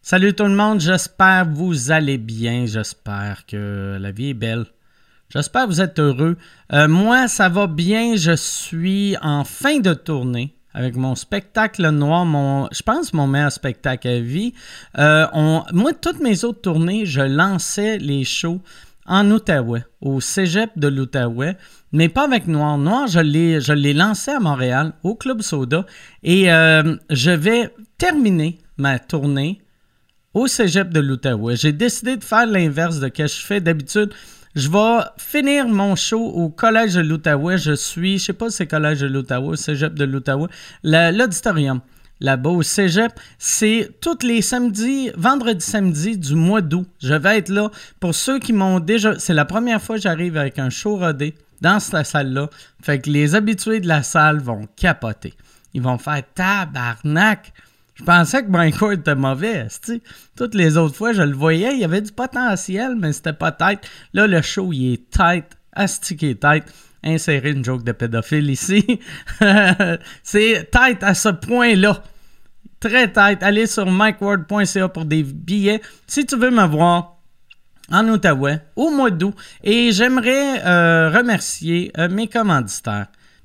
Salut tout le monde, j'espère que vous allez bien, j'espère que la vie est belle, j'espère que vous êtes heureux. Moi, ça va bien, je suis en fin de tournée avec mon spectacle noir, je pense mon meilleur spectacle à vie. Moi, toutes mes autres tournées, je lançais les shows en Outaouais, au cégep de l'Outaouais, mais pas avec Noir. Noir, je l'ai lancé à Montréal, au Club Soda, et je vais terminer ma tournée au cégep de l'Outaouais. J'ai décidé de faire l'inverse de ce que je fais d'habitude. Je vais finir mon show au Collège de l'Outaouais. Je sais pas si c'est Collège de l'Outaouais, cégep de l'Outaouais, l'auditorium. Là-bas au cégep, c'est tous les samedis, vendredi, samedi du mois d'août. Je vais être là. Pour ceux qui m'ont déjà... C'est la première fois que j'arrive avec un show rodé dans cette salle-là. Fait que les habitués de la salle vont capoter. Ils vont faire tabarnak. Je pensais que Mike Ward était mauvais. T'sais. Toutes les autres fois, je le voyais, il y avait du potentiel, mais c'était pas tête. Là, le show, il est tête, astiqué tête. Insérer une joke de pédophile ici. C'est tête à ce point-là. Très tête. Allez sur mikeward.ca pour des billets. Si tu veux me voir en Outaouais, au mois d'août. Et j'aimerais remercier mes commanditaires.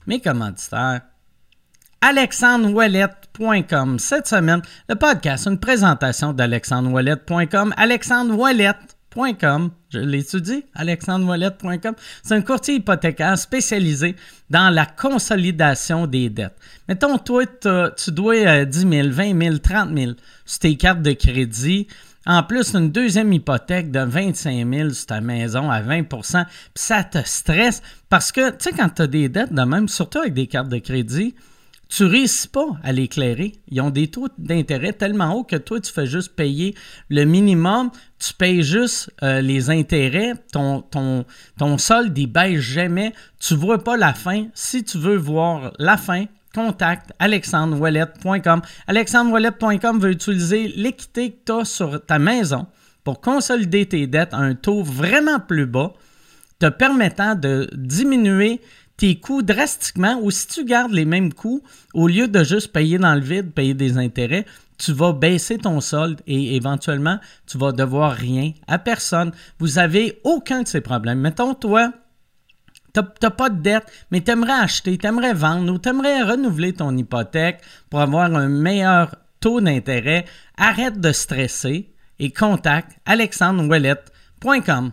AlexandreOuellette.com. Cette semaine, le podcast, une présentation d'AlexandreOuellette.com. AlexandreOuellette.com. Je l'étudie, AlexandreOuellette.com. C'est un courtier hypothécaire spécialisé dans la consolidation des dettes. Mettons, toi, tu dois 10 000, 20 000, 30 000 sur tes cartes de crédit. En plus, une deuxième hypothèque de 25 000 sur ta maison à 20 %, puis ça te stresse parce que, tu sais, quand tu as des dettes de même, surtout avec des cartes de crédit, tu ne réussis pas à l'éclairer. Ils ont des taux d'intérêt tellement hauts que toi, tu fais juste payer le minimum. Tu payes juste les intérêts. Ton solde, il baisse jamais. Tu ne vois pas la fin. Si tu veux voir la fin, contacte alexandreouellette.com. Alexandreouellette.com veut utiliser l'équité que tu as sur ta maison pour consolider tes dettes à un taux vraiment plus bas, te permettant de diminuer tes coûts drastiquement, ou si tu gardes les mêmes coûts, au lieu de juste payer dans le vide, payer des intérêts, tu vas baisser ton solde et éventuellement, tu vas devoir rien à personne. Vous n'avez aucun de ces problèmes. Mettons, toi, tu n'as pas de dette, mais tu aimerais acheter, tu aimerais vendre ou tu aimerais renouveler ton hypothèque pour avoir un meilleur taux d'intérêt. Arrête de stresser et contacte alexandreouellette.com.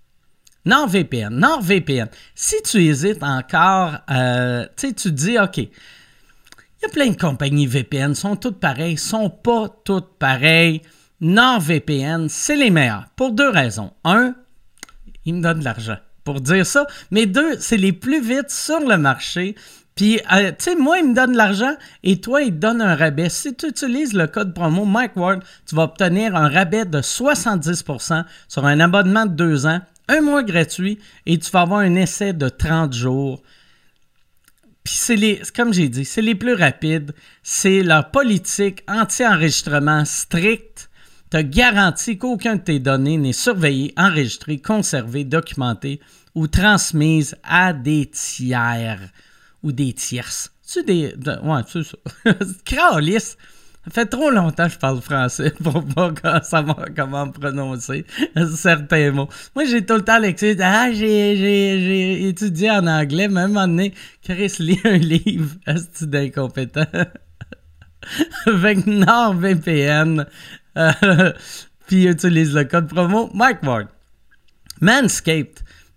NordVPN. Si tu hésites encore, tu te dis, OK, il y a plein de compagnies VPN, sont toutes pareilles, sont pas toutes pareilles. NordVPN, c'est les meilleurs pour deux raisons. Un, ils me donnent de l'argent pour dire ça, mais deux, c'est les plus vite sur le marché. Puis, tu sais, moi, il me donne de l'argent et toi, il te donne un rabais. Si tu utilises le code promo Mike Ward, tu vas obtenir un rabais de 70% sur un abonnement de 2 ans. Un mois gratuit et tu vas avoir un essai de 30 jours. Puis comme j'ai dit, c'est les plus rapides. C'est leur politique anti-enregistrement stricte. Te garantit qu'aucun de tes données n'est surveillé, enregistré, conservé, documenté ou transmise à des tiers ou des tierces. Ouais, c'est ça. Cralisse. Ça fait trop longtemps que je parle français pour pas savoir comment prononcer certains mots. Moi, j'ai tout le temps l'excuse. J'ai étudié en anglais, même à un moment donné, Chris lit un livre, c'est d'incompétent. Avec NordVPN, puis utilise le code promo Mike Ward. Manscaped,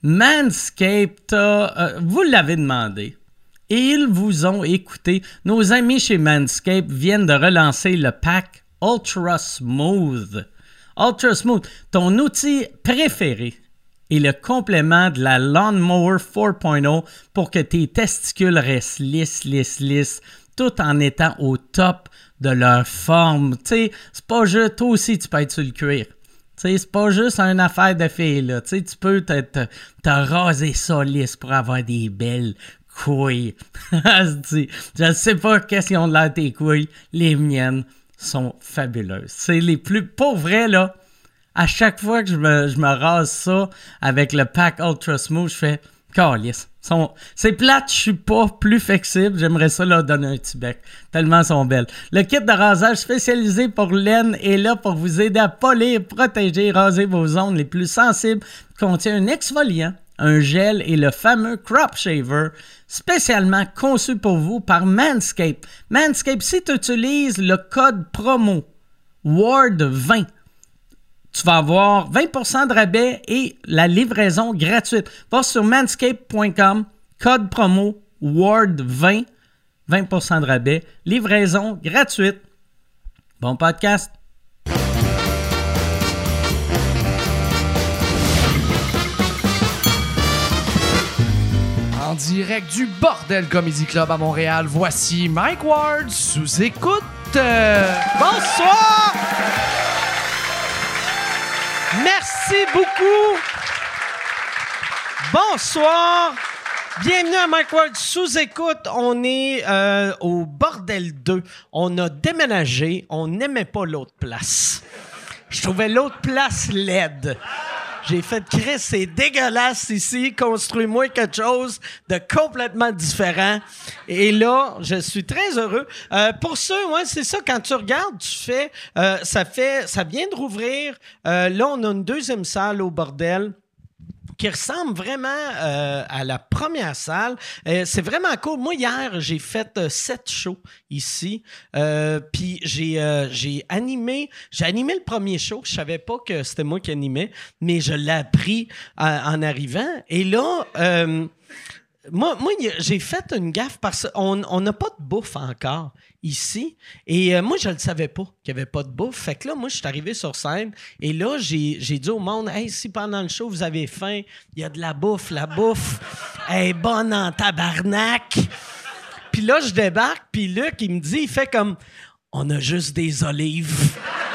vous l'avez demandé. Et ils vous ont écouté. Nos amis chez Manscaped viennent de relancer le pack Ultra Smooth. Ultra Smooth, ton outil préféré est le complément de la Lawnmower 4.0 pour que tes testicules restent lisses, tout en étant au top de leur forme. Tu sais, c'est pas juste, toi aussi tu peux être sur le cuir. Tu sais, c'est pas juste une affaire de filles, là. Tu sais, tu peux te raser ça lisse pour avoir des belles couilles. Je sais pas qu'est-ce qu'ils ont de l'air tes couilles. Les miennes sont fabuleuses. C'est les plus... Pour vrai, là, à chaque fois que je me rase ça avec le pack Ultra Smooth, je fais... Calisse. C'est plate, je suis pas plus flexible. J'aimerais ça leur donner un petit bec. Tellement elles sont belles. Le kit de rasage spécialisé pour laine est là pour vous aider à polir, protéger et raser vos zones les plus sensibles. Il contient un exfoliant, un gel et le fameux Crop Shaver, spécialement conçu pour vous par Manscaped. Manscaped, si tu utilises le code promo WARD20, tu vas avoir 20% de rabais et la livraison gratuite. Va sur manscaped.com, code promo WARD20, 20% de rabais, livraison gratuite. Bon podcast. En direct du Bordel Comedy Club à Montréal, voici Mike Ward sous écoute. Bonsoir! Merci beaucoup. Bonsoir. Bienvenue à Mike Ward sous écoute. On est au Bordel 2. On a déménagé. On n'aimait pas l'autre place. Je trouvais l'autre place laide. J'ai fait Chris, c'est dégueulasse ici. Construis-moi quelque chose de complètement différent. Et là, je suis très heureux. Pour ceux, ouais, c'est ça. Quand tu regardes, tu fais, ça vient de rouvrir. Là, on a une deuxième salle au bordel qui ressemble vraiment à la première salle. C'est vraiment cool. Moi, hier, j'ai fait 7 shows ici. Puis j'ai animé le premier show. Je savais pas que c'était moi qui animais, mais je l'ai appris en arrivant. Et là, moi, j'ai fait une gaffe parce qu'on n'a pas de bouffe encore ici. Et moi, je ne le savais pas qu'il n'y avait pas de bouffe. Fait que là, moi, je suis arrivé sur scène et là, j'ai dit au monde, « Hey, si pendant le show, vous avez faim, il y a de la bouffe. La bouffe est bonne en tabarnak. » Puis là, je débarque, puis Luc, il me dit, il fait comme, « On a juste des olives. »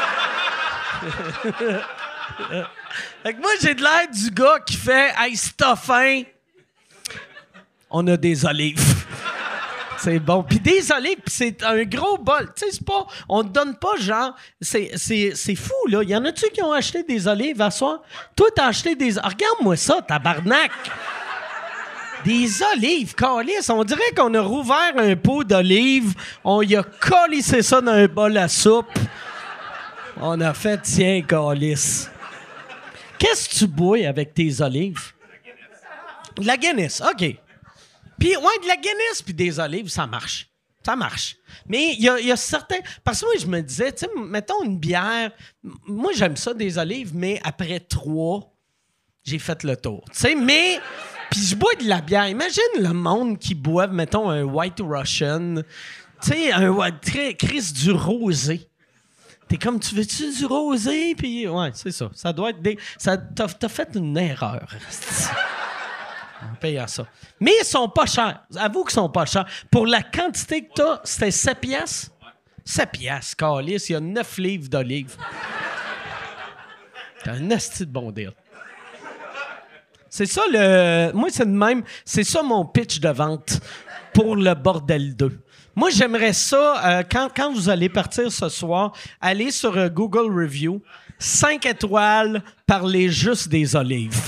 Fait que moi, j'ai de l'air du gars qui fait, « Hey, si t'as faim, on a des olives. » C'est bon. Puis des olives, puis c'est un gros bol. Tu sais, c'est pas... On te donne pas genre... C'est fou, là. Y en a-tu qui ont acheté des olives à soir? Toi, t'as acheté des... Regarde-moi ça, tabarnak! Des olives, câlisse. On dirait qu'on a rouvert un pot d'olives. On y a collissé ça dans un bol à soupe. On a fait, tiens, câlisse. Qu'est-ce que tu bois avec tes olives? De la Guinness, OK. Puis, ouais, de la Guinness puis des olives, ça marche. Ça marche. Mais il y a certains... Parce que moi, je me disais, tu sais, mettons une bière. Moi, j'aime ça, des olives, mais après 3, j'ai fait le tour. Tu sais, mais... Puis je bois de la bière. Imagine le monde qui boit, mettons, un White Russian. Tu sais, Chris, du rosé. T'es comme, tu veux-tu du rosé? Puis, ouais, c'est ça. Ça doit être des... T'as fait une erreur. En payant ça. Mais ils sont pas chers. Avoue qu'ils sont pas chers. Pour la quantité que t'as, c'était 7 piastres? 7 piastres, câlisse. Il y a 9 livres d'olives. T'as un asti de bon deal. C'est ça le... Moi, c'est de même. C'est ça mon pitch de vente pour le Bordel 2. Moi, j'aimerais ça, quand vous allez partir ce soir, aller sur Google Review. 5 étoiles, parler juste des olives.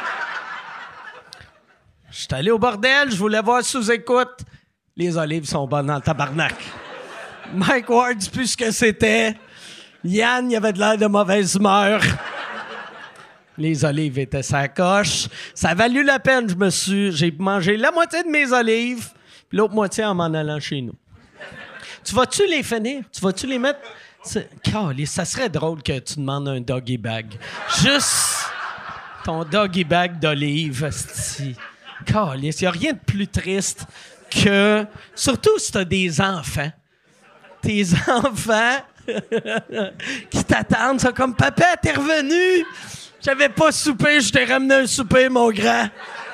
Je suis allé au bordel, je voulais voir sous-écoute. Les olives sont bonnes dans le tabarnak. Mike Ward, dis plus ce que c'était. Yann, il avait de l'air de mauvaise humeur. Les olives étaient sa coche. Ça a valu la peine, j'ai mangé la moitié de mes olives, puis l'autre moitié en m'en allant chez nous. Tu vas-tu les finir? Tu vas-tu les mettre? Ça serait drôle que tu demandes un doggy bag. Juste ton doggy bag d'olives, asti. Calisse, il n'y a rien de plus triste que... Surtout si tu as des enfants. Tes enfants qui t'attendent, sont comme « Papa, t'es revenu! J'avais pas soupé, je t'ai ramené un souper, mon grand! »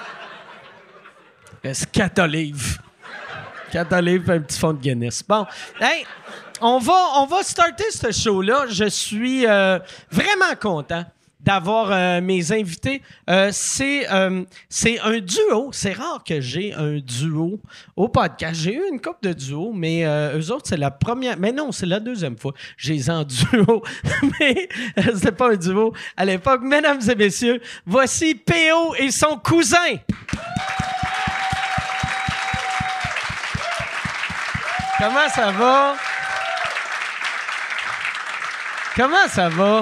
C'est 4 olives. 4 olives et un petit fond de Guinness. Bon, hey, on va starter ce show-là. Je suis vraiment content d'avoir mes invités. C'est un duo. C'est rare que j'ai un duo au podcast. J'ai eu une couple de duos, mais eux autres, c'est la première... Mais non, c'est la deuxième fois. J'ai les en duo. Mais c'était pas un duo à l'époque. Mesdames et messieurs, voici P.O. et son cousin. Comment ça va? Comment ça va?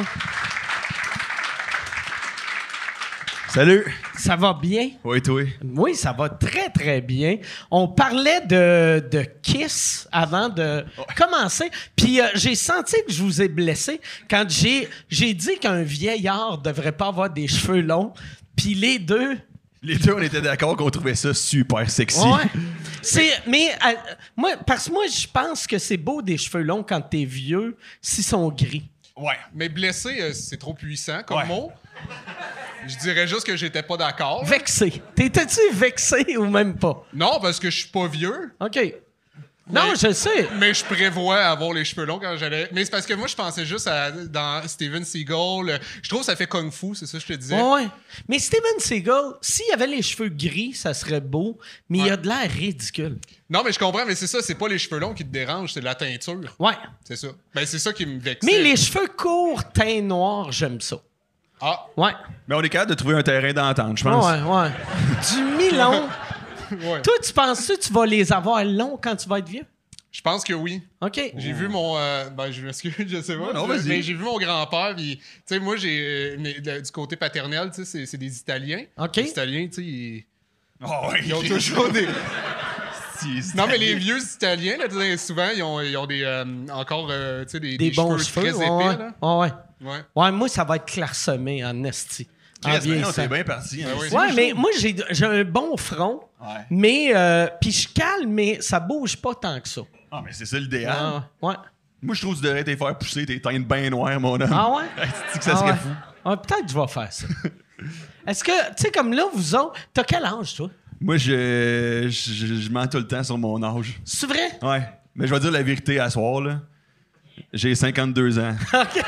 Salut! Ça va bien? Oui, toi? Oui, ça va très, très bien. On parlait de Kiss avant de commencer. Puis j'ai senti que je vous ai blessé quand j'ai dit qu'un vieillard devrait pas avoir des cheveux longs. Puis les deux, on était d'accord qu'on trouvait ça super sexy. ouais. Parce que moi, je pense que c'est beau des cheveux longs quand t'es vieux, s'ils sont gris. Ouais, mais blessé, c'est trop puissant comme Ouais. mot. Je dirais juste que j'étais pas d'accord. Vexé. T'étais-tu vexé ou même pas? Non, parce que je suis pas vieux, OK. Non, Mais- je sais. mais je prévois avoir les cheveux longs quand j'allais. Mais c'est parce que moi, je pensais juste dans Steven Seagal. Je trouve que ça fait kung fu, c'est ça que je te disais. Ouais. Mais Steven Seagal, s'il avait les cheveux gris, ça serait beau, mais il a de l'air ridicule. Non, mais je comprends, mais c'est ça, c'est pas les cheveux longs qui te dérangent, c'est la teinture. Ouais. C'est ça. Ben, c'est ça qui me vexait. Mais les cheveux courts, teint noir, j'aime ça. Ah, Ouais. Mais on est capable de trouver un terrain d'entente, je pense. Ouais. Du mi-long. ouais. Toi, tu penses que tu vas les avoir longs quand tu vas être vieux? Je pense que oui. OK. J'ai vu mon. Je m'excuse, je sais pas. Non, vas-y. Mais j'ai vu mon grand-père, puis, tu sais, moi, du côté paternel, tu sais, c'est des Italiens. OK. Les Italiens, tu sais, Oh, ouais. ils ont toujours des. Si, Non, mais les vieux Italiens, là, tu sais, souvent, ils ont des. Encore, tu sais, des bons cheveux cheveux. très épais, là. Ouais. Ouais. Ouais, moi, ça va être clairsemé en esti. En Chris, vieillissant. t'es bien parti. Hein. Ben oui. Ouais, mais moi, j'ai un bon front, Ouais. mais... Puis je calme, mais ça bouge pas tant que ça. Ah, mais c'est ça l'idéal. Ouais. Moi, je trouve que tu devrais te faire pousser tes teintes bien noires, mon homme. Ah ouais? C'est que ça serait ouais. fou. Ouais, peut-être que je vais faire ça. Est-ce que, tu sais, comme là, vous autres, t'as quel âge, toi? Moi, je mens tout le temps sur mon âge. C'est vrai? Ouais. Mais je vais dire la vérité à soir, là. J'ai 52 ans.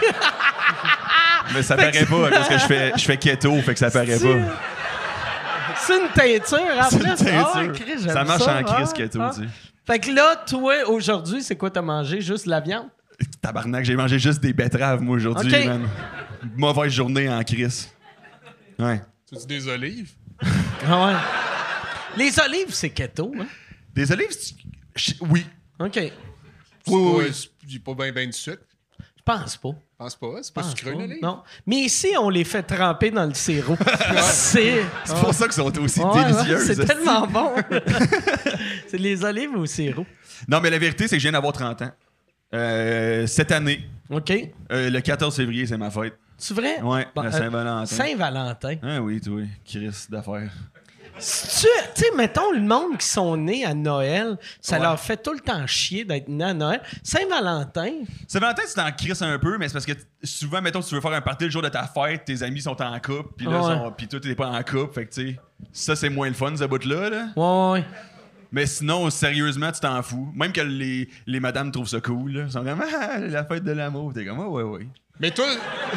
Mais ça paraît pas, parce que je fais keto, fait que ça paraît pas. C'est une teinture, en C'est plus? une teinture. Ah ouais, Chris, j'aime Ça marche en crise, Ah, keto, ah. tu sais. Fait que là, toi, aujourd'hui, c'est quoi t'as mangé? Juste de la viande? Tabarnak, j'ai mangé juste des betteraves, moi, aujourd'hui, Ok. man. Mauvaise journée en crise. Ouais. Tu dis des olives? Ah ouais. Les olives, c'est keto, hein? Des olives, oui. OK. Oui. J'ai pas bien de sucre. Je pense pas. Je pense pas. C'est pas Pense sucré, pas. une olive? Non. Mais ici, on les fait tremper dans le sirop. c'est... C'est pour ça qu'ils sont aussi Ouais, délicieuses. c'est tellement bon. C'est les olives au sirop. Non, mais la vérité, c'est que je viens d'avoir 30 ans. Cette année, OK. le 14 février, c'est ma fête. C'est vrai? Ouais, Bon, la Saint-Valentin. Saint-Valentin. Ah oui, toi, Chris d'affaires. Tu sais, mettons, le monde qui sont nés à Noël, ça Ouais. leur fait tout le temps chier d'être nés à Noël. Saint-Valentin, Saint-Valentin, c'est en crise un peu, mais c'est parce que souvent, mettons, tu veux faire un party le jour de ta fête, tes amis sont en couple, puis là, Ouais. puis toi, t'es pas en couple, fait que, tu sais, ça, c'est moins le fun, ce bout-là, là. ouais. Mais sinon, sérieusement, tu t'en fous. Même que les madames trouvent ça cool, là. Ils sont comme, ah, la fête de l'amour. T'es comme, ouais. Mais toi.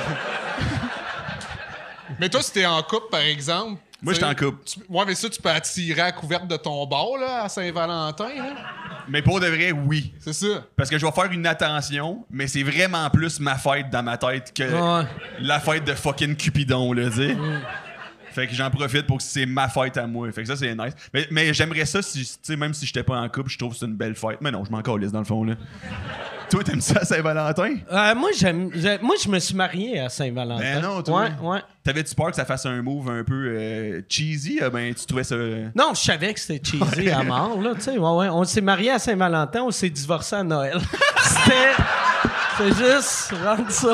Mais toi, si t'es en couple, par exemple. Moi, j'étais en couple. Ouais, mais ça, tu peux attirer à la couverte de ton bar, là, à Saint-Valentin, là. Mais pour de vrai, oui. C'est ça. Parce que je vais faire une attention, mais c'est vraiment plus ma fête dans ma tête que Ouais. la fête de fucking Cupidon, là, tu sais. Fait que j'en profite pour que c'est ma fête à moi. Fait que ça, c'est nice. Mais j'aimerais ça, si, tu sais, même si j'étais pas en couple, je trouve que c'est une belle fête. Mais non, je m'en calisse dans le fond, là. Toi, t'aimes ça, Saint-Valentin? Moi, moi, je me suis marié à Saint-Valentin. Ben non, toi. Ouais. T'avais-tu peur que ça fasse un move un peu cheesy? Ben, tu trouvais ça... Non, je savais que c'était cheesy à mort, là, tu sais. Ouais. On s'est marié à Saint-Valentin, on s'est divorcé à Noël. C'était juste rendre ça.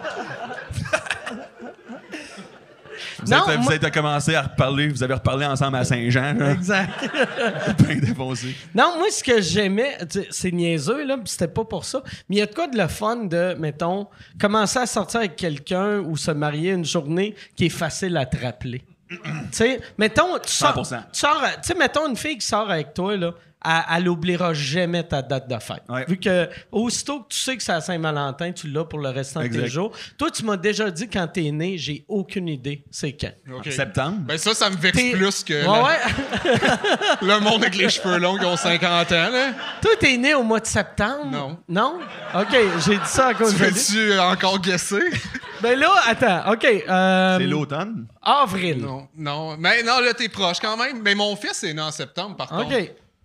Vous avez commencé à reparler, vous avez reparlé ensemble à Saint-Jean, là. Exact. Ben défoncé. Non, moi, ce que j'aimais, c'est niaiseux, là, puis c'était pas pour ça, mais il y a de quoi de le fun de, mettons, commencer à sortir avec quelqu'un ou se marier une journée qui est facile à te rappeler. Tu sais, mettons, tu sors, 100%. tu sais, mettons une fille qui sort avec toi, là, elle oubliera jamais ta date de fête. Ouais. Vu que, aussitôt que tu sais que c'est à Saint-Valentin, tu l'as pour le restant de Exact. tes jours. Toi, tu m'as déjà dit quand t'es né, j'ai aucune idée c'est quand. OK. Septembre? Ben ça me vexe T'es- plus que Ouais. le monde avec les cheveux longs qui ont 50 ans, là. Toi, t'es né au mois de septembre? Non. Non? OK, j'ai dit ça à cause Tu de lui. veux-tu encore guesser? Ben là, attends, OK. C'est l'automne? Avril. Non. Mais non, là, t'es proche quand même. Mais mon fils est né en septembre, par contre. OK.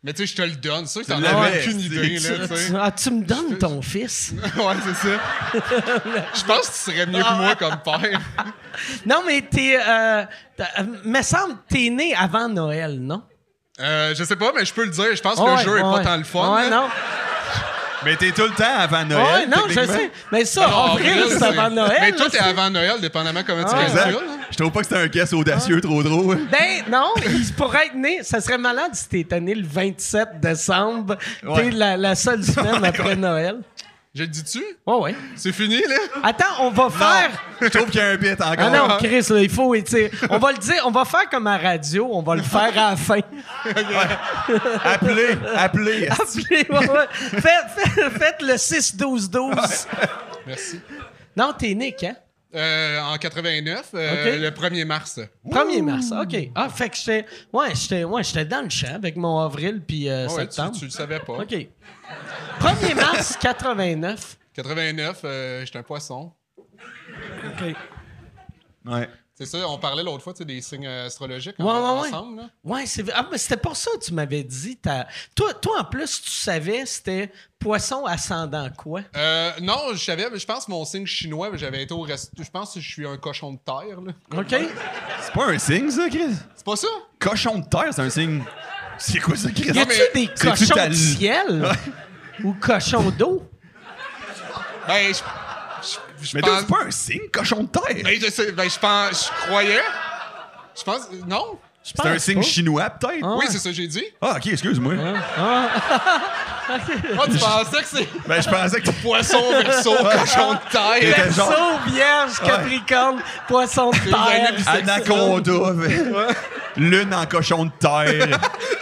Mais tu sais, je te le donne. C'est sûr que t'en l'avais, as aucune idée, là, tu sais. Ah, tu me donnes ton fils? Ouais, c'est ça. Je pense que tu serais mieux que moi comme père. Non, mais me semble t'es né avant Noël, non? Je sais pas, mais je peux le dire. Je pense que le jeu est pas tant le fun. Ouais, là. non. Mais t'es tout le temps avant Noël. Ouais, non, je techniquement. sais. Mais ça, Non, avril, c'est avant Noël. Mais toi, là, t'es c'est- avant Noël, dépendamment comment tu Exact. calcules. hein. Je trouve pas que c'était un guess audacieux trop drôle. Ben non, il pourrait être né. Ça serait malade si t'étais né le 27 décembre. Ouais. T'es la seule semaine après Noël. Je le dis-tu? Ouais. C'est fini, là? Attends, on va faire. Je trouve qu'il y a un bit encore. Ah non, Chris, là, il faut étirer. On va le dire, on va faire comme à radio, on va le faire à la fin. Appelez. Appelez, ouais. Faites le 6-12-12. Merci. Non, t'es né quand? En 89, OK. le 1er mars. 1er mars, OK. Ah, fait que j'étais dans le champ avec mon avril puis Ouais, septembre. tu le savais pas. OK. 1er mars 89. 89, j'étais un poisson. OK. Ouais. C'est ça, on parlait l'autre fois, tu sais, des signes astrologiques Ouais. ensemble. Là. Ouais, c'est ah, mais c'était pour ça que tu m'avais dit. Toi, en plus, tu savais c'était poisson ascendant quoi? Non, je savais, mais je pense que mon signe chinois, j'avais été au reste. Je pense que je suis un cochon de terre. Là. OK? C'est pas un signe, ça, Chris? C'est pas ça? Cochon de terre, c'est un signe. C'est quoi ça, Chris? Y a-tu mais des c'est-tu cochons ta- de ciel? Ou cochons d'eau? Ben, je Mais toi, pense. c'est pas un signe, cochon de terre. Ben, je sais, ben, je pense. Je croyais. Je pense. Non? C'est un signe chinois, peut-être? Ah. Oui, c'est ça que j'ai dit. Ah, OK, excuse-moi. Ah, tu pensais que c'est Ben, je pensais que... poisson, verso, cochon de terre. T'étais genre- Verseau, vierge, capricorne, poisson de terre. Anaconda, lune en cochon de terre,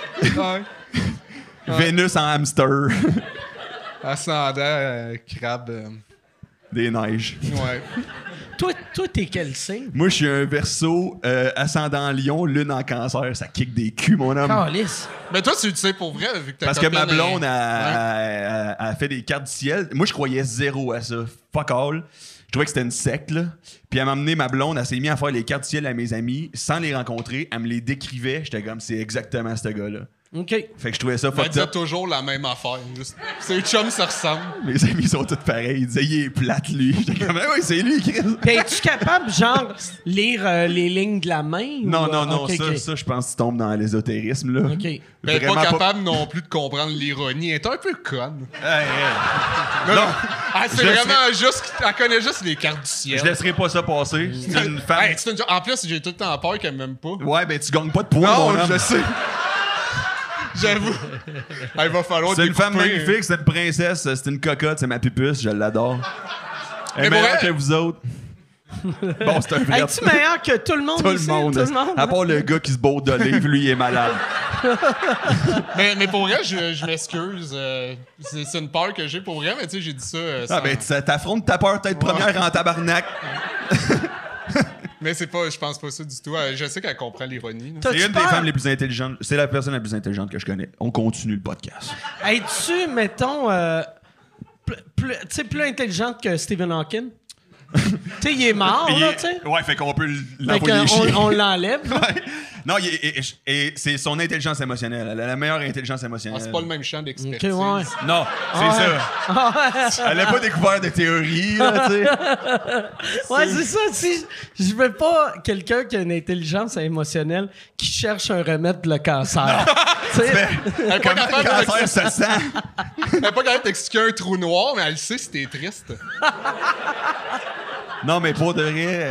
Vénus en hamster, Ascendant, crabe. des neiges. Ouais. Toi, t'es quel signe? Moi, je suis un Verseau, ascendant lion, lune en cancer. Ça kick des culs, mon homme. Calice. Mais toi, tu le sais pour vrai, vu que ta Parce que ma copine blonde est- a fait des cartes du ciel. Moi, je croyais zéro à ça. Fuck all. Je trouvais que c'était une secte, là. Puis elle m'a amené ma blonde, elle s'est mise à faire les cartes du ciel à mes amis sans les rencontrer. Elle me les décrivait. J'étais comme, c'est exactement ce gars-là. OK. Fait que je trouvais ça Elle fucked disait up. toujours la même affaire. Juste, ces chums se ressemblent. Mes amis sont tous pareils. Ils disaient, il est plate, lui. J'étais comme, ah oui, c'est lui, Chris. Puis es-tu capable, genre, lire les lignes de la main? Non, ou, non, non, OK, ça, OK. ça, je pense que tu tombes dans l'ésotérisme, là. OK. Mais Vraiment pas capable non plus de comprendre l'ironie. Elle est un peu conne. Hey, hey. Non. Elle, c'est Je vraiment juste. Elle connaît juste les cartes du ciel. Je laisserai pas ça passer. C'est une femme. Hey, en plus, j'ai tout le temps peur qu'elle m'aime pas. Ouais, ben tu gagnes pas de points, Non, mon homme. je sais. J'avoue. Il va falloir C'est une femme découper. magnifique, c'est une princesse, c'est une cocotte, c'est ma pupuce, je l'adore. Elle est Mais pour meilleure elle- que vous autres. Bon, c'est un vrai. Es-tu meilleur que tout le monde Tout le ici? monde. Tout le monde? À part le gars qui se bourre d'olive, lui, il est malade. Mais pour vrai, je m'excuse. C'est une peur que j'ai pour vrai, mais tu sais, j'ai dit ça. Ah, ben, t'affrontes ta peur tête première en tabarnak. Mais c'est pas, je pense pas ça du tout. Je sais qu'elle comprend l'ironie. là. T'as-tu C'est une des peur? femmes les plus intelligentes. C'est la personne la plus intelligente que je connais. On continue le podcast. Es-tu, mettons, tu sais, plus intelligente que Stephen Hawking? Tu sais, il est mort, là, tu sais. Ouais, fait qu'on peut Fait l'envoyer chier. qu'on on l'enlève, là. Ouais. Non, et c'est son intelligence émotionnelle. Elle a la meilleure intelligence Ah, émotionnelle. c'est pas le même champ d'expertise. OK, ouais. Non, c'est ça. Elle a pas découvert de théorie, là, tu sais. Ouais, c'est ça. Si je veux pas quelqu'un qui a une intelligence émotionnelle qui cherche un remède pour le cancer. Tu sais, Elle est pas Comment le capable cancer se sent? elle est pas capable d'expliquer un trou noir, mais elle sait si t'es triste. Non, mais pour de vrai,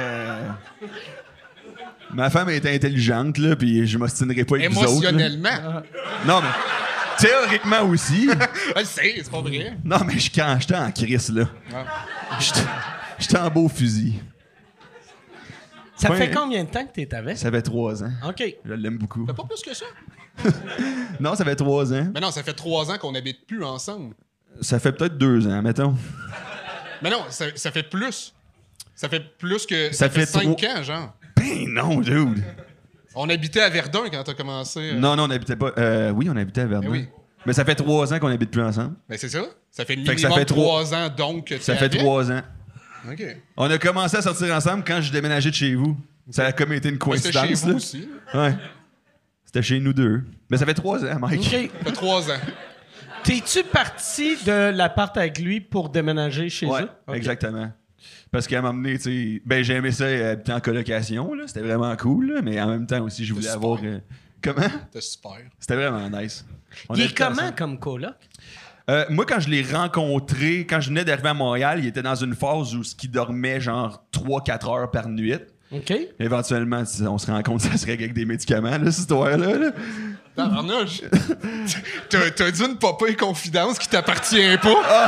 ma femme est intelligente, là, puis je m'ostinerai pas avec vous autres. là. Émotionnellement. Non, mais théoriquement aussi. Elle sait, c'est pas vrai. Non, mais quand j'étais en crise, là. J'étais en beau fusil. ça Ouais. fait combien de temps que t'es avec? Ça fait 3 ans. OK. Je l'aime beaucoup. Fait pas plus que ça. Non, ça fait 3 ans. Mais non, ça fait 3 ans qu'on n'habite plus ensemble. Ça fait peut-être 2 ans, mettons. Mais non, ça fait plus. Ça fait plus que. Ça fait 5 3 ans, genre. Ben non, dude. On habitait à Verdun quand t'as commencé. Non, on n'habitait pas. Oui, on habitait à Verdun. Eh oui. Mais ça fait 3 ans qu'on n'habite plus ensemble. Mais c'est ça. Ça fait que minimum ça fait 3 ans, donc, que tu Ça fait avais. 3 ans. OK. On a commencé à sortir ensemble quand je déménageais de chez vous. Ça a comme été une Mais c'était coïncidence. chez vous là. aussi. Ouais. C'était chez nous deux. Mais ça fait 3 ans, Mike. OK. Ça fait 3 ans. T'es-tu parti de l'appart avec lui pour déménager chez Ouais, eux? OK. exactement. Parce qu'à un moment donné, tu sais, ben j'ai aimé ça habiter en colocation, là. C'était vraiment cool, là, mais en même temps aussi, je voulais C'était avoir... super. Comment? C'était super. C'était vraiment nice. On Il est habitait comment ensemble. comme coloc? Moi, quand je l'ai rencontré, quand je venais d'arriver à Montréal, il était dans une phase où il dormait genre 3-4 heures par nuit. OK. Éventuellement, si on se rend compte que ça serait avec des médicaments, là, cette histoire-là. Là. Tabarnouche. T'as dit une popée confidence qui t'appartient pas.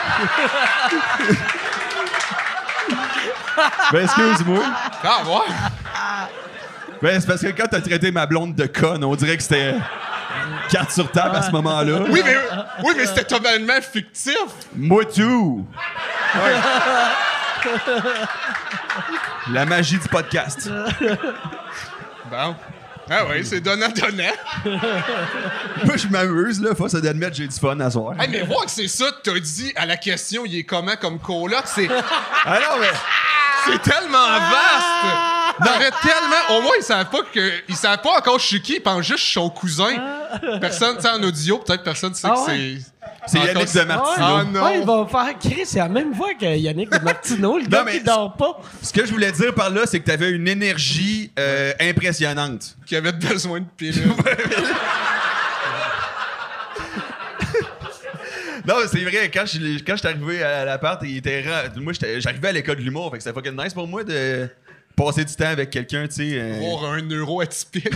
Ben, excuse-moi. Ah ouais? Ben, c'est parce que quand t'as traité ma blonde de conne, on dirait que c'était carte sur table à ce moment-là. Oui, mais c'était totalement fictif. Moi tout. Ouais. La magie du podcast. Bon. Ah ouais, c'est donnant-donnant. Moi, je m'amuse, là. Faut s'admettre que j'ai du fun à soir. Hey, mais voir que c'est ça que t'as dit à la question, il est comment comme coloc, c'est Ah non, mais... tellement vaste. T'aurais tellement... Au moins, ils savent pas encore je suis qui, ils pensent juste que je suis son cousin. Personne, tu sais, en audio, peut-être personne sait Ah que ouais? C'est encore- Yannick de Martino. Ah non. Ouais, ils vont faire Chris, c'est la même voix que Yannick de Martino, le gars mais qui dort pas. Ce que je voulais dire par là, c'est que t'avais une énergie impressionnante. Qui avait besoin de pilules. Non, c'est vrai, quand je suis arrivé à l'appart, il était moi, j'arrivais à l'école de l'humour, fait que c'était fucking nice pour moi de passer du temps avec quelqu'un, tu sais. Voir un euro atypique.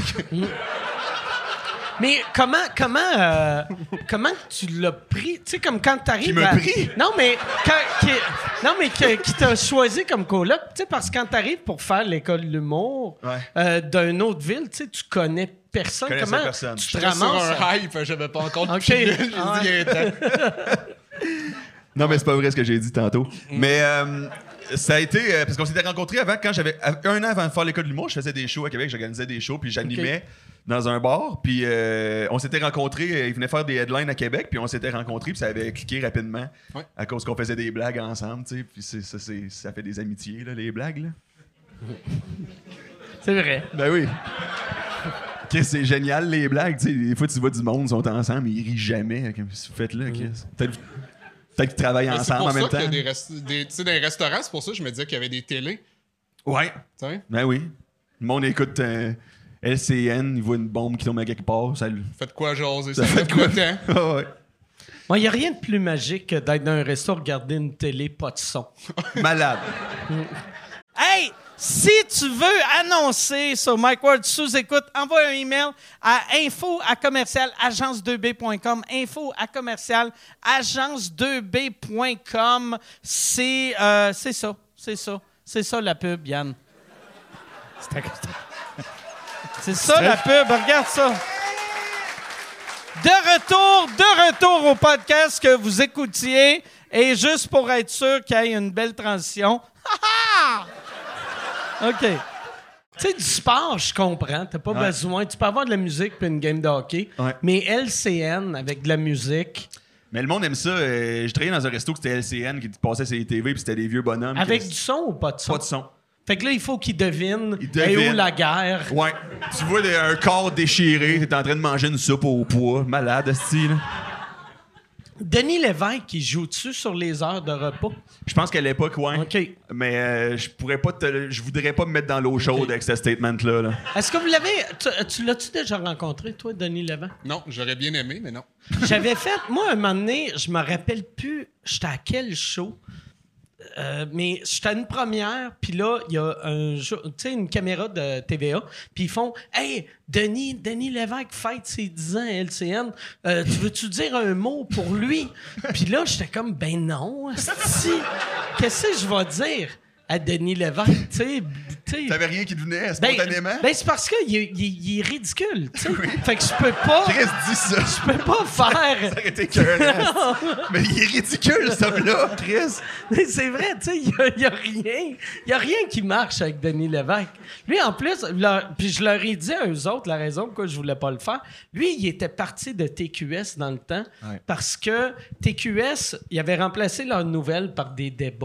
Mais comment tu l'as pris? Tu sais, comme quand t'arrives Qui m'a pris? Non, mais qui t'a choisi comme coloc. Tu sais, parce que quand t'arrives pour faire l'école de l'humour d'une autre ville, tu sais, tu connais personne. Je connaissais Comment personne. tu te J'étais sur ramasses? un hype, j'avais pas encore de Ok. pilule. J'ai dit, Ah ouais. il y a un temps. Non, mais c'est pas vrai ce que j'ai dit tantôt. Mais ça a été... parce qu'on s'était rencontrés avant, quand j'avais... 1 an avant de faire l'école de l'humour, je faisais des shows à Québec, j'organisais des shows, puis j'animais dans un bar. Puis on s'était rencontrés, il venait faire des headlines à Québec, puis on s'était rencontrés, puis ça avait cliqué rapidement à cause qu'on faisait des blagues ensemble, tu sais. Puis ça fait des amitiés, là, les blagues, là. C'est vrai. Ben oui. Chris, c'est génial, les blagues. Tu sais, des fois, tu vois du monde, ils sont ensemble, mais ils rient jamais. Qu'est-ce que vous faites là, Chris? Peut-être qu'ils travaillent Mais ensemble en même temps. C'est pour ça qu'il y a tu sais, dans les restaurants, c'est pour ça que je me disais qu'il y avait des télés. Ouais. Tu sais? Ben oui. Le monde écoute LCN, il voit une bombe qui tombe à quelque part. Ça le... Faites quoi jaser? Ça Ça fait fait quoi? quoi temps? Ah ouais. Moi, il n'y a rien de plus magique que d'être dans un resto, regarder une télé, pas de son. Malade. Hey, si tu veux annoncer sur Mike Ward sous-écoute, envoie un email à info@agence2b.com. info@agence2b.com. C'est ça. C'est ça la pub, Yann. C'est ça la pub. Regarde ça. De retour au podcast que vous écoutiez. Et juste pour être sûr qu'il y ait une belle transition. OK. Tu sais, du sport, je comprends. T'as pas besoin. Tu peux avoir de la musique puis une game de hockey. Ouais. Mais LCN avec de la musique. Mais le monde aime ça. Je travaillais dans un resto que c'était LCN qui passait sur les TV, puis c'était des vieux bonhommes. Avec qui... du son ou pas de son? Pas de son. Fait que là, il faut qu'ils devinent. Ils Et où devinent. la guerre? Ouais. Tu vois un corps déchiré, t'es en train de manger une soupe au pois. Malade, esti, là. Denis Lévesque, qui joue-tu sur les heures de repos? Je pense qu'à l'époque, ouais. OK. Mais je voudrais pas me mettre dans l'eau chaude avec ce statement-là. Là. Est-ce que vous l'avez... Tu l'as-tu déjà rencontré, toi, Denis Lévesque? Non, j'aurais bien aimé, mais non. J'avais fait... Moi, un moment donné, je me rappelle plus, j'étais à quel show? Mais j'étais à une première, puis là, il y a une caméra de TVA, puis ils font « Hey, Denis Lévesque fête ses 10 ans à LCN. Tu veux-tu dire un mot pour lui? » Puis là, j'étais comme « Ben non, esti. Qu'est-ce que je vais dire à Denis Lévesque? » Tu sais, T'avais rien qui te venait spontanément? Ben c'est parce qu'il est ridicule, tu sais. Fait que je peux pas... Chris dit ça. Je peux pas faire... Ça aurait été écœurant. Mais il est ridicule, cet homme-là, Chris. Mais c'est vrai, tu sais, il y a rien qui marche avec Denis Lévesque. Lui, en plus, puis je leur ai dit à eux autres la raison pourquoi je voulais pas le faire. Lui, il était parti de TQS dans le temps parce que TQS, il avait remplacé leurs nouvelles par des débats.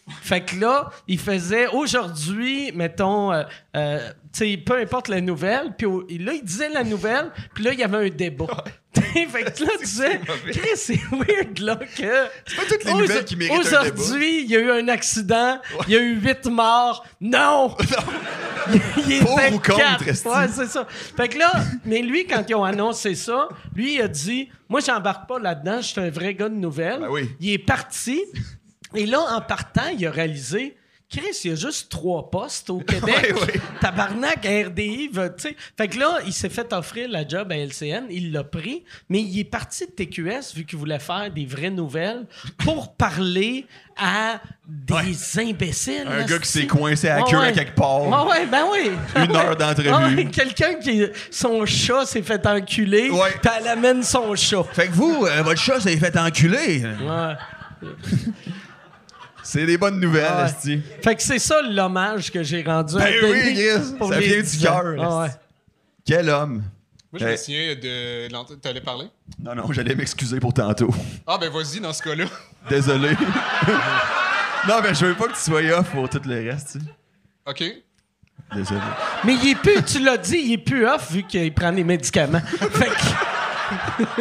Fait que là, il faisait aujourd'hui, mettons, tu sais, peu importe la nouvelle, puis là, il disait la nouvelle, puis là, il y avait un débat. Fait que là, tu disais, Chris, c'est weird, là, que. C'est pas toutes les nouvelles qui méritent un débat. Aujourd'hui, il y a eu un accident, il y a eu 8 morts. Non! Il était Pour ou contre, 4. esti? Ouais, c'est ça. Fait que là, mais lui, quand ils ont annoncé ça, lui, il a dit, moi, j'embarque pas là-dedans, je suis un vrai gars de nouvelles. Ben oui. Il est parti. Et là, en partant, il a réalisé, Chris, il y a juste 3 postes au Québec. Oui. Tabarnak, RDI, tu sais. Fait que là, il s'est fait offrir la job à LCN, il l'a pris, mais il est parti de TQS, vu qu'il voulait faire des vraies nouvelles, pour parler à des imbéciles. Un là, gars qui c'est- s'est coincé à la queue à quelque part. Ouais, ben oui. 1 heure d'entrevue. Quelqu'un qui, son chat s'est fait enculer, Ouais. puis elle amène son chat. Fait que vous, votre chat s'est fait enculer. Ouais. C'est des bonnes nouvelles, Ouais. esti. Fait que c'est ça l'hommage que j'ai rendu à Ben Denis oui, Chris, pour ça les vient 10 du ans. cœur, Ah ouais. Quel homme. Moi, je me souviens de... T'allais parler? Non, j'allais m'excuser pour tantôt. Ah, ben vas-y, dans ce cas-là. Désolé. Non, mais je veux pas que tu sois off pour tout le reste, tu sais. OK. Désolé. Mais il est plus, tu l'as dit, il est plus off vu qu'il prend des médicaments. Fait que,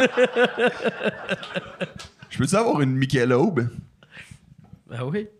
Je peux-tu avoir une Michelob? ben oui.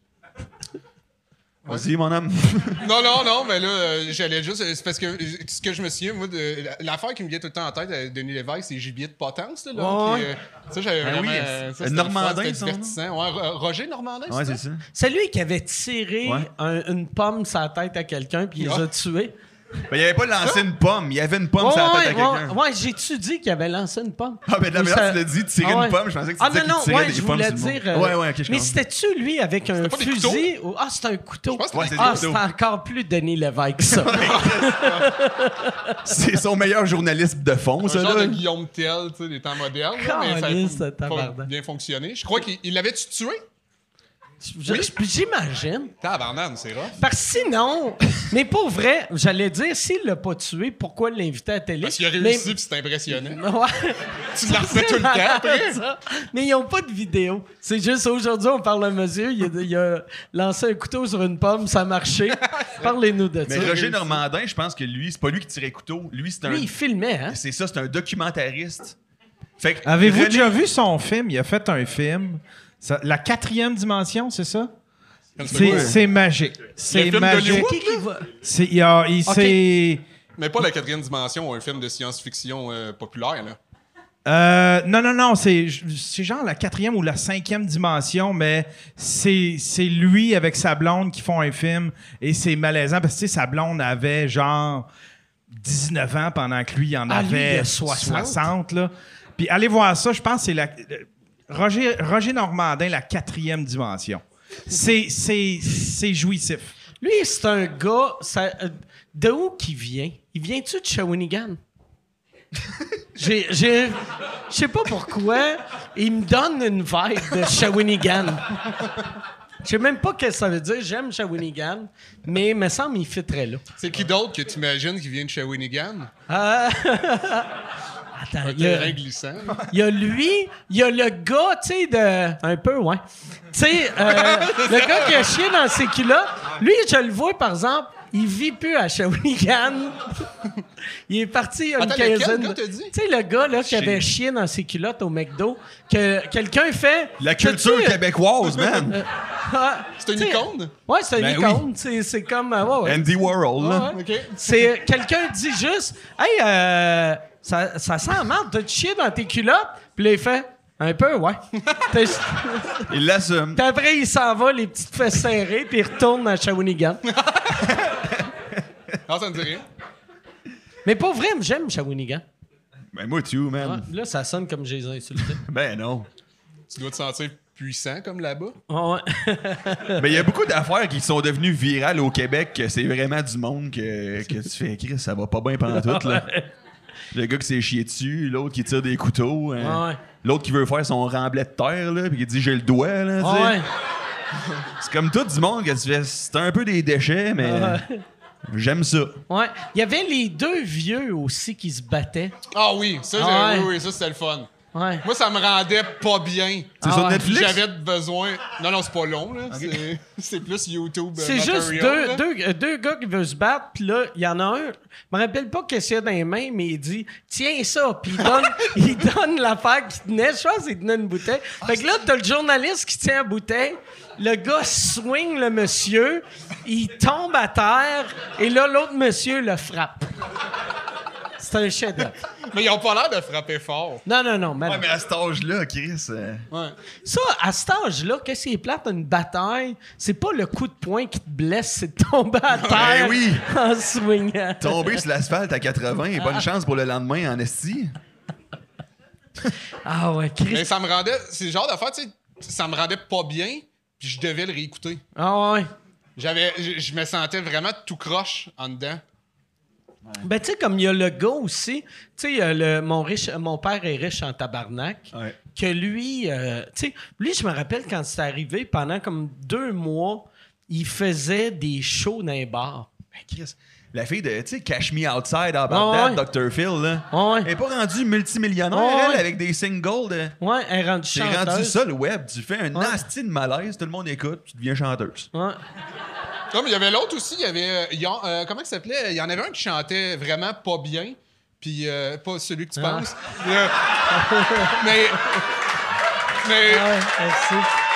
Vas-y, mon homme. Non, mais là, j'allais juste... C'est parce que ce que je me souviens, moi, l'affaire qui me vient tout le temps en tête à Denis Lévesque, c'est Gibier de Potence, là. Ouais. Puis, ça, j'avais Ben vraiment... oui, ça, c'était Normandin, c'était son nom? divertissant. Ouais, Roger Normandin, Ouais, c'est ça. C'est lui qui avait tiré Ouais. une pomme sur la tête à quelqu'un puis il les a tués. Ben, il avait pas lancé une pomme. Il y avait une pomme sur la tête à quelqu'un. Ouais, j'ai-tu dit qu'il avait lancé une pomme? Ah, ben de la Ou manière ça- tu l'as dit, tirer ouais. une pomme, je pensais que tu Ah disais non, qu'il tirait ouais, des je pommes voulais sur le monde. dire... Ouais, ok, je mais comprends. c'était-tu lui avec un pas des fusil? Ou... Ah, c'était un couteau. Je pense que Ouais, c'est des Ah, couteaux. c'est encore plus Denis Lévesque, ça. C'est son meilleur journaliste de fond, Un ça, genre là. de Guillaume Tell, tu sais, des temps modernes. là, mais Calisse, ça a tabarnak. pas bien fonctionné. Je crois qu'il l'avait-tu tué? J'imagine. Tabarnak, c'est rough. Parce que sinon, mais pour vrai, j'allais dire, s'il l'a pas tué, pourquoi l'inviter à la télé? Parce qu'il a Mais- réussi, puis c'est impressionnant. Ouais. Tu l'as refait tout le temps après. Ça. Mais ils n'ont pas de vidéo. C'est juste aujourd'hui, on parle à un monsieur, il a lancé un couteau sur une pomme, ça a marché. Parlez-nous de Mais ça. Roger Normandin, je pense que lui, c'est pas lui qui tirait couteau. Lui, c'est un. Lui, il filmait, hein? C'est ça, c'est un documentariste. Fait que Avez-vous René- déjà vu son film? Il a fait un film. La 4e dimension, c'est ça? C'est magique. C'est film magique. d'Hollywood? Qui va... Il s'est... Mais pas la 4e dimension, un film de science-fiction populaire, là. Non, c'est genre la 4e ou la 5e dimension, mais c'est lui avec sa blonde qui font un film et c'est malaisant parce que tu sais, sa blonde avait genre 19 ans pendant que lui il en Ah, lui, il avait a 60. là. Puis allez voir ça, je pense que c'est Roger Normandin, la 4e dimension. C'est jouissif. Lui, c'est un gars... de où qu'il vient? Il vient-tu de Shawinigan? Je sais pas pourquoi. Il me donne une vibe de Shawinigan. Je sais même pas ce que ça veut dire. J'aime Shawinigan, mais il me semble qu'il fitterait là. C'est qui d'autre que tu imagines qui vient de Shawinigan? Attends, Un terrain glissant. il y a lui, il y a le gars, tu sais, de... Un peu, ouais. Tu sais, le gars qui a chié dans ses culottes, lui, je le vois, par exemple, il vit plus à Shawinigan. Il est parti il y a une Attends, lequel quinzaine... gars t'as dit? Tu sais, le gars, là, qui avait chié dans ses culottes au McDo, que quelqu'un fait... La culture T'as-tu- québécoise, man. Ah, C'est une tu sais, icône? Ouais, c'est une Ben icône. C'est comme... ouais, ouais. Andy Warhol, là. Ouais. OK. C'est quelqu'un dit juste hey ça sent mal, t'as chié dans tes culottes? Puis là, il fait un peu, ouais. Puis Il l'assume. après, il s'en va, les petites fesses serrées, puis il retourne à Shawinigan. Non, ça me dit rien. Mais pas vrai, j'aime Shawinigan. Ben, moi, too, Ouais, man. là, ça sonne comme j'ai insulté. Ben, non. Tu dois te sentir puissant comme là-bas. Ouais. Mais il y a beaucoup d'affaires qui sont devenues virales au Québec que c'est vraiment du monde que tu fais, Chris, ça va pas bien pantoute, là. Le gars qui s'est chié dessus, l'autre qui tire des couteaux, Ouais. l'autre qui veut faire son remblai de terre, là, puis qui dit j'ai le doigt, là, tu sais. Ouais. C'est comme tout du monde que tu fais, c'est un peu des déchets, mais j'aime ça. Ouais. Il y avait les deux vieux aussi qui se battaient. Ah oui, ça, Ah ouais. oui, ça c'était le fun. Ouais. Moi, ça me rendait pas bien. C'est sur ouais. Netflix? J'avais besoin... Non, c'est pas long, là. C'est plus YouTube C'est juste material, là. deux gars qui veulent se battre, puis là, il y en a un, je me rappelle pas qu'est-ce qu'il y a dans les mains, mais il dit « Tiens ça », puis il donne l'affaire qu'il tenait, je pense qu'il tenait une bouteille. Fait que là, t'as le journaliste qui tient la bouteille, le gars swing le monsieur, il tombe à terre, et là, l'autre monsieur le frappe. C'est un chef-d'œuvre. Mais ils ont pas l'air de frapper fort. Non, mais Ouais, non. mais à cet âge-là, Chris... Ouais. Ça, à cet âge-là, qu'est-ce qui est plate d'une bataille? C'est pas le coup de poing qui te blesse, c'est de tomber à terre oui. en swingant. Tomber sur l'asphalte à 80, et bonne chance pour le lendemain en esti. Ah ouais, Mais Christ. ça me rendait... C'est le genre d'affaire, tu sais, ça me rendait pas bien, puis je devais le réécouter. Ah ouais. Je me sentais vraiment tout croche en dedans. Ben, tu sais, comme il y a le gars aussi, tu sais, mon père est riche en tabarnak, Ouais. que lui, tu sais, lui, je me rappelle quand c'est arrivé, pendant comme 2 mois, il faisait des shows dans les bars. Ben, Chris, la fille de, tu sais, Cash Me Outside, About Ah, That, Dr. Phil, là. Ah, ouais. Elle est pas rendue multimillionnaire, Ah, elle, ouais. avec des singles de... Ouais, elle est rendue C'est chanteuse. rendu ça, le web. Tu fais un Ouais. nasty de malaise, tout le monde écoute, tu deviens chanteuse. Ouais. Comme il y avait l'autre aussi, il y avait... comment il s'appelait? Il y en avait un qui chantait vraiment pas bien, puis pas celui que tu penses. Mais... Ah ouais, merci.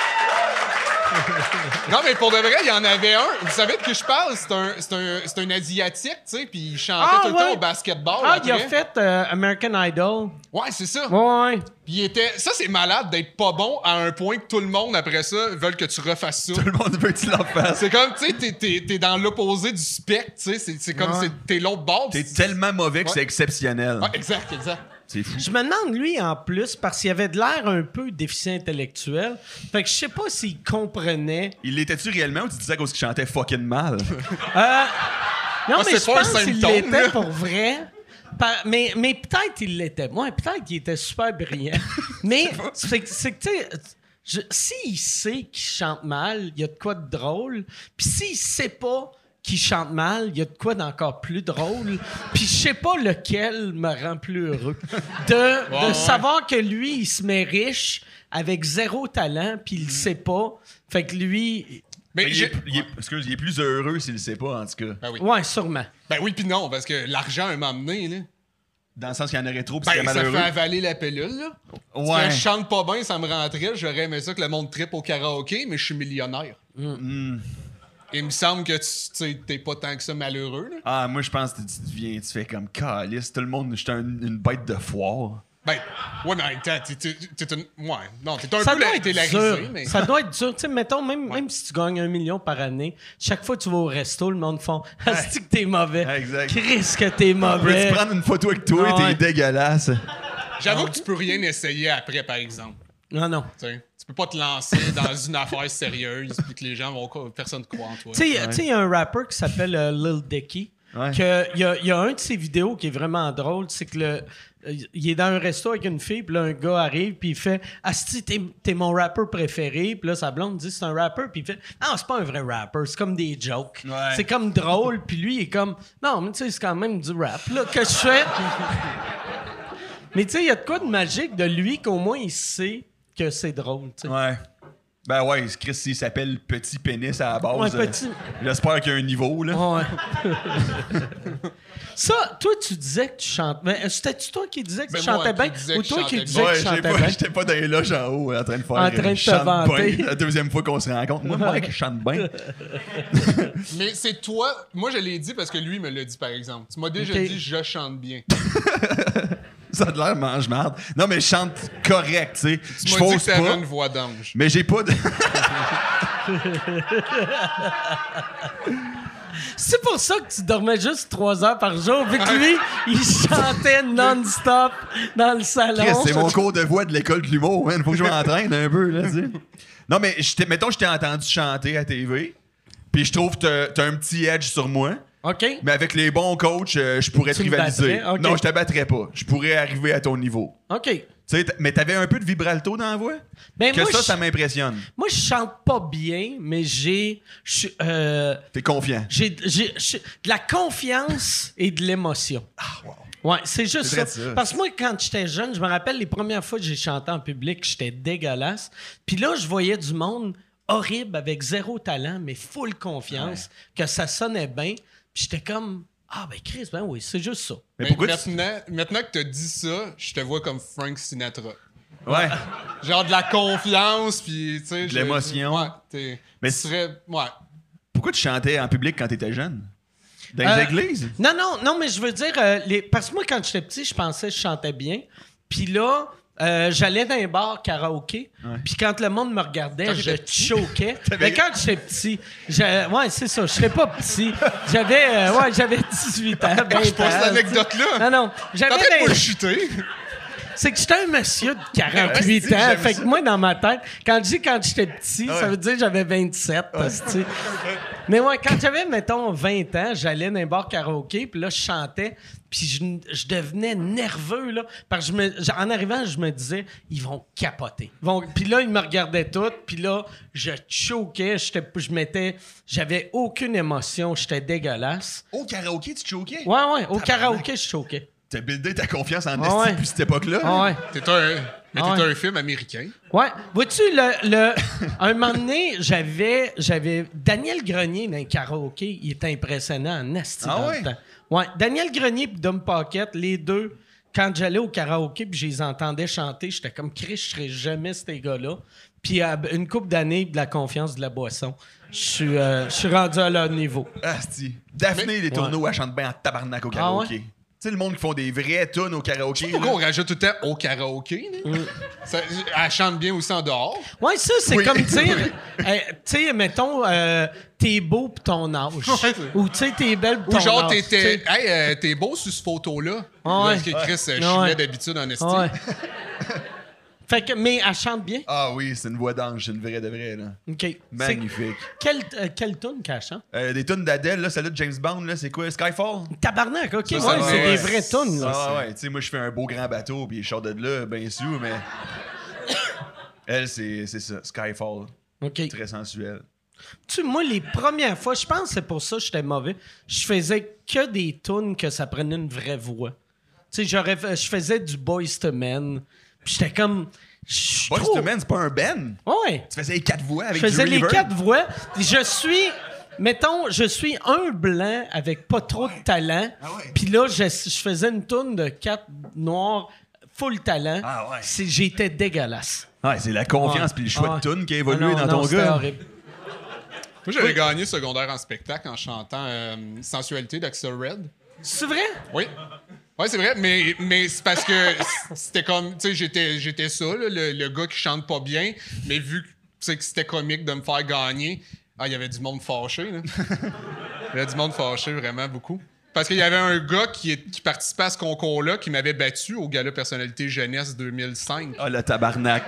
Non, mais pour de vrai, il y en avait un. Vous savez de qui je parle? C'est un Asiatique, tu sais, puis il chantait Ah, tout le ouais. temps au basketball. Ah, il a après. fait American Idol. Ouais, c'est ça. Ouais. Puis il était... Ça, c'est malade d'être pas bon à un point que tout le monde, après ça, veulent que tu refasses ça. Tout le monde veut que tu l'en fasses. C'est comme, tu sais, t'es dans l'opposé du spectre, tu sais. C'est comme, Ouais. t'es l'autre bord. T'es tellement mauvais que Ouais. c'est exceptionnel. Ouais, exact. C'est fou. Je me demande, lui, en plus, parce qu'il avait de l'air un peu déficient intellectuel. Fait que je sais pas s'il comprenait. Il l'était-tu réellement ou tu disais à cause qu'il chantait fucking mal? Non, Ah, mais c'est je pas un pense qu'il symptôme, l'était là. pour vrai. Mais peut-être il l'était. Ouais, peut-être qu'il était super brillant. Mais c'est que, tu sais, s'il sait qu'il chante mal, il y a de quoi de drôle. Puis s'il sait pas qu'il chante mal, il y a de quoi d'encore plus drôle. Puis je sais pas lequel me rend plus heureux. De savoir que lui, il se met riche avec 0 talent, puis il le sait pas. Fait que lui... Mais il est plus heureux s'il le sait pas, en tout cas. Ben oui. Ouais, sûrement. Ben oui, puis non, parce que l'argent, un moment donné, là, Dans le sens qu'il y en aurait trop, puis ben, c'est ça malheureux. fait avaler la pilule, là. Ouais. Si je chante pas bien, ça me rentrait. J'aurais aimé ça que le monde trippe au karaoké, mais je suis millionnaire. Il me semble que tu t'es pas tant que ça malheureux, là. Ah, moi, je pense que tu fais comme calice. Tout le monde, j'étais une bête de foire. Ben, ouais, mais en même temps, t'es une... Ouais, non, t'es un Ça peu doit être télarisé, dur. mais... Ça doit être dur. Tu sais, mettons, même si tu gagnes 1 million par année, chaque fois que tu vas au resto, le monde font « Asti que t'es mauvais. Exact. Chris que t'es Peux-tu mauvais. prendre une photo avec toi Ah, et ouais. t'es dégueulasse? J'avoue que tu peux rien essayer après, par exemple. » Non. Tu sais, tu peux pas te lancer dans une affaire sérieuse puis que les gens vont... Personne ne croit en toi. Tu sais, il y a un rappeur qui s'appelle Lil Dicky. Ouais. Il y a un de ses vidéos qui est vraiment drôle, c'est que il est dans un resto avec une fille, puis là, un gars arrive, puis il fait « Asti, t'es mon rappeur préféré. » Puis là, sa blonde dit « C'est un rappeur. » Puis il fait « Non, c'est pas un vrai rappeur, c'est comme des jokes. Ouais. C'est comme drôle. » Puis lui, il est comme « Non, mais tu sais, c'est quand même du rap là, que je fais. » Mais tu sais, il y a de quoi de magique de lui qu'au moins il sait que c'est drôle. Tu sais. Ouais. Ben ouais, Chris, il s'appelle Petit Pénis à la base. Ouais, petit. J'espère qu'il y a un niveau, là. Ouais. Ça, toi, tu disais que tu chantes. Mais c'était-tu toi qui disais que Ben, tu moi chantais qui bien? disais Ou que toi je qui chantais disais que tu chantais bien? J'étais pas dans les loges en haut en train de faire. En train de te chante vanter. bien. La deuxième fois qu'on se rencontre. Moi, Mike, je chante bien. Mais c'est toi... Moi, je l'ai dit parce que lui me l'a dit, par exemple. Tu m'as déjà Ok. dit « Je chante bien ». Ça a l'air mange-marde. Non, mais je chante correct, tu sais. Tu Je m'as dit que fausse t'avais pas. une voix d'ange. Mais j'ai pas de. C'est pour ça que tu dormais juste 3 heures par jour, vu que lui, il chantait non-stop dans le salon. Chris, c'est mon cours de voix de l'école de l'humour. Il faut que je m'entraîne un peu, là, tu sais. Non, mais mettons, je t'ai entendu chanter à TV, puis je trouve que t'as un petit edge sur moi. OK. Mais avec les bons coachs, je pourrais te Tu me rivaliser. battrais? Ok. Non, je te battrais pas. Je pourrais arriver à ton niveau. OK. Tu sais, mais t'avais un peu de vibralto dans la voix? Ben, Que moi, ça m'impressionne. Moi, je chante pas bien, mais j'ai T'es confiant. de la confiance et de l'émotion. Ouais, c'est juste C'est ça. vrai ça. Parce que moi, quand j'étais jeune, je me rappelle les premières fois que j'ai chanté en public, j'étais dégueulasse. Puis là, je voyais du monde horrible avec zéro talent, mais full confiance, que ça sonnait bien. Puis j'étais comme, ah ben Chris, ben oui, c'est juste ça. Mais pourquoi maintenant que t'as dit ça, je te vois comme Frank Sinatra. Ouais. Genre de la confiance, puis tu sais... De l'émotion. Ouais, Mais tu serais... Ouais. Pourquoi tu chantais en public quand t'étais jeune? Dans les églises? Non, mais je veux dire, parce que moi, quand j'étais petit, je pensais que je chantais bien. Puis là, j'allais dans un bar karaoké. Puis quand le monde me regardait, je choquais. Mais quand j'étais petit, ouais, c'est ça, je serais pas petit. J'avais 18 ans. Je pose cette anecdote-là. Non, j'avais T'as peut-être des- pas chuté. C'est que j'étais un monsieur de 48 ans. Fait que moi, dans ma tête, quand je dis quand j'étais petit, ça veut dire que j'avais 27. Tu sais. Mais ouais, quand j'avais, mettons, 20 ans, j'allais dans un bar karaoké, puis là, je chantais, puis je devenais nerveux, là. Parce que en arrivant, je me disais, ils vont capoter. Puis là, ils me regardaient tous, puis là, je choquais, j'avais aucune émotion, j'étais dégueulasse. Au karaoké, tu te choquais? Ouais, au karaoké, je choquais. T'as buildé ta confiance en Ah esti ouais. depuis cette époque-là? Ah ouais. T'es un film américain. Ouais. Vois-tu, un moment donné, j'avais Daniel Grenier dans un karaoké. Il était impressionnant en esti dans ouais? le temps. Ouais. Daniel Grenier et Dom Pocket, les deux, quand j'allais au karaoké puis je les entendais chanter, j'étais comme Chris, je serais jamais ces gars-là. Puis une couple d'années, de la confiance, de la boisson, je suis rendu à leur niveau. Asti. Daphné, les tourneaux, elle chante bien en tabarnak au karaoké. ouais? Tu sais, le monde qui font des vrais tunes au karaoké. Pourquoi on là. rajoute tout le temps au karaoké? Là? Elle chante bien aussi en dehors. Ouais, ça, c'est Oui. comme dire, tu sais, mettons, t'es beau pour ton âge. Ou tu sais, t'es belle pour Ou ton genre, âge. t'es beau sur cette photo-là. Ouais. Là, que Chris, je suis Ouais. là d'habitude en esti. Ouais. Fait que, mais elle chante bien. Ah oui, c'est une voix d'ange, c'est une vraie de vraie. Là. OK. Magnifique. Quelle tune qu'elle chante? Des tunes d'Adèle, là, celle-là de James Bond, là, c'est quoi? Skyfall? Tabarnak, OK. Ça, Ouais, c'est ouais. des vraies tunes, là. Ah ouais, tu sais, moi, je fais un beau grand bateau, puis je sors de là, bien sûr, mais... Elle, c'est ça, Skyfall. OK. Très sensuel. Tu sais, moi, les premières fois, je pense que c'est pour ça que j'étais mauvais, je faisais que des tunes que ça prenait une vraie voix. Tu sais, je faisais du Boyz II Men, puis j'étais comme... Boyz II Men, c'est pas un band? Ouais. Tu faisais les 4 voix avec Je faisais du les reverb? 4 voix. Je suis un blanc avec pas trop de talent. Ah ouais. Puis là, je faisais une toune de 4 noirs full talent. Ah ouais. J'étais dégueulasse. Ouais, c'est la confiance Ouais. puis le choix Ouais. de tune qui a Ah évolué non, dans non, ton c'était gars. horrible. Moi, j'avais gagné secondaire en spectacle en chantant Sensualité d'Axel Red. C'est vrai? Oui. Oui, c'est vrai, mais c'est parce que c'était comme, tu sais, j'étais ça, là, le gars qui chante pas bien, mais vu que, tu sais, que c'était comique de me faire gagner, il y avait du monde fâché, là. Il y avait du monde fâché, vraiment, beaucoup. Parce qu'il y avait un gars qui participait à ce concours-là, qui m'avait battu au Gala Personnalité Jeunesse 2005. Ah, le tabarnak.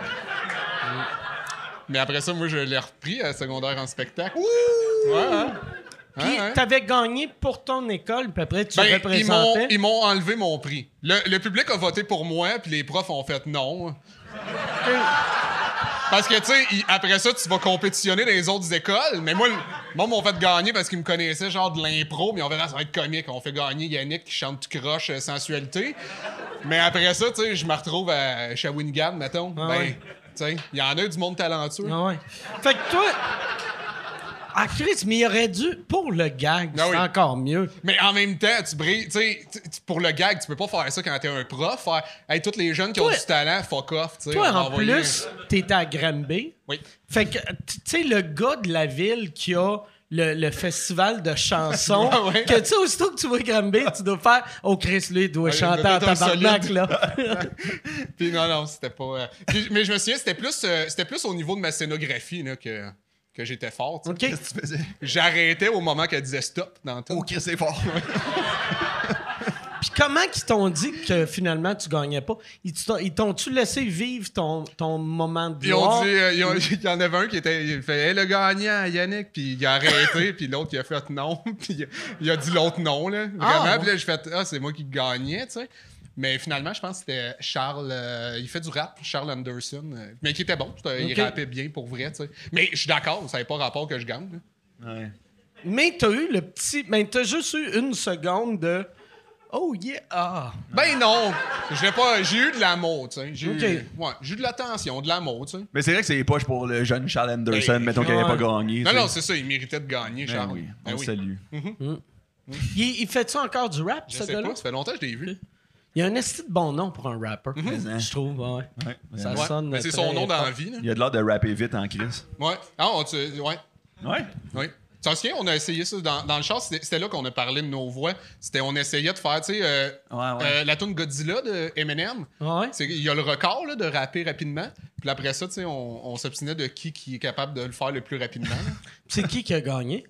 Mais après ça, moi, je l'ai repris à secondaire en spectacle. Ouais, hein? Puis Ouais. t'avais gagné pour ton école, puis après tu Ben, représentais. ils m'ont enlevé mon prix. Le public a voté pour moi, puis les profs ont fait non. Parce que, tu sais, après ça, tu vas compétitionner dans les autres écoles. Mais moi, m'ont fait gagner parce qu'ils me connaissaient, genre de l'impro, mais on verra, ça va être comique. On fait gagner Yannick qui chante tout croche sensualité. Mais après ça, tu sais, je me retrouve à Shawinigan, mettons. Ah ben, ouais. tu sais, il y en a du monde talentueux. Ah ouais. Fait que toi. Ah, Chris, mais il aurait dû. Pour le gag, Ah c'est oui. encore mieux. Mais en même temps, tu brilles, tu sais, pour le gag, tu peux pas faire ça quand t'es un prof. Faire, hey, tous les jeunes qui ont Toi- du talent, fuck off, tu sais. Toi, on va en envoyer plus, t'étais à Granby. Oui. Fait que, tu sais, le gars de la ville qui a le festival de chansons, Ah ouais. que tu sais, aussitôt que tu vois Granby, tu dois faire « Oh, Chris, lui, il doit Ouais, chanter il doit en être un tabarnak, solide. là. Puis non, c'était pas. Mais je me souviens, c'était plus au niveau de ma scénographie là, que j'étais fort. » tu sais. OK. Qu'est-ce que tu faisais? J'arrêtais au moment qu'elle disait stop dans tout. Oh, Chris, c'est fort. Puis comment qu'ils t'ont dit que finalement tu gagnais pas? Ils t'ont-tu laissé vivre ton moment de Ils ont gloire? dit, il y en avait un qui était, il fait hey, le gagnant, Yannick, puis il a arrêté, puis l'autre il a fait non, puis il a dit l'autre non là, vraiment. Ah, Puis là j'ai fait c'est moi qui gagnais, tu sais. Mais finalement, je pense que c'était Charles, il fait du rap, Charles Anderson, mais qui était bon, il Ok. rappait bien pour vrai, tu sais. Mais je suis d'accord, ça n'avait pas rapport que je gagne. Là. Ouais. Mais t'as eu le petit... Mais t'as juste eu une seconde de... Oh yeah! Ah! Ben non! J'ai eu de l'amour, tu sais. J'ai Ok. j'ai eu de l'attention, de l'amour, tu sais. Mais c'est vrai que c'est poche pour le jeune Charles Anderson, Ben, mettons qu'il n'avait ouais. pas gagné. Non, tu sais. non, c'est ça, il méritait de gagner, Ben Charles. oui, Ben on le oui. salue. Il fait-tu encore du rap, Je ce sais gars-là? pas, ça fait longtemps que je l'ai vu. Il a un esti de bon nom pour un rapper, hein. je trouve. Ouais. Ouais, Ça vraiment. sonne Mais c'est très son nom dans la fort. vie, là. Il a de l'air de rapper vite en crise. Ouais. Ah, ouais. Ouais. Oui. Tu te souviens, on a essayé ça dans le char, c'était là qu'on a parlé de nos voix. On essayait de faire, tu sais, Ouais. la tune Godzilla de Eminem. Ouais. Il y a le record là, de rapper rapidement. Puis après ça, tu sais, on s'obstinait de qui est capable de le faire le plus rapidement. là. C'est qui a gagné?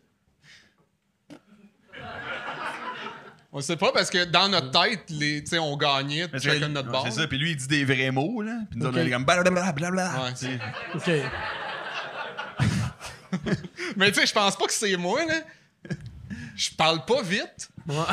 On sait pas parce que dans notre tête, tu sais, on gagnait Mais chacun de notre bord. C'est ça, puis lui, il dit des vrais mots, là. Puis nous, Ok. on est comme blablabla. Ouais. Tu sais. OK. Mais tu sais, je pense pas que c'est moi, là. Je parle pas vite.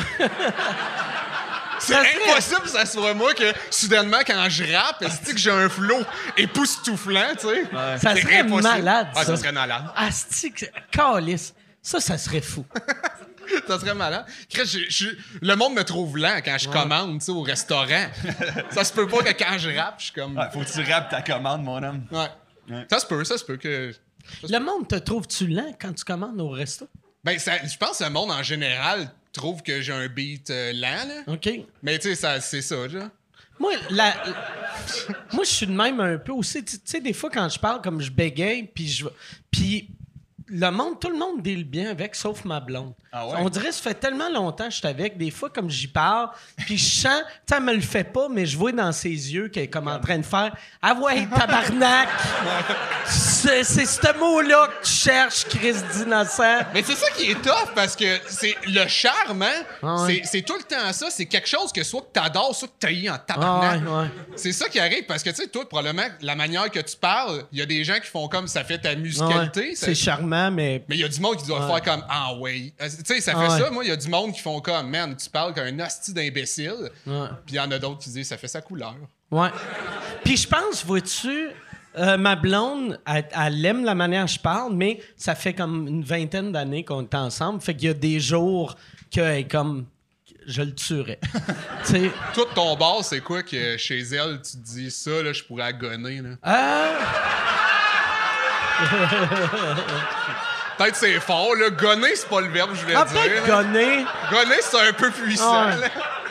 C'est Ça serait- impossible que ça soit moi que, soudainement, quand je rappe, est-ce que j'ai un flow époustouflant, tu sais? Ça C'est serait impossible. malade, Ah, ça. ça serait malade. Asti, calice. Ça serait fou. Ça serait malade. Chris, le monde me trouve lent quand je commande, tu sais, au restaurant. Ça se peut pas que quand je rappe, je suis comme... Ouais, faut que tu rappes ta commande, mon homme. Ouais. Ouais. Ça se peut que... Le monde te trouve-tu lent quand tu commandes au resto? Ben, je pense que le monde, en général, trouve que j'ai un beat lent, là. OK. Mais tu sais, c'est ça, là. Moi, moi, je suis de même un peu aussi. Tu sais, des fois, quand je parle, comme je bégaye, puis tout le monde deal bien avec, sauf ma blonde. Ah ouais? On dirait que ça fait tellement longtemps que je suis avec. Des fois, comme j'y parle, puis je sens, tu sais, elle me le fait pas, mais je vois dans ses yeux qu'elle est comme en train de faire « Ah ouais, tabarnak! » C'est ce mot-là que tu cherches, Chris d'innocent. Mais c'est ça qui est tough parce que c'est le charme, hein? Ah ouais. C'est tout le temps ça. C'est quelque chose que soit que t'adores, soit que t'haïs en Ah tabarnak. ouais. C'est ça qui arrive parce que, tu sais, toi, probablement, la manière que tu parles, il y a des gens qui font comme ça fait ta musicalité. Ouais. ça- C'est charmant, mais... Mais il y a du monde qui doit Ouais. faire comme ah ouais. Tu sais, ça fait Ah ouais. ça. Moi, il y a du monde qui font comme man, tu parles comme un hostie d'imbécile. Ouais. Puis il y en a d'autres qui disent ça fait sa couleur. Ouais. Puis je pense, vois-tu, ma blonde, elle aime la manière dont je parle, mais ça fait comme une vingtaine d'années qu'on est ensemble. Fait qu'il y a des jours qu'elle est comme... Je le tuerais. Tu sais... Toi, de ton bord, c'est quoi que chez elle, tu te dis ça, là, je pourrais agonner, là? Peut-être c'est fort, là. Gonner, c'est pas le verbe, je voulais Ah, dire. peut-être là. gonner. Gonner, c'est un peu puissant, Ouais. là.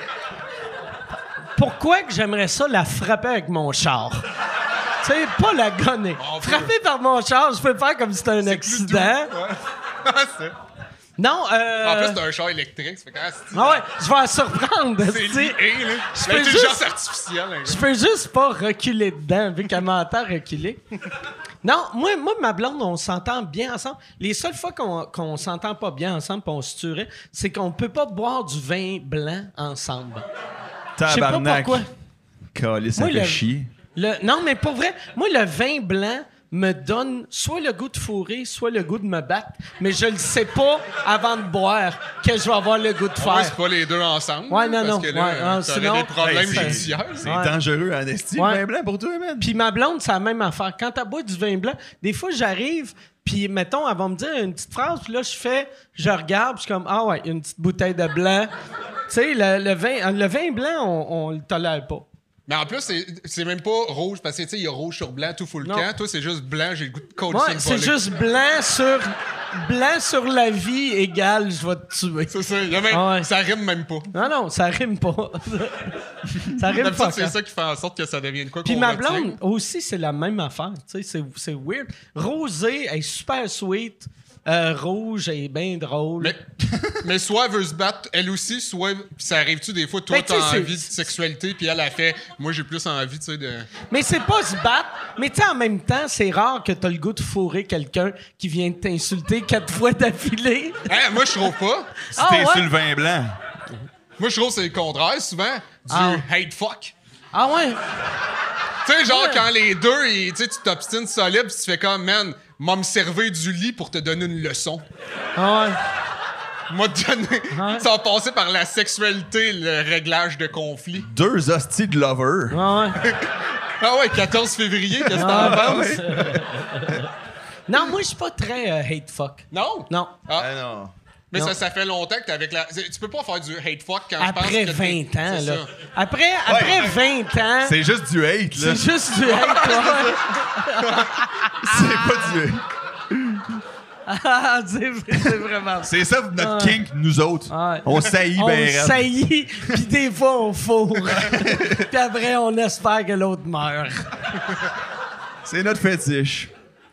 Pourquoi que j'aimerais ça la frapper avec mon char? Tu sais, pas la gonner. On peut. Frapper par mon char, je peux faire comme si c'était un C'est plus accident. doux. Ouais. C'est- Non, En plus, c'est un char électrique, ça fait quand Ah ouais, je vais la surprendre. c'est tu sais. lié, là. peux L'intelligence juste- artificielle, hein, Je peux juste pas reculer dedans, vu qu'elle m'entend reculer. Non, moi, ma blonde, on s'entend bien ensemble. Les seules fois qu'on s'entend pas bien ensemble et on se tuerait, c'est qu'on peut pas boire du vin blanc ensemble. Je sais pas Tabarnak. pourquoi. Calisse, ça Moi, fait le- chier. Non, mais pour vrai, moi, le vin blanc me donne soit le goût de fourrer, soit le goût de me battre. Mais je le sais pas avant de boire que je vais avoir le goût de Moi, faire. c'est pas les deux ensemble. Ouais, là, non, parce non. que là, Ouais, t'aurais sinon- des problèmes Hey, c'est- judiciaires. C'est Ouais. dangereux en esti, Ouais. le vin blanc pour toi, man. Puis ma blonde, c'est la même affaire. Quand elle boit du vin blanc, des fois, j'arrive, puis mettons, elle va me dire une petite phrase, puis là, je regarde, puis je suis comme, ah ouais, une petite bouteille de blanc. Tu sais, le vin blanc, on le tolère pas. Mais en plus, c'est même pas rouge, parce que, tu sais, il y a rouge sur blanc, tout full le Non. camp. Toi, c'est juste blanc, j'ai le goût de coller Ouais, c'est juste blanc sur la vie égale, je vais te tuer. C'est ça, il y a même, Ah ouais. ça rime même pas. Non, ça rime pas. Ça rime D'habitude, pas. c'est ça qui fait en sorte que ça devienne quoi Puis qu'on ma retient. blonde aussi, c'est la même affaire. Tu sais, c'est weird. Rosé, elle est super sweet. Rouge, elle est bien drôle. Mais soit elle veut se battre, elle aussi, soit... Puis ça arrive-tu des fois, toi, Ben, tu sais, t'as c'est- envie de sexualité, puis elle a fait... Moi, j'ai plus envie, tu sais, de... Mais c'est pas se battre. Mais tu sais, en même temps, c'est rare que t'as le goût de fourrer quelqu'un qui vient de t'insulter 4 fois d'affilée. Hein, moi, je trouve pas. Si Ah, t'es ouais? sur le vin blanc. Moi, je trouve que c'est le contraire, souvent, du Ah. hate fuck. Ah ouais? Tu sais, genre, Ouais. quand les deux, tu sais, tu t'obstines solide, puis tu fais comme, man, m'a me servir du lit pour te donner une leçon. Ah ouais. M'a donné... Ça a passé par la sexualité, le réglage de conflit. 2 hosties de lover. Ah ouais. Ah ouais, 14 février, qu'est-ce que t'en Ah, penses? Non, moi, je suis pas très hate fuck. Non? Non. Ah. Ah non. Mais Non. ça fait longtemps que t'es avec la... Tu peux pas faire du hate fuck quand Après je pense que 20 ans, c'est là. ça. Après 20 ans, C'est juste du hate, là. c'est juste du hate, là. C'est pas du hate. Ah, c'est vraiment... C'est ça notre kink, nous autres. Ouais. On saillit On ben raide. saillit, puis des fois, on fourre. Puis après, on espère que l'autre meurt. C'est notre fétiche.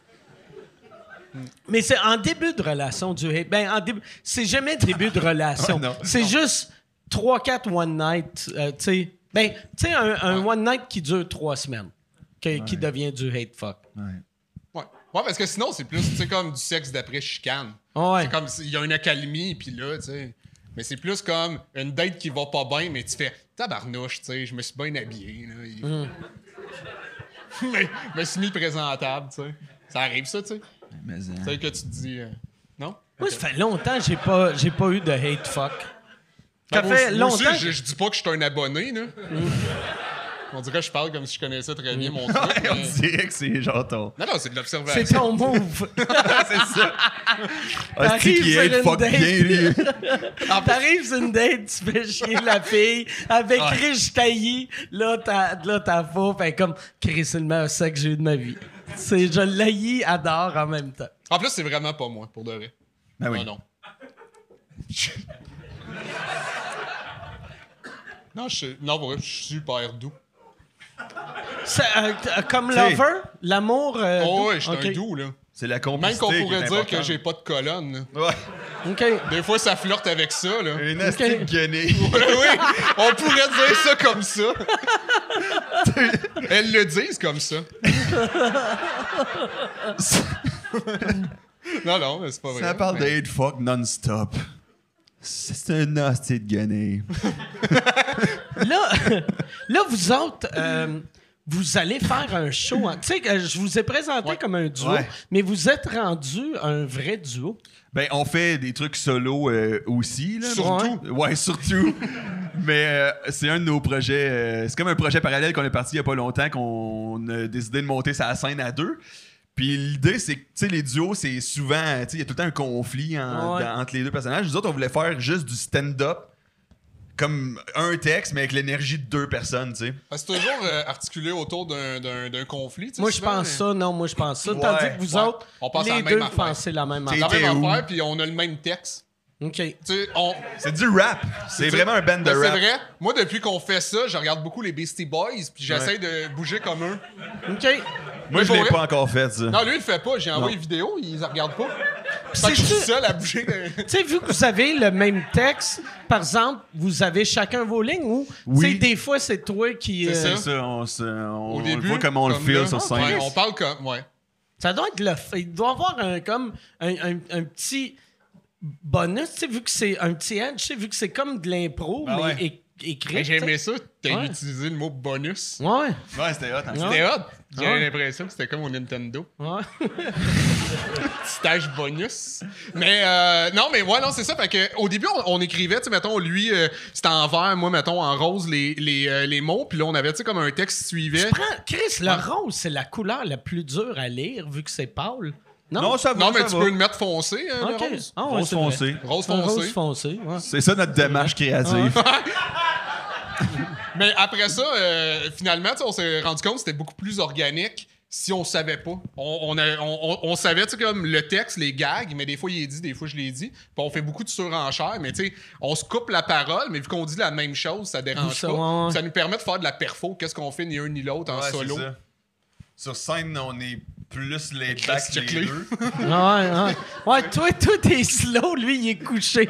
Mais c'est en début de relation, du hate. Ben, c'est jamais début de relation. Ouais, non. C'est juste 3-4 one night, tu sais. Ben, tu sais, un one night qui dure 3 semaines, qui devient du hate fuck. Ouais, parce que sinon, c'est plus, tu sais, comme du sexe d'après chicane. Ouais. C'est comme, il y a une accalmie, puis là, tu sais... Mais c'est plus comme une date qui va pas bien, mais tu fais « Tabarnouche, tu sais, je me suis bien habillé, là. Mais je me suis mis présentable, tu sais. Ça arrive, ça, tu sais. Mais, Tu sais que tu te dis... non? Moi, ça fait longtemps que j'ai pas eu de hate fuck. Ça Ben, moi fait aussi, longtemps. je dis pas que je suis un abonné, là. On dirait que je parle comme si je connaissais très bien mon truc. ouais, on mais- dirait que c'est genre ton... Non, c'est de l'observation. C'est ton move. c'est ça. Ah, T'arrives c'est qui sur hate une fuck date. bien, lui. T'arrives sur une date, tu fais chier la fille avec Rich taillis. Là, ta faux, fait comme Chris, c'est le meilleur sexe que j'ai eu de ma vie. Je l'haïs, adore en même temps. En plus, c'est vraiment pas moi, pour de vrai. Ben oui. Non. Non, pour vrai, je suis super doux. C'est, comme T'sais. lover, l'amour. Oh, doux? ouais, je suis Ok. un doux, là. C'est la Même complicité qu'on qui est pourrait dire que importante. j'ai pas de colonne, là. Ouais. OK. Des fois, ça flirte avec ça, là. Une astique guenée. Oui, on pourrait dire ça comme ça. Elles le disent comme ça. Non, mais c'est pas vrai. Ça parle de Mais- hate fuck non-stop. C'est un nasty de guenée. Là, vous autres, vous allez faire un show. Tu sais, que je vous ai présenté comme un duo, Ouais. mais vous êtes rendu un vrai duo. Ben, on fait des trucs solo aussi, là. Surtout. Ouais, surtout. Mais c'est un de nos projets. C'est comme un projet parallèle qu'on est parti il y a pas longtemps, qu'on a décidé de monter sa scène à deux. Puis l'idée, c'est que, tu sais, les duos, c'est souvent, tu sais, il y a tout le temps un conflit entre les deux personnages. Nous autres, on voulait faire juste du stand-up, comme un texte, mais avec l'énergie de deux personnes, tu sais. C'est toujours articulé autour d'un conflit. tu sais, Moi, je souvent, pense mais- ça. Non, moi, je pense ça. Ouais. Tandis que vous Ouais. autres, On pense à les la même deux, affaire. pensez la même C'est La affaire. même T'es où? affaire, puis on a le même texte. OK. Tu sais, C'est du rap. C'est vraiment un band de Ben, rap. C'est vrai. Moi, depuis qu'on fait ça, je regarde beaucoup les Beastie Boys, puis j'essaie de bouger comme eux. OK. Moi, je pour l'ai vrai? pas encore fait, ça. Non, lui, il le fait pas. J'ai envoyé une vidéo, il les regarde pas. Fait c'est que je suis ça. seul à bouger. Tu sais, vu que vous avez le même texte, par exemple, vous avez chacun vos lignes ou, Oui. tu sais, des fois, c'est toi qui... C'est C'est ça. ça, Au on début, le voit comme on le comme feel là. sur scène. Ouais, on parle comme. Ouais. Ça doit être il doit avoir un petit bonus, tu sais, vu que c'est un petit edge, tu sais, vu que c'est comme de l'impro, Ah mais ouais. écrit. Mais j'ai aimé ça. T'as Ouais. utilisé le mot bonus. Ouais, Ouais, c'était hot. Hein. C'était hot. J'ai Ouais. l'impression que c'était comme au Nintendo. ouais. Stage bonus. Mais non, c'est ça. Fait que au début, on écrivait, tu sais, mettons, lui, c'était en vert, moi, mettons, en rose, les mots. Puis là, on avait, tu sais, comme un texte qui suivait. Chris, le rose, c'est la couleur la plus dure à lire, vu que c'est pâle. Non, ça va. Non, mais ça tu va. peux le mettre foncé, hein, OK. le rose. Ah ouais, Rose c'est vrai. foncé. Rose Un foncé. rose foncé, ouais. C'est ça notre démarche créative. Mais après ça, finalement, tu sais, on s'est rendu compte que c'était beaucoup plus organique si on savait pas. On savait, tu sais, comme le texte, les gags, mais des fois, il est dit, des fois, je l'ai dit. Puis on fait beaucoup de surenchères, mais tu sais, on se coupe la parole, mais vu qu'on dit la même chose, ça dérange Ça, pas. ouais, ouais. Ça nous permet de faire de la perfo. Qu'est-ce qu'on fait ni un ni l'autre en Ouais, solo? c'est ça. Sur scène, on est plus les Chris, backs les check-les. deux. Ouais, toi, t'es slow, lui, il est couché.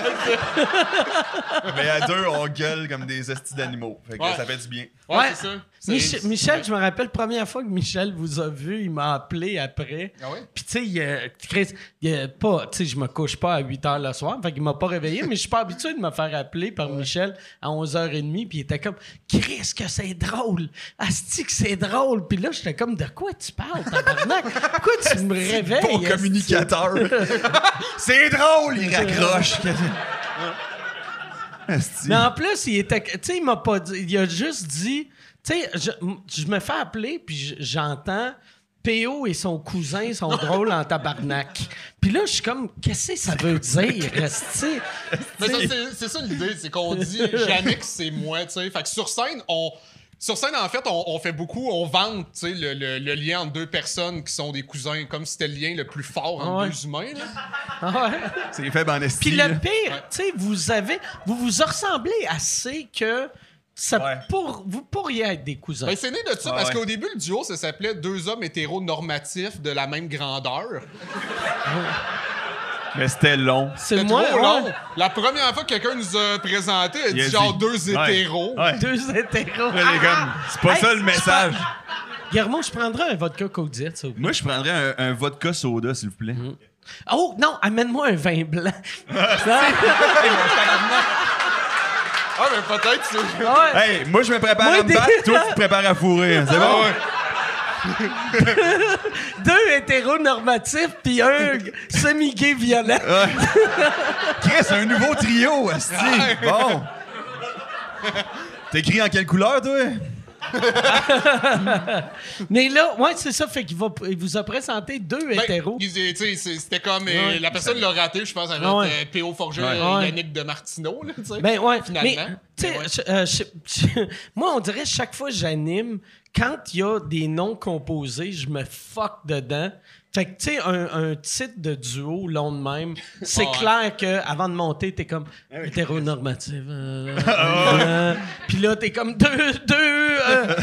Mais à deux, on gueule comme des estis d'animaux. Fait que Ouais. ça fait du bien. Ouais, c'est ça. Michel, je me rappelle, première fois que Michel vous a vu, il m'a appelé après. Ah ouais? Puis, tu sais, Chris, pas, tu sais, je me couche pas à 8 h le soir, fait qu'il m'a pas réveillé, mais je suis pas habitué de me faire appeler par Michel à 11h30, puis il était comme, Chris, que c'est drôle! Asti, que c'est drôle! Puis là, j'étais comme, de quoi tu parles, tabarnak? Pourquoi tu me réveilles? Bon asti? communicateur. C'est drôle, il raccroche. Esti. Mais en plus, il était. Tu sais, il m'a pas dit. Il a juste dit. Tu sais, je me fais appeler, puis j'entends P.O. et son cousin sont drôles en tabarnak. Puis là, je suis comme, qu'est-ce que ça veut dire? Mais ça, c'est ça l'idée, c'est qu'on dit jamais que c'est moi, tu sais. Fait que sur scène, en fait, on fait beaucoup, on vante, tu sais, le lien entre deux personnes qui sont des cousins, comme si c'était le lien le plus fort entre deux humains, là. Ah ouais. C'est faible en estime. Puis le pire, tu sais, vous vous ressemblez assez que vous pourriez être des cousins. Ben, c'est né de ça, parce qu'au début, le duo, ça s'appelait deux hommes hétéronormatifs de la même grandeur. Mais c'était long. C'est trop long. ouais. La première fois que quelqu'un nous a présenté, il a dit genre deux hétéros. Ouais. Deux hétéros. Là, les gars, c'est pas ça le message. Guillermo, je prendrais un vodka Côte d'Ivoire, s'il vous plaît. Moi, je prendrais un vodka soda, s'il vous plaît. Oh, non, amène-moi un vin blanc. Ah, mais peut-être, c'est... Ouais. Hey, moi, je me prépare à me battre, toi, tu te prépares à fourrer. C'est bon? Deux hétéronormatifs puis un semi-gay violent. Chris, un nouveau trio, asti. Bon. T'écris en quelle couleur, toi? Mais là, ouais, c'est ça. Fait qu'il vous a présenté deux hétéros. C'était comme... la personne l'a raté, je pense, avec P.O. Forger Yannick de Martineau, là, tu sais. Ben ouais, finalement. Mais, moi, on dirait chaque fois que j'anime, quand il y a des noms composés, je me fuck dedans. Fait que, tu sais, un titre de duo long de même, c'est clair qu'avant de monter, t'es comme hétéronormatif. Puis là, t'es comme deux.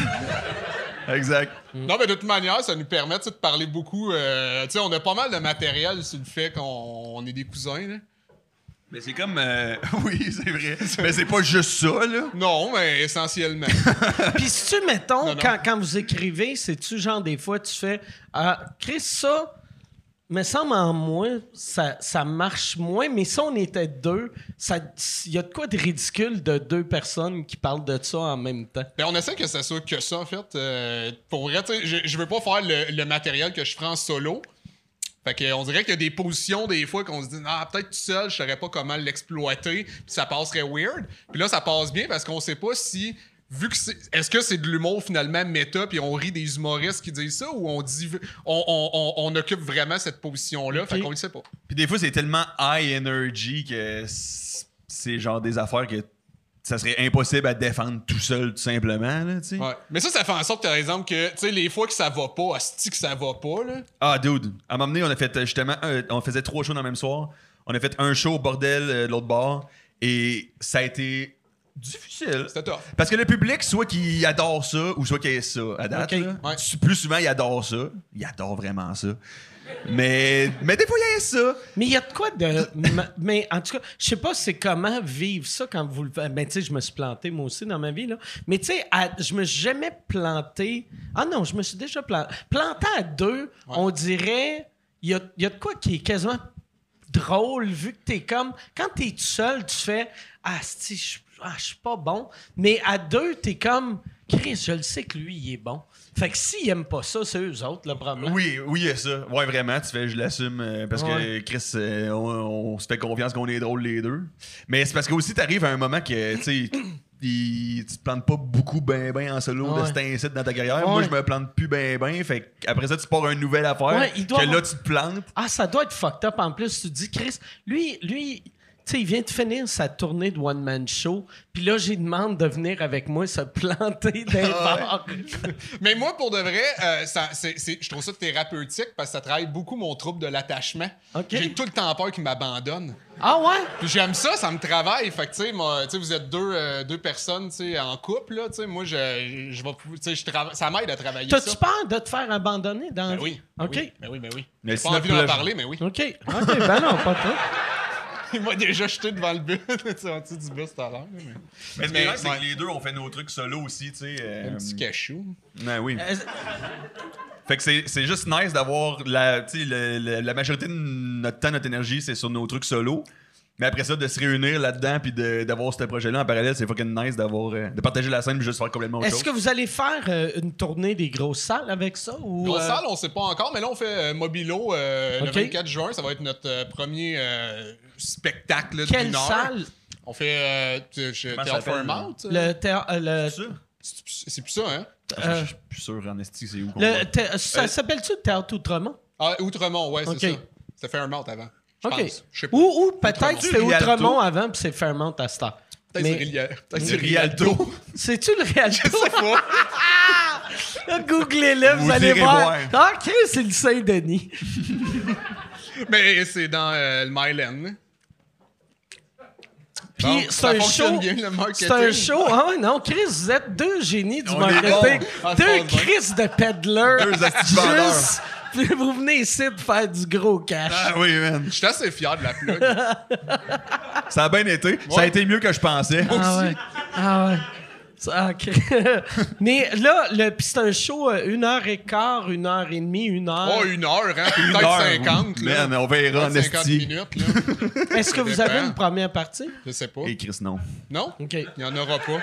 Exact. Non, mais de toute manière, ça nous permet de parler beaucoup. Tu sais, on a pas mal de matériel sur le fait qu'on est des cousins, là. Mais c'est comme... oui, c'est vrai. Mais c'est pas juste ça, là. Non, mais essentiellement. Puis si tu, mettons, Non. Quand vous écrivez, c'est-tu genre des fois, tu fais Chris, ça, me semble en moi, ça marche moins, mais si on était deux, il y a de quoi de ridicule de deux personnes qui parlent de ça en même temps. Ben, on essaie que ça soit que ça, en fait. Pour vrai, tu sais, je veux pas faire le matériel que je ferai en solo. Fait qu'on dirait qu'il y a des positions, des fois, qu'on se dit, peut-être tout seul, je saurais pas comment l'exploiter, puis ça passerait weird. Puis là, ça passe bien parce qu'on sait pas si, vu que est-ce que c'est de l'humour finalement méta, puis on rit des humoristes qui disent ça, ou on dit, on occupe vraiment cette position-là, fait qu'on le sait pas. Puis des fois, c'est tellement high energy que c'est genre des affaires que ça serait impossible à défendre tout seul, tout simplement, là, tu sais. Ouais. Mais ça fait en sorte, par exemple, que, tu sais, les fois que ça va pas, asti que ça va pas, là. Ah, dude. À un moment donné, on a fait justement... on faisait 3 shows dans le même soir. On a fait un show au bordel de l'autre bar. Et ça a été difficile. C'était tough. Parce que le public, soit qu'il adore ça, ou soit qu'il aime ça, à date. Ok. Là. Ouais. Plus souvent, il adore ça. Il adore vraiment ça. Mais des fois, il aime ça. Mais il y a de quoi de. Mais en tout cas, je sais pas c'est comment vivre ça quand vous le faites. Ben, tu sais, je me suis planté moi aussi dans ma vie, là. Mais tu sais, je me suis jamais planté. Ah non, je me suis déjà planté. Planté à deux, on dirait. Il y a de quoi qui est quasiment drôle, vu que t'es comme. Quand t'es tout seul, tu fais. Je suis pas bon. Mais à deux, t'es comme. Chris, je le sais que lui, il est bon. Fait que s'il aime pas ça, c'est eux autres, le problème. Oui, il y a ça. Ouais, vraiment, tu fais, je l'assume, parce que Chris, on se fait confiance qu'on est drôles les deux. Mais c'est parce que aussi, t'arrives à un moment que, tu sais, tu te plantes pas beaucoup ben en solo de cet incite dans ta carrière. Moi, je me plante plus ben. Fait qu'après ça, tu pars une nouvelle affaire. Ouais, il doit que avoir- là, tu te plantes. Ah, ça doit être fucked up. En plus, tu te dis, Chris, lui, tu sais, il vient de finir sa tournée de one-man show, puis là, j'ai demandé de venir avec moi se planter dans les bars. Mais moi, pour de vrai, je trouve ça thérapeutique parce que ça travaille beaucoup mon trouble de l'attachement. Ok. J'ai tout le temps peur qu'il m'abandonne. Ah ouais? Puis j'aime ça, ça me travaille. Fait que, tu sais, vous êtes deux personnes, tu sais, en couple, là, tu sais, moi, je vais, tu sais, ça m'aide à travailler ça. T'as-tu peur de te faire abandonner dans la Ben vie? oui. OK. Ben oui. Mais J'ai sinon, pas envie tu d'en peux- parler, mais oui. OK. Ben non, pas trop. Il m'a déjà jeté devant le bus, tu sais, en dessous du bus tout à l'heure. Mais ce qui est nice, c'est que les deux, on fait nos trucs solo aussi, tu sais. Un petit cachou. Ouais, oui. Fait que c'est juste nice d'avoir la majorité de notre temps, notre énergie, c'est sur nos trucs solo. Mais après ça, de se réunir là-dedans puis d'avoir ce projet-là en parallèle, c'est fucking nice de partager la scène puis juste faire complètement autre chose. Est-ce que vous allez faire une tournée des grosses salles avec ça? Ou, Grosse salle, on sait pas encore, mais là, on fait Mobilo le Ok. 24 juin. Ça va être notre premier spectacle là, Quelle d'une heure. salle? On fait Comment ça Théâtre s'appelle, Fairmount. Le théâtre. Ça? C'est plus ça, hein? Je suis plus sûr en esti c'est où qu'on Le, va. ça s'appelle-tu le Théâtre Outremont? Ah, Outremont, ouais, c'est Ok. ça. C'était Fairmount avant. Je OK. pense. Je sais pas. Ou peut-être Outremont. c'était Rialto. Outremont avant, puis c'est Fairmont à cette heure. Peut-être Mais- c'est Rialto. Peut-être C'est c'est Rialto. Rialto. C'est-tu le Rialto? Je sais pas. Googlez-le, vous Vous allez irez voir. voir. Ah, Chris, c'est le Saint-Denis. Mais c'est dans le Myland. Puis Bon, c'est ça un fonctionne show. bien, le marketing. C'est un show. Ah ouais, non, Chris, vous êtes deux génies du On est marketing. bons. Ah, Deux c'est bon. Chris de peddlers. Deux astis de vendeurs. Juste. Puis vous venez ici de faire du gros cash. Ah oui, man. Je suis assez fier de la plug. Ça a bien été. Ça a été mieux que je pensais. Ah ouais. Ah ouais. Ça, ok. Mais là, puis c'est un show 1h15, 1h30, 1h. Oh, 1 heure, hein? Une Peut-être heure. 50. Là. Man, on verra en 50 esti. minutes, là. Est-ce que vous ça avez dépend. une première partie? Je sais pas. Et Chris, non. Non? OK. Il n'y en aura pas.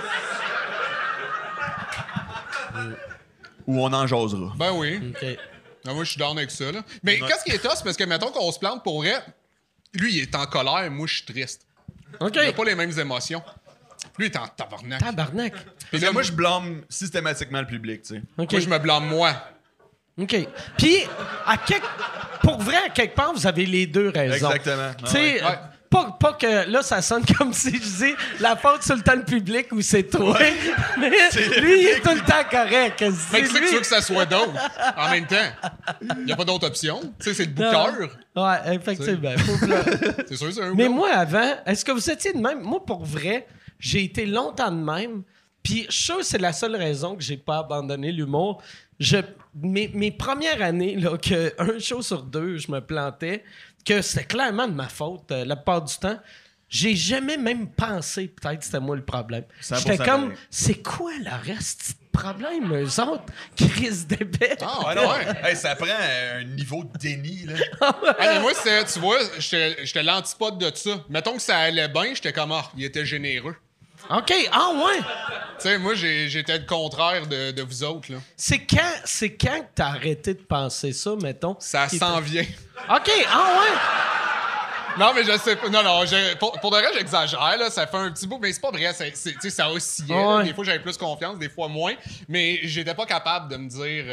Ou on en jasera. Ben oui. OK. Ah, moi, je suis down avec ça, là. Mais qu'est-ce qui est tough? C'est parce que, mettons qu'on se plante pour vrai, lui, il est en colère, moi, je suis triste. OK. On n'a pas les mêmes émotions. Lui, il est en tabarnak. Tabarnak. Parce que moi, je blâme systématiquement le public, tu sais. OK. Moi, je me blâme moi. OK. Puis, pour vrai, à quelque part, vous avez les deux raisons. Exactement. Tu sais, Ouais. pas que là, ça sonne comme si je dis la faute sur le temps le public ou c'est toi. Mais lui, il est tout le temps correct. Fait que C'est c'est que tu lui. veux que ça soit d'autre en même temps. Il n'y a pas d'autre option. Tu sais, c'est le booker. Ouais, effectivement. Faut que- C'est sûr, c'est un Mais gars. moi, avant, est-ce que vous étiez de même? Moi, pour vrai, j'ai été longtemps de même. Puis, je suis sûr que c'est la seule raison que j'ai pas abandonné l'humour. Mes premières années, là, que un show sur deux, je me plantais, que c'était clairement de ma faute la plupart du temps. J'ai jamais même pensé, peut-être que c'était moi le problème. 100% J'étais comme, pareil. c'est quoi le reste de problème, eux autres, Chris d'épais? Ah, Ah non, ouais. hey, ça prend un niveau de déni, là. Ah, mais moi, tu vois, j'étais l'antipode de ça. Mettons que ça allait bien, j'étais comme, ah, il était généreux. OK, ah ouais! Tu sais, moi, j'étais le contraire de vous autres, là. C'est quand que t'as arrêté de penser ça, mettons? Ça Qui s'en était- vient. OK, ah ouais! Non, mais je sais pas. Non, pour de vrai, j'exagère, là. Ça fait un petit bout, mais c'est pas vrai. Tu sais, ça oscillait. Ouais. Là. Des fois, j'avais plus confiance, des fois moins. Mais j'étais pas capable de me dire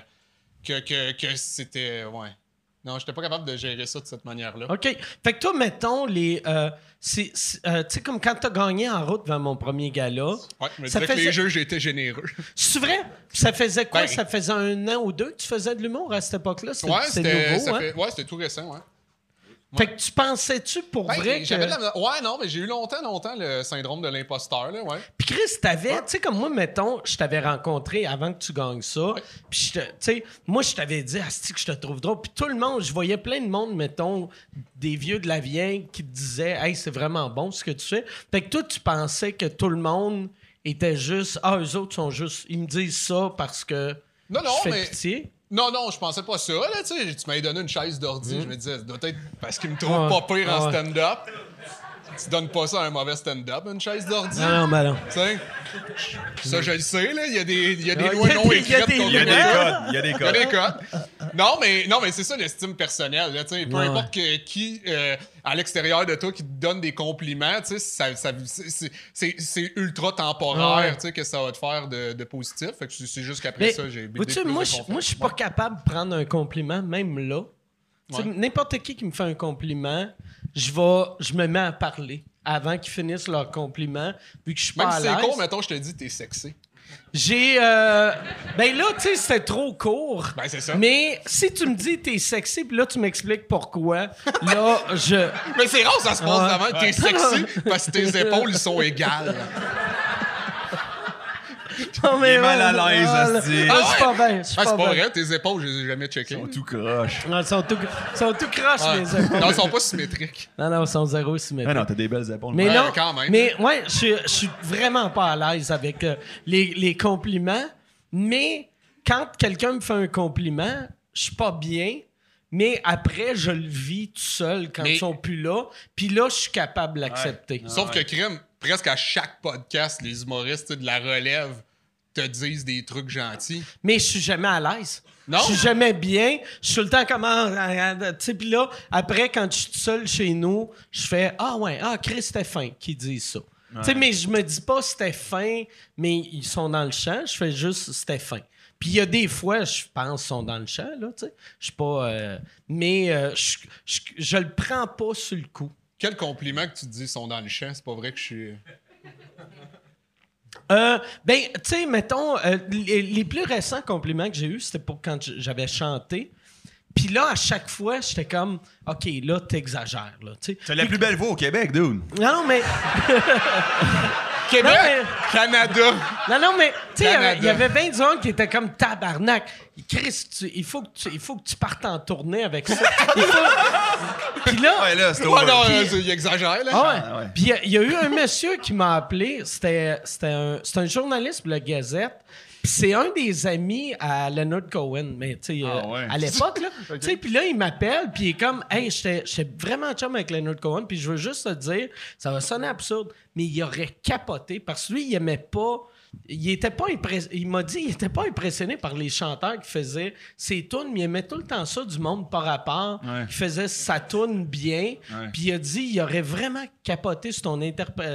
que c'était. Ouais. Non, j'étais pas capable de gérer ça de cette manière-là. OK. Fait que toi, mettons, tu sais, comme quand t'as gagné en route vers mon premier gala. Ouais, je me ça disais que faisait- les jeux, j'étais généreux. C'est vrai? Ça faisait quoi? Ben- Ça faisait 1 an ou 2 que tu faisais de l'humour à cette époque-là? C'est Ouais, c'est c'était nouveau, hein? ouais, c'était tout récent, ouais. Fait que tu pensais-tu pour Ben, vrai que... j'avais de la- Ouais, non, mais j'ai eu longtemps le syndrome de l'imposteur, là, ouais. Puis Chris, t'avais, tu sais, comme moi, mettons, je t'avais rencontré avant que tu gagnes ça. Puis, tu sais, moi, je t'avais dit, asti que je te trouve drôle. Puis tout le monde, je voyais plein de monde, mettons, des vieux de la vieille qui te disaient, hey, c'est vraiment bon ce que tu fais. Fait que toi, tu pensais que tout le monde était juste, eux autres sont juste, ils me disent ça parce que Non, je fais mais- pitié. Non, je pensais pas ça, là, tu sais. Tu m'avais donné une chaise d'ordi. Je me disais, ça doit être parce qu'il me trouve Ouais. pas pire en Ouais. stand-up. Tu donnes pas ça à un mauvais stand-up, une chaise d'ordi. Non, ben non. Tu sais. Ça, je le sais, là. Il y a des Ouais, lois il y a non des- il y a écrites des qu'on Il y a doit- des lois. codes. Il y a des Il y a codes. des codes. Non, mais c'est ça l'estime personnelle. Là, tu sais. Peu Ouais. importe qui, à l'extérieur de toi, qui te donne des compliments, tu sais, c'est ultra temporaire, Ouais. tu sais, que ça va te faire de positif. Fait que c'est juste qu'après Mais, ça, j'ai vois-tu, moi, je suis pas capable de prendre un compliment, même là. Tu sais, Ouais. n'importe qui me fait un compliment, je me mets à parler avant qu'ils finissent leur compliment, vu que je suis Même pas si à c'est l'aise. court, mettons, je te dis, t'es sexy. J'ai. Ben là, tu sais, c'était trop court. Ben, c'est ça. Mais si tu me dis t'es sexy, puis là, tu m'expliques pourquoi, là, je. Mais c'est rare, ça se passe Ouais. d'avant. T'es sexy parce que tes épaules, ils sont égales. Non, mais Il est mal à ouais, l'aise, voilà. asti. Ah, je suis pas bien. Je suis Ah, c'est pas bien. vrai, tes épaules, je les ai jamais checkées. Ils sont tout croche. Non, ils sont tout croches, Ouais. les épaules. Non, ils sont pas symétriques. Non, ils sont zéro Ah symétriques. non, t'as des belles épaules. Mais Ouais, non, quand même. mais ouais, je suis vraiment pas à l'aise avec les compliments. Mais quand quelqu'un me fait un compliment, je suis pas bien. Mais après, je le vis tout seul quand Mais- ils sont plus là. Puis là, je suis capable de l'accepter. Sauf que crime, presque à chaque podcast, les humoristes tu sais, de la relève te disent des trucs gentils. Mais je suis jamais à l'aise. Non? Je suis jamais bien. Je suis tout le temps comme... Tu sais, puis là, après, quand je suis tout seul chez nous, je fais « Ah ouais, Chris, c'était fin qui dit ça. » Tu sais, mais je me dis pas c'était fin, mais ils sont dans le champ. Je fais juste c'était fin. Puis il y a des fois, je pense, qu'ils sont dans le champ, là, tu sais. Je suis pas... mais je le prends pas sur le coup. Quel compliment que tu te dis sont dans le champ? C'est pas vrai que je suis... Ben, tu sais, mettons, les plus récents compliments que j'ai eus, c'était pour quand j'avais chanté. Puis là, à chaque fois, j'étais comme, OK, là, t'exagères, là, tu sais. C'est la plus belle voix au Québec, dude. Non, mais... Québec, Non, mais- Canada. Non, mais, tu sais, Canada. il y avait 20 gens qui étaient comme tabarnak. Chris, il faut que tu partes en tournée avec ça. Puis là... Ouais, là, c'est Ouais, non, Puis- il exagère, là. Ah ouais. Ah ouais. Puis il y a eu un monsieur qui m'a appelé. C'était un journaliste pour la Gazette. Puis c'est un des amis à Leonard Cohen, mais tu sais, ouais. à l'époque, là. Tu sais, puis là, il m'appelle, puis il est comme, hey, j'étais vraiment chum avec Leonard Cohen, puis je veux juste te dire, ça va sonner absurde, mais il aurait capoté parce que lui, il aimait pas. Il m'a dit il était pas impressionné par les chanteurs qui faisaient ses tunes, mais il aimait tout le temps ça du monde par rapport, Ouais. qui faisait sa tune bien. Ouais. Puis il a dit il aurait vraiment capoté sur ton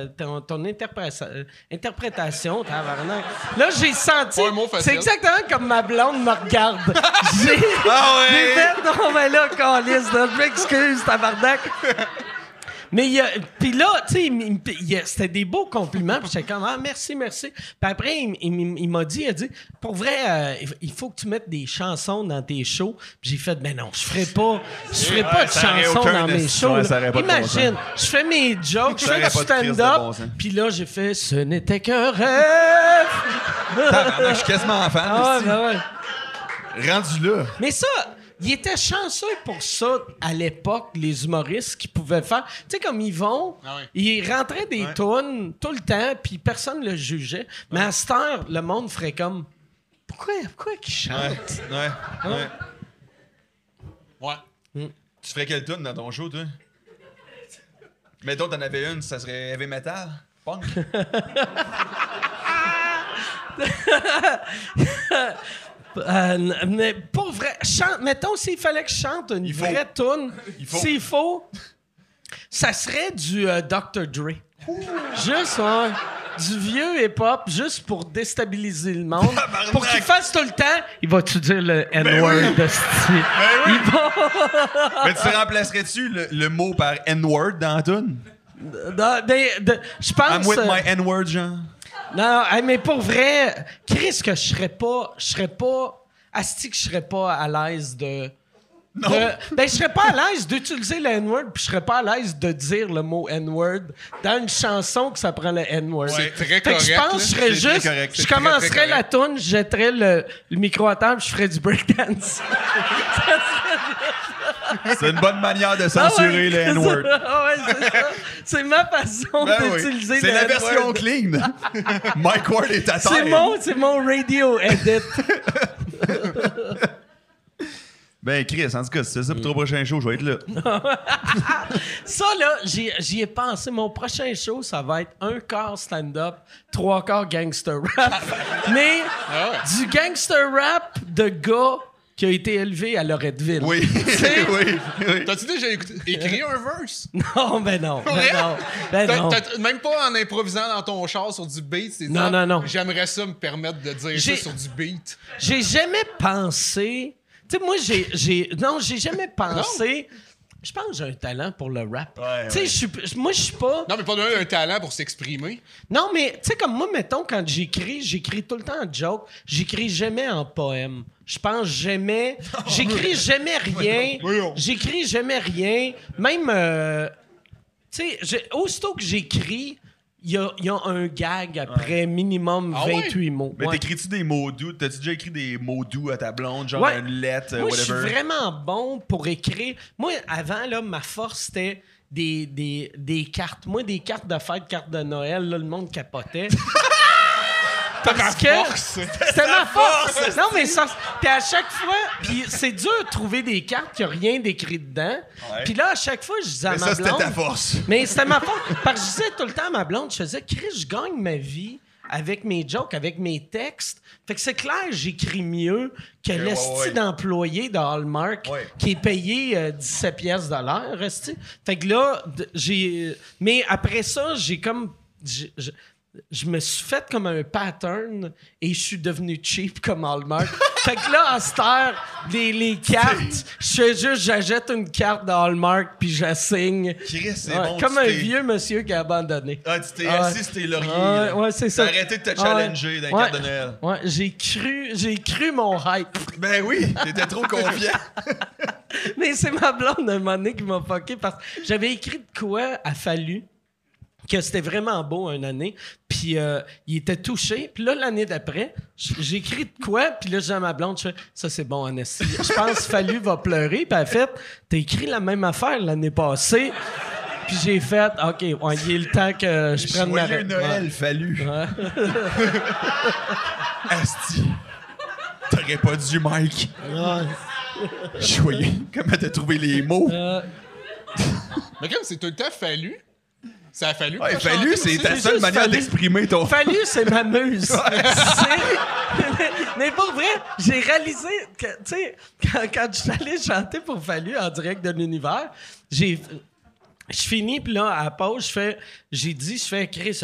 interprétation, tabarnak. Là, j'ai senti. Pas un mot facile. C'est exactement comme ma blonde me regarde. J'ai Ah ouais! j'ai fait non, mais là, câlisse, là, je m'excuse, tabarnak. Mais puis là, tu sais, c'était des beaux compliments. Puis j'étais comme, ah, merci. Puis après, il m'a dit, pour vrai, il faut que tu mettes des chansons dans tes shows. Puis j'ai fait, ben non, je ferai pas de ça aurait chansons aucun dans mes esti- shows. ouais, là. ça aurait pas de bon Imagine, je fais mes jokes, je Ça fais aurait du pas de crise de stand-up. bon sens. Puis là, j'ai fait, ce n'était qu'un rêve. Tabarnak, je suis quasiment fan. Ah ouais, esti. ben ouais. Rendu là. Mais ça, il était chanceux pour ça à l'époque, les humoristes qui pouvaient faire. Tu sais, comme Yvon, Ah ouais. il rentrait des tunes tout le temps, puis personne ne le jugeait. Mais à cette heure, le monde ferait comme pourquoi qu'il chante? Ouais. Ouais. Tu ferais quelle tune dans ton show, toi? Mettons, t'en avais une, ça serait heavy metal? Punk? Mais pour vrai, mettons s'il fallait que je chante une faut. vraie tune, faut. s'il faut, ça serait du Dr. Dre. Juste, ouais, du vieux hip-hop, juste pour déstabiliser le monde. Tabarnak. Pour qu'il fasse tout le temps, il va-tu dire le N-word de style? oui. Il va... Mais tu remplacerais-tu le mot par N-word dans la tune? Je pense... I'm with my N-word, genre. Non, hey, mais pour vrai, Chris, que je serais pas... Asti que je serais pas à l'aise de... Non. Ben, je serais pas à l'aise d'utiliser le N-word, puis je serais pas à l'aise de dire le mot N-word dans une chanson que ça prend le N-word. C'est très Fait que correct. je pense que je serais C'est très juste... correct, c'est Je très, commencerais très la toune, je jetterais le micro à table, je ferais du breakdance. C'est une bonne manière de censurer le N-word. Ah ouais, c'est ça. C'est ma façon Ben oui. d'utiliser le C'est la N-word. version clean. Mike Ward est à terre. C'est mon radio edit. Ben, Chris, en tout cas, si c'est ça pour ton prochain show, je vais être là. Ça, là, j'y ai pensé. Mon prochain show, ça va être un quart stand-up, 3 quarts gangster rap. Mais du gangster rap de gars qui a été élevé à Loretteville. Oui. sais- oui. T'as-tu déjà écrit un verse? Non, ben non. Vrai? Ben non. Même pas en improvisant dans ton char sur du beat. C'est Non, ça? non, non. J'aimerais ça me permettre de dire J'ai- ça sur du beat. J'ai jamais pensé... Tu sais, moi, j'ai jamais pensé... Je pense que j'ai un talent pour le rap. Ouais, Tu sais, moi, je suis pas... Non, mais pas d'un un talent pour s'exprimer. Non, mais tu sais, comme moi, mettons, quand j'écris tout le temps en joke. J'écris jamais en poème. Je pense jamais. J'écris jamais rien. Voyons. J'écris jamais rien. Même, tu sais, aussitôt que j'écris, il y a un gag après minimum Ah ouais? 28 mots. Mais Ouais. t'écris-tu des mots doux? T'as-tu déjà écrit des mots doux à ta blonde, genre Ouais. une lettre, Moi, je suis whatever? vraiment bon pour écrire. Moi, avant, là, ma force, c'était des cartes. Moi, des cartes de fête, cartes de Noël, là, le monde capotait. Parce que c'était ma force. Non, mais ça. Puis à chaque fois, puis c'est dur de trouver des cartes qui n'ont rien d'écrit dedans. Ouais. Puis là, à chaque fois, je disais à Mais ma ça, c'était blonde. ta force. Mais c'était ma force. Parce que je disais tout le temps à ma blonde, je faisais, Chris, je gagne ma vie avec mes jokes, avec mes textes. Fait que c'est clair, j'écris mieux que l'esti ouais. d'employé de Hallmark Ouais. qui est payé 17 pièces de l'heure, esti. Fait que là, j'ai... Mais après ça, j'ai comme... je me suis fait comme un pattern et je suis devenu cheap comme Hallmark. Fait que là, à cette heure, les cartes, j'achète une carte de Hallmark puis j'assigne. Chris, c'est Ouais, bon. comme un vieux monsieur qui a abandonné. Ah, tu t'es assis sur tes lauriers. là. Ouais, c'est ça. T'as arrêté de te challenger dans les cartes de Noël. Ouais, j'ai cru mon hype. Ben oui, t'étais trop confiant. Mais c'est ma blonde, un moment donné, qui m'a fucké parce que j'avais écrit de quoi à Fallu, que c'était vraiment beau une année, puis il était touché. Puis là, l'année d'après, j'ai écrit de quoi, puis là, j'ai à ma blonde, je fais « Ça, c'est bon, Annecy. Je pense que Fallu va pleurer. » Puis elle a fait « T'as écrit la même affaire l'année passée. » Puis j'ai fait « OK, ouais, il est le temps que je prenne ma... » Joyeux Noël, Fallu. Ouais. Asti. T'aurais pas dû, Mike. Joyeux. Comment t'as trouvé les mots? Mais comme c'est tout le temps Fallu. Ça a fallu. Ouais, que t'as Fallu, chanté c'est aussi. ta c'est seule juste manière Fallu. d'exprimer ton... Fallu, c'est ma muse. Mais pour vrai, j'ai réalisé que, tu sais, quand je suis allé chanter pour Fallu en direct de l'univers, je finis, puis là, à la pause, j'ai dit, Chris,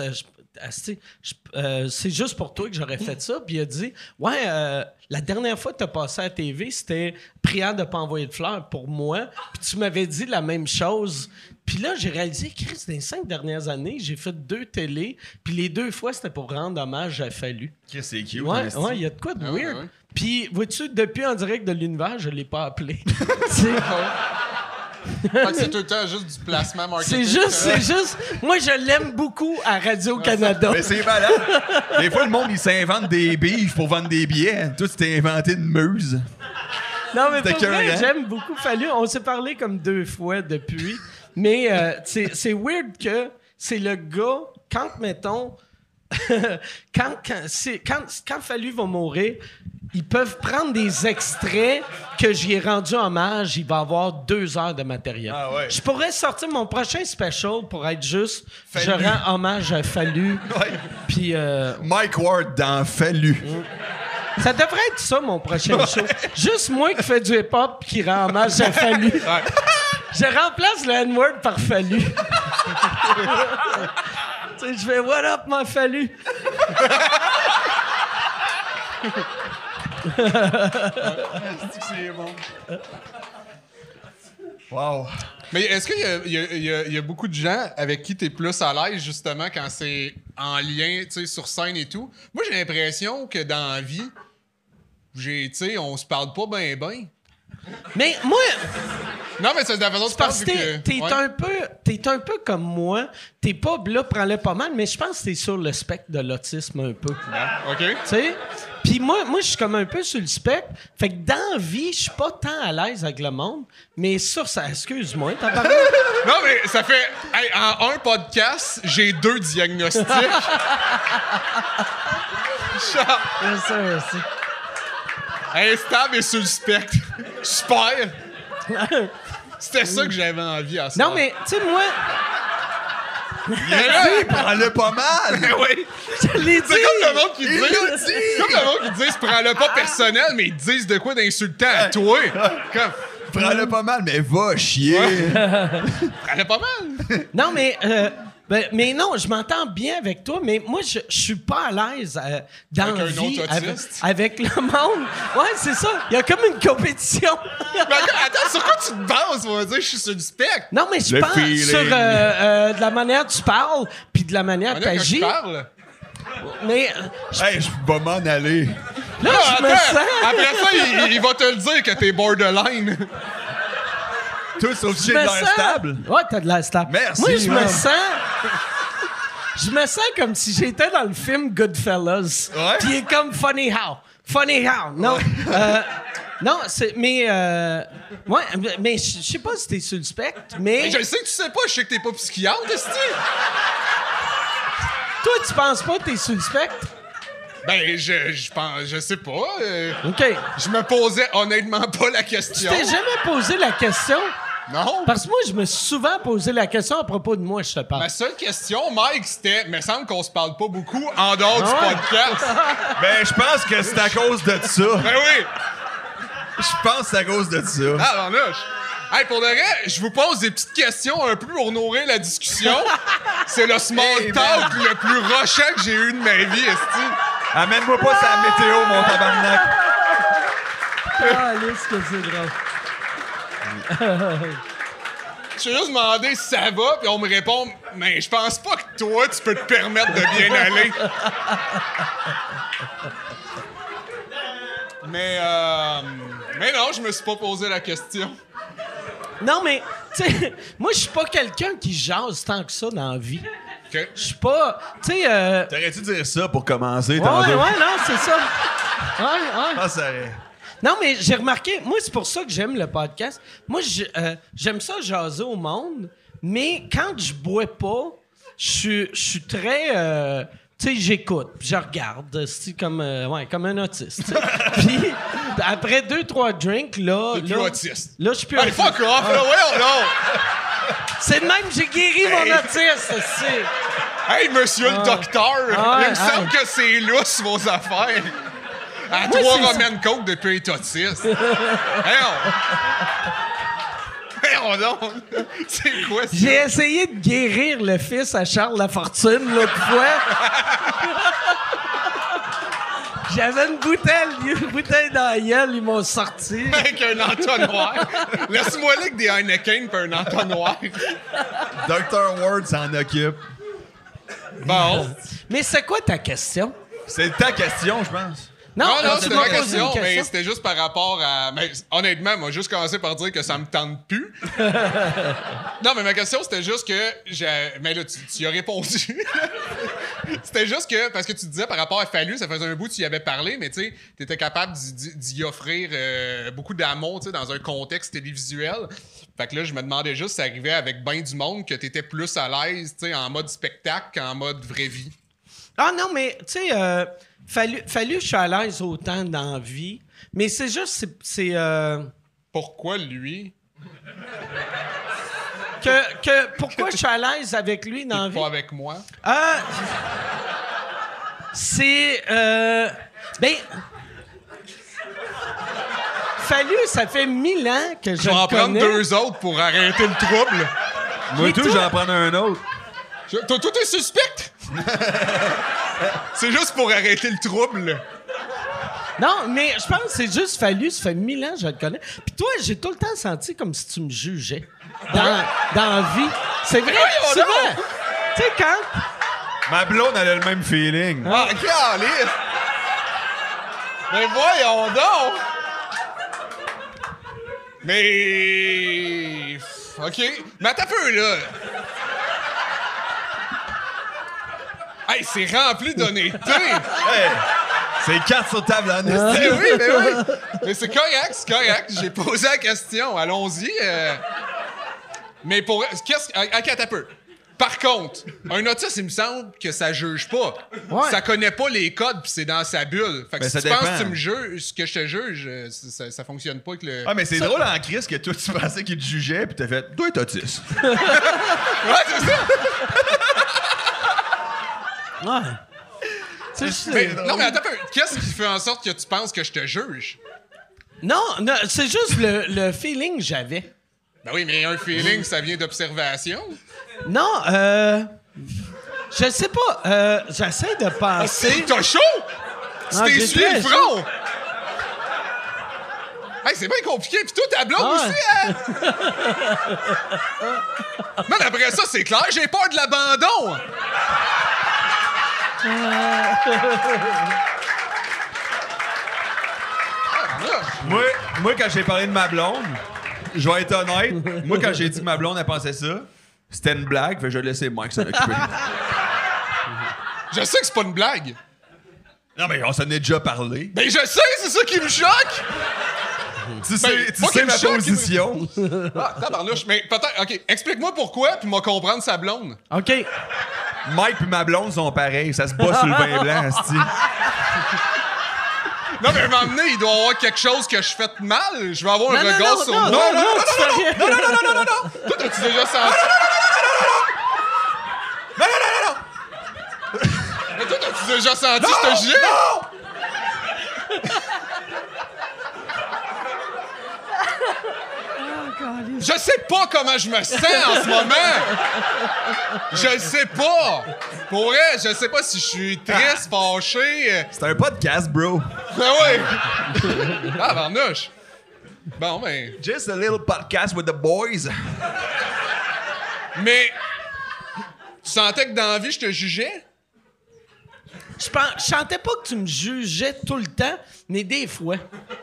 c'est juste pour toi que j'aurais fait ça. Puis il a dit, ouais, la dernière fois que tu as passé à la TV, c'était priant de ne pas envoyer de fleurs pour moi. Puis tu m'avais dit la même chose. Puis là, j'ai réalisé, Chris, dans les 5 dernières années, j'ai fait 2 télés. Puis les 2 fois, c'était pour rendre hommage à Fallu. Chris, c'est cute. Ouais, esti. il y a de quoi de Ah ouais, weird. ouais. Puis, vois-tu, depuis en direct de l'univers, je l'ai pas appelé. Tu sais, Fait que c'est tout le temps juste du placement marketing. c'est juste. Moi, je l'aime beaucoup à Radio-Canada. Mais c'est malade. Des fois, le monde, il s'invente des bifs pour vendre des billets. Toi, tu t'es inventé une muse. Non, mais C'était pour vrai, écœurant. j'aime beaucoup Fallu. On s'est parlé comme 2 fois depuis. Mais c'est weird que c'est le gars, quand, mettons, quand Fallu va mourir, ils peuvent prendre des extraits que j'y ai rendu hommage. Il va avoir 2 heures de matériel. Ah ouais. Je pourrais sortir mon prochain special pour être juste Fallu. je rends hommage à Fallu. Ouais. Puis Mike Ward dans Fallu. ça devrait être ça, mon prochain show. Juste moi qui fais du hip-hop qui rend hommage à Fallu. Je remplace le N-word par Fallu. Tu sais, je fais « What up, mon Fallu? » C'est bon. Wow. Mais est-ce qu'il y a beaucoup de gens avec qui tu es plus à l'aise, justement, quand c'est en lien, tu sais, sur scène et tout? Moi, j'ai l'impression que dans la vie, tu sais, on se parle pas bien, bien. Mais moi, Non, mais c'est de la façon de c'est parce que parler. t'es un peu comme moi. T'es pas là, prends-le pas mal, mais je pense que t'es sur le spectre de l'autisme un peu. OK? Tu sais? Puis moi, je suis comme un peu sur le spectre. Fait que dans la vie, je suis pas tant à l'aise avec le monde. Mais sur ça, excuse-moi, t'as parlé. Non, mais ça fait... Hey, en un podcast, j'ai 2 diagnostics. Instable et sur le spectre. Super! C'était ça que j'avais envie à ça. Non, mais, tu sais, moi, Prends-le pas mal. oui. je l'ai dit. C'est comme le monde qui dit. Il l'a dit. Comme le monde qui dit, prends-le pas personnel, mais ils disent de quoi d'insultant à toi. Comme, Prends-le pas mal, mais va chier. prends-le pas mal. Non, mais non, je m'entends bien avec toi, mais moi, je suis pas à l'aise dans Avec la un vie autre autiste? avec le monde. Ouais, c'est ça. Il y a comme une compétition. Mais attends, sur quoi tu te bases pour me dire que je suis sur le spectre? Non, mais je Le pense feeling. sur de la manière que tu parles, puis de la manière que tu Quand je agis. parle. Mais Hey, je vais m'en aller. là, je me Attends, sens... après ça, il va te le dire que t'es borderline. Toi, sauf si j'ai Je de me l'air sens- stable. Ouais, t'as de l'air stable. Merci, Moi, je me man. sens... Je me sens comme si j'étais dans le film Goodfellas. Ouais? Puis il est comme Funny How. Funny How. Non, non, c'est... Mais... ouais, mais je sais pas si t'es sur le spectre, mais... Je sais que tu sais pas, je sais que t'es pas psychiatre, esti. Toi, tu penses pas que t'es sur le spectre? Ben, je pense, je sais pas. OK. Je me posais honnêtement pas la Tu question. t'es jamais posé la question? Non. Parce que moi, je me suis souvent posé la question à propos de moi, je te parle. Ma seule question, Mike, c'était, me semble qu'on se parle pas beaucoup en dehors du Ah ouais? podcast. Ben, je pense que c'est à cause de ça. Ben oui. Je pense que c'est à cause de ça. Ah, non, là, Hey, pour de vrai, je vous pose des petites questions un peu pour nourrir la discussion. C'est le small talk le plus rushant que j'ai eu de ma vie, esti. Amène-moi pas sa météo, mon tabarnak. Ah, lisse que c'est drôle. Je suis juste demandé si ça va, puis on me répond « Mais je pense pas que toi, tu peux te permettre de bien aller. » Mais non, je me suis pas posé la question. Non, mais, tu sais, moi, je suis pas quelqu'un qui jase tant que ça dans la vie. OK. Je suis pas. Tu sais. T'aurais-tu dire ça pour commencer, Ouais, tantôt? non, c'est ça. Ouais. Ah, ça... Non, mais j'ai remarqué, moi, c'est pour ça que j'aime le podcast. Moi, j'aime ça jaser au monde, mais quand je bois pas, je suis très. Tu sais, j'écoute, puis je regarde, c'est comme un autiste. tu sais. Puis après 2-3 drinks, là. T'es plus autiste. Là, je suis plus Hey, fuck off, là, voyons donc! C'est de même, j'ai guéri mon autisme, c'est. Hey, monsieur le docteur, il me semble que c'est lousse, vos affaires. À Moi, 3 c'est romaines coke depuis être autiste. Voyons donc! C'est quoi ça? J'ai essayé de guérir le fils à Charles Lafortune l'autre fois. J'avais une bouteille dans la gueule, ils m'ont sorti. Avec un entonnoir. Laisse-moi là avec des Heineken pis un entonnoir. Dr. Ward s'en occupe. Bon. Mais c'est quoi ta question? C'est ta question, je pense. Non, tu c'était m'as ma posé question, une mais c'était juste par rapport à... Mais honnêtement, moi, juste commencé par dire que ça me tente plus. Non, mais ma question, c'était juste que... Mais là, tu y as répondu. C'était juste que... Parce que tu disais par rapport à Fallu, ça faisait un bout que tu y avais parlé, mais tu sais, t'étais capable d'y offrir beaucoup d'amour, tu sais, dans un contexte télévisuel. Fait que là, je me demandais juste si ça arrivait avec ben du monde que t'étais plus à l'aise, tu sais, en mode spectacle qu'en mode vraie vie. Ah non, mais tu sais, fallu je suis à l'aise autant dans la vie, mais c'est juste, c'est Pourquoi lui? pourquoi je suis à l'aise avec lui dans la vie? Pas avec moi? C'est, ben... Fallu, ça fait 1000 ans que je Je vais en le prendre connais. 2 autres pour arrêter le trouble. Moi, tout, toi- je vais en prendre un autre. Toi, t'es suspect? C'est juste pour arrêter le trouble. Non, mais je pense que c'est juste fallu, ça fait 1000 ans que je le connais. Puis toi, j'ai tout le temps senti comme si tu me jugeais dans la vie. C'est vrai, Voyons souvent. donc! Tu sais, quand... Ma blonde, elle a le même feeling. Ah, caliste! Mais voyons donc! Mais... OK. Mais attends un peu, là. Hey, c'est rempli d'honnêteté! Hey, c'est 4 sur table en esti. Ben oui, ben oui! Mais c'est correct. J'ai posé la question. Allons-y. Mais pour... OK, attends un peu. Par contre, un autiste, il me semble que ça juge pas. Ouais. Ça connaît pas les codes, puis c'est dans sa bulle. Fait que Ben, si ça tu penses dépend. que tu me juges, que je te juge, ça fonctionne pas avec le... Ah, mais c'est drôle en crise que toi, tu pensais qu'il te jugeait, puis t'as fait, toi, t'es autiste. Ouais, c'est ça! Ouais. Tu sais, Mais, non, mais attends un peu. Qu'est-ce qui fait en sorte que tu penses que je te juge? non, c'est juste le feeling que j'avais. Ben oui, mais un feeling, ça vient d'observation. Non, je sais pas. J'essaie de penser. T'as chaud? Tu Ah, t'es j'ai essuyé très le front! Hey, c'est bien compliqué. Puis toi, ta blonde Ah. aussi, hein? Man, après ça, c'est clair, j'ai peur de l'abandon! Moi, quand j'ai parlé de ma blonde, je vais être honnête, moi, quand j'ai dit que ma blonde, elle pensait ça, c'était une blague, fait que je laissais Mike s'en occuper. Je sais que c'est pas une blague. Non, mais on s'en est déjà parlé. Ben, je sais, c'est ça qui me choque! Tu sais, pas qu'il me ma choque, position. Ah, tabarnouche. Mais peut-être, OK, explique-moi pourquoi, puis moi comprendre sa blonde. OK. Mike et ma blonde sont pareils, ça se bat sur le vin blanc, asti. Non, mais à un moment donné, il doit y avoir quelque chose que je fais de mal. Je vais avoir un regard sur moi. non, tu fais rien. Toi, t'as-tu déjà senti... Mais toi, t'as-tu déjà senti ce jet? Je sais pas comment je me sens en ce moment. Je le sais pas. Pour vrai, je sais pas si je suis triste, fâché. C'est un podcast, bro. Ben oui. Ah, barnouche. Bon, ben... Just a little podcast with the boys. Mais... Tu sentais que dans la vie, je te jugeais? Je sentais pas que tu me jugeais tout le temps, mais des fois.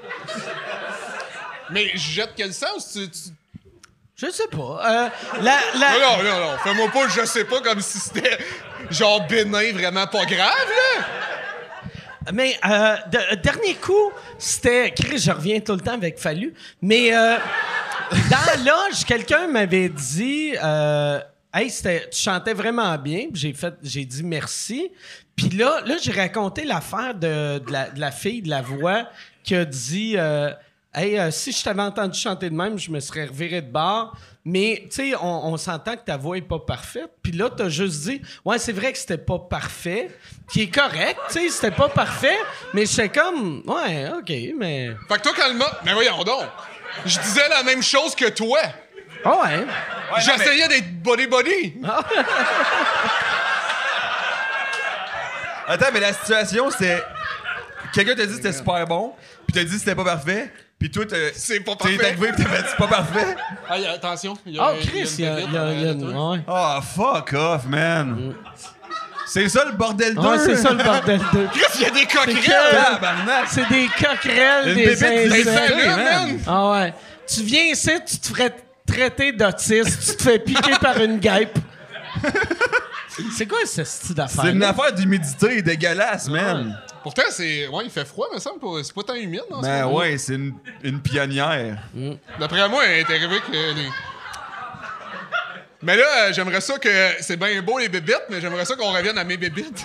Mais je jette quel sens? Je sais pas. Non. Fais-moi pas, je sais pas, comme si c'était genre bénin, vraiment pas grave, là. Mais dernier coup, c'était... Chris, je reviens tout le temps avec Fallu. Mais dans la loge, quelqu'un m'avait dit... Hey, tu chantais vraiment bien. Puis j'ai dit merci. Puis là j'ai raconté l'affaire de la fille de la voix qui a dit hey, si je t'avais entendu chanter de même, je me serais reviré de bord. Mais, tu sais, on s'entend que ta voix est pas parfaite. Puis là, t'as juste dit, ouais, c'est vrai que c'était pas parfait, qui est correct, tu sais, c'était pas parfait, mais j'étais comme, ouais, OK, mais... Fait que toi, quand le mot... Mais voyons donc. Je disais la même chose que toi. Ah ouais. J'essayais d'être body. Attends, mais la situation, c'était... Quelqu'un t'a dit que c'était super bon, puis t'as dit que c'était pas parfait, puis toi, C'est pas t'es parfait. arrivé pis t'as fait « c'est pas parfait ». Hey, attention. Oh, Chris, il y a ouais. Oh, fuck off, man. C'est ça le bordel 2? Ouais, c'est ça le bordel de... Chris, il y a des coquerelles. Tabarnak. C'est des coquerelles, Une des bébête Des insectes. salades, man. man. Ah ouais. Tu viens ici, tu te ferais traiter d'autiste, tu te fais piquer par une guêpe. C'est quoi ce style d'affaire? C'est une affaire d'humidité dégueulasse, man. Pourtant, c'est... Ouais, il fait froid, me semble. C'est pas tant humide, non? Ben ouais, c'est une pionnière. D'après moi, elle est arrivée que... Mais là, j'aimerais ça que... C'est bien beau, les bébites, mais j'aimerais ça qu'on revienne à mes bébites.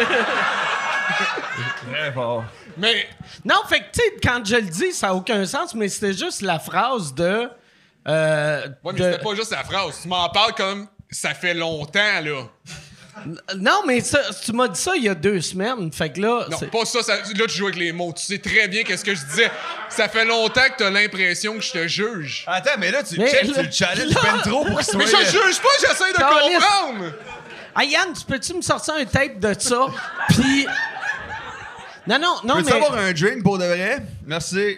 Très fort. Mais... Non, fait que, tu sais, quand je le dis, ça n'a aucun sens, mais c'était juste la phrase de... Ouais, mais c'était pas juste la phrase. Tu m'en parles comme... Ça fait longtemps, là. Non, mais ça, tu m'as dit ça il y a 2 semaines. Fait que là... Non, c'est- pas ça, Là, tu joues avec les mots. Tu sais très bien qu'est-ce que je disais. Ça fait longtemps que t'as l'impression que je te juge. Attends, mais là, tu Mais check, là- tu le challenges là- ben trop pour qu'il soit... Mais je juge pas, j'essaie de Caliste. comprendre. Ah, Yann, tu peux-tu me sortir un tape de ça? Puis... Non, Peux-tu mais... avoir un drink pour de vrai? Merci.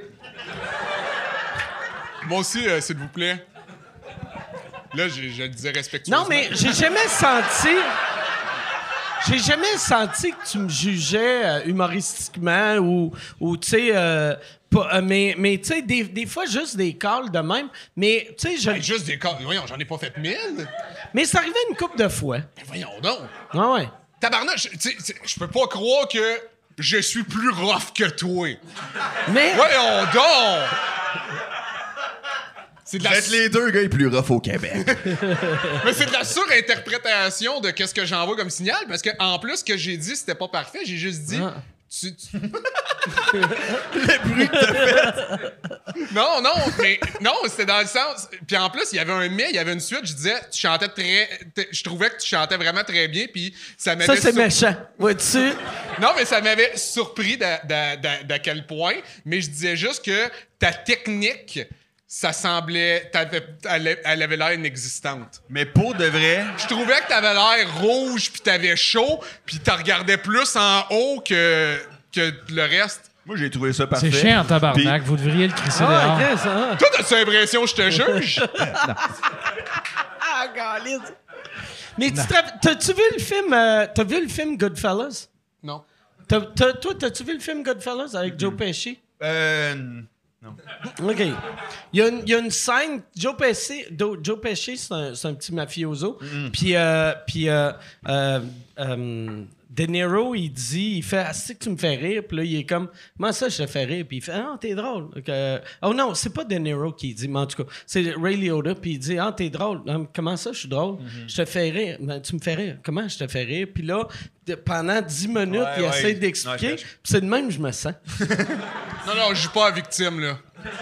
Moi aussi, s'il vous plaît. Là, je le disais respectueusement. Non, mais j'ai jamais senti que tu me jugeais humoristiquement ou tu sais... mais tu sais, des fois, juste des calls de même. Mais, tu sais, Hey, juste des cas. Voyons, j'en ai pas fait 1000. mais c'est arrivé une couple de fois. Mais voyons donc. Ah ouais. Tabarnak, je peux pas croire que je suis plus rough que toi. Mais... Voyons donc. C'est de Vous la... êtes les deux gars les plus rough au Québec. Mais c'est de la surinterprétation de qu'est-ce que j'envoie comme signal, parce que en plus, ce que j'ai dit, c'était pas parfait. J'ai juste dit... Ah. Le bruit que t'as fait. Non, c'était dans le sens... Puis en plus, il y avait un mais, il y avait une suite. Je disais, tu chantais je trouvais que tu chantais vraiment très bien, puis ça m'avait... Ça, c'est méchant. Vois-tu? Non, mais ça m'avait surpris d'à quel point. Mais je disais juste que ta technique... Ça semblait... Elle avait l'air inexistante. Mais pour de vrai, Je trouvais que t'avais l'air rouge, puis t'avais chaud, puis t'en regardais plus en haut que le reste. moi, j'ai trouvé ça parfait. C'est chiant en tabarnak. Vous devriez le crisser dehors. Ah, Chris, hein? Toi, t'as-tu l'impression que je te juge? Ah, galide. Mais t'as-tu vu le film... t'as vu le film Goodfellas? Non. Toi, t'as-tu vu le film Goodfellas avec Joe Pesci? OK. Il y a une scène... Joe Pesci, c'est un petit mafioso. Puis De Niro, il fait « Ah, c'est que tu me fais rire. » Puis là, il est comme « Comment ça, je te fais rire? » Puis il fait « Ah, t'es drôle. » Oh non, c'est pas De Niro qui dit, mais en tout cas, c'est Ray Liotta. Puis il dit « Ah, t'es drôle. Comment ça, je suis drôle? Je te fais rire. Ben, tu me fais rire. Comment je te fais rire? » Puis là, pendant 10 minutes, Ouais, il ouais. essaie d'expliquer. Ouais, Puis c'est de même que je me sens. Non, je joue pas à victime, là.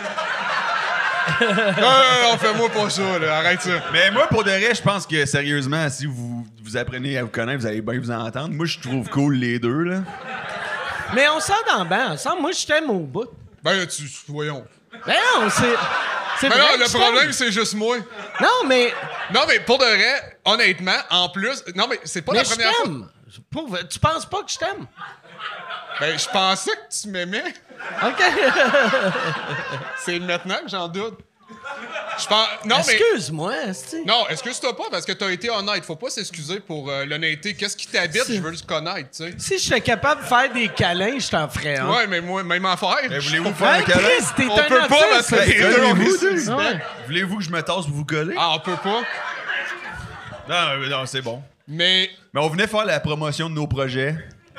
non, fais-moi pas ça, là. Arrête ça. Mais moi, pour de vrai, je pense que sérieusement, si vous apprenez à vous connaître, vous allez bien vous entendre. Moi, je trouve cool les deux, là. Mais on sort dans le banc ensemble. Moi, je t'aime au bout. Ben, voyons. Ben non, C'est Mais vrai non, que le je t'aime. problème, c'est juste moi. Non, mais... Non, mais pour de vrai, honnêtement, en plus... Non, mais c'est pas Mais la je première fois... t'aime. Pour vrai, tu penses pas que je t'aime? Ben, je pensais que tu m'aimais. OK. C'est maintenant que j'en doute. Je pense... Non, mais... Excuse-moi, esti. Non, excuse-toi pas parce que t'as été honnête. Faut pas s'excuser pour l'honnêteté. Qu'est-ce qui t'habite? Si. Je veux le connaître, tu sais. Si j'étais capable de faire des câlins, je t'en ferais un. Ouais, mais moi, même affaire. Mais voulez-vous faire un Hey, câlin? Chris, t'es On un peut pas parce autiste. que les deux, on est Voulez-vous, suspects. Ouais. Voulez-vous que je me tasse pour vous coller? Ah, on peut pas. Non, c'est bon. Mais... Mais on venait faire la promotion de nos projets.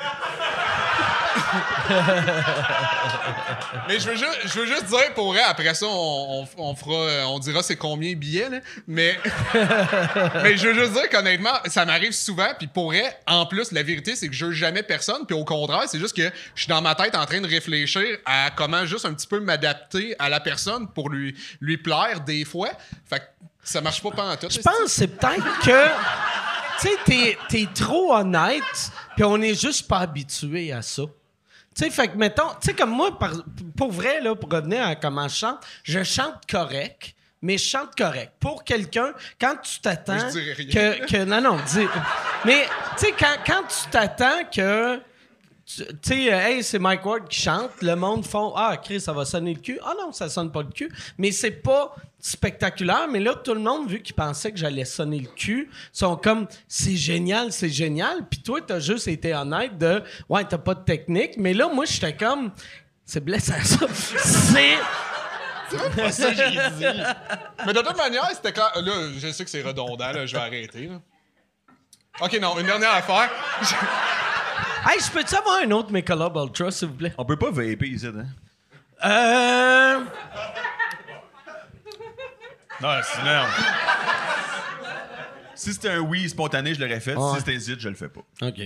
Mais je veux juste dire, pour vrai, après ça, on fera... On dira c'est combien de billets, là. Mais... mais je veux juste dire qu'honnêtement, ça m'arrive souvent. Puis pour vrai, en plus, la vérité, c'est que je juge jamais personne. Puis au contraire, c'est juste que je suis dans ma tête en train de réfléchir à comment juste un petit peu m'adapter à la personne pour lui plaire des fois. Fait que ça marche pas pendant tout. Je pense que c'est peut-être que... Tu sais, t'es trop honnête, puis on est juste pas habitué à ça. Tu sais, fait que, mettons... Tu sais, comme moi, pour vrai, là, pour revenir à comment je chante correct, mais je chante correct. Pour quelqu'un, quand tu t'attends... Moi, je dirais rien. que non, dis... Mais, tu sais, quand tu t'attends que... Tu sais, hey, c'est Mike Ward qui chante, le monde font ah, Chris, ça va sonner le cul. Ah non, ça sonne pas le cul. Mais c'est pas spectaculaire. Mais là, tout le monde, vu qu'ils pensaient que j'allais sonner le cul, sont comme c'est génial, c'est génial. Puis toi, t'as juste été honnête de ouais, t'as pas de technique. Mais là, moi, j'étais comme c'est blessant ça. C'est. pas ça que j'ai dit. Mais de toute manière, c'était quand... Là, je sais que c'est redondant, là, je vais arrêter. Là. OK, non, une dernière affaire. Hey, je peux-tu avoir un autre Michelob Ultra, s'il vous plaît? On peut pas vaper ici, hein? Non, sinon. Si c'était un oui spontané, je l'aurais fait. Ouais. Si c'était zit, je le fais pas. OK.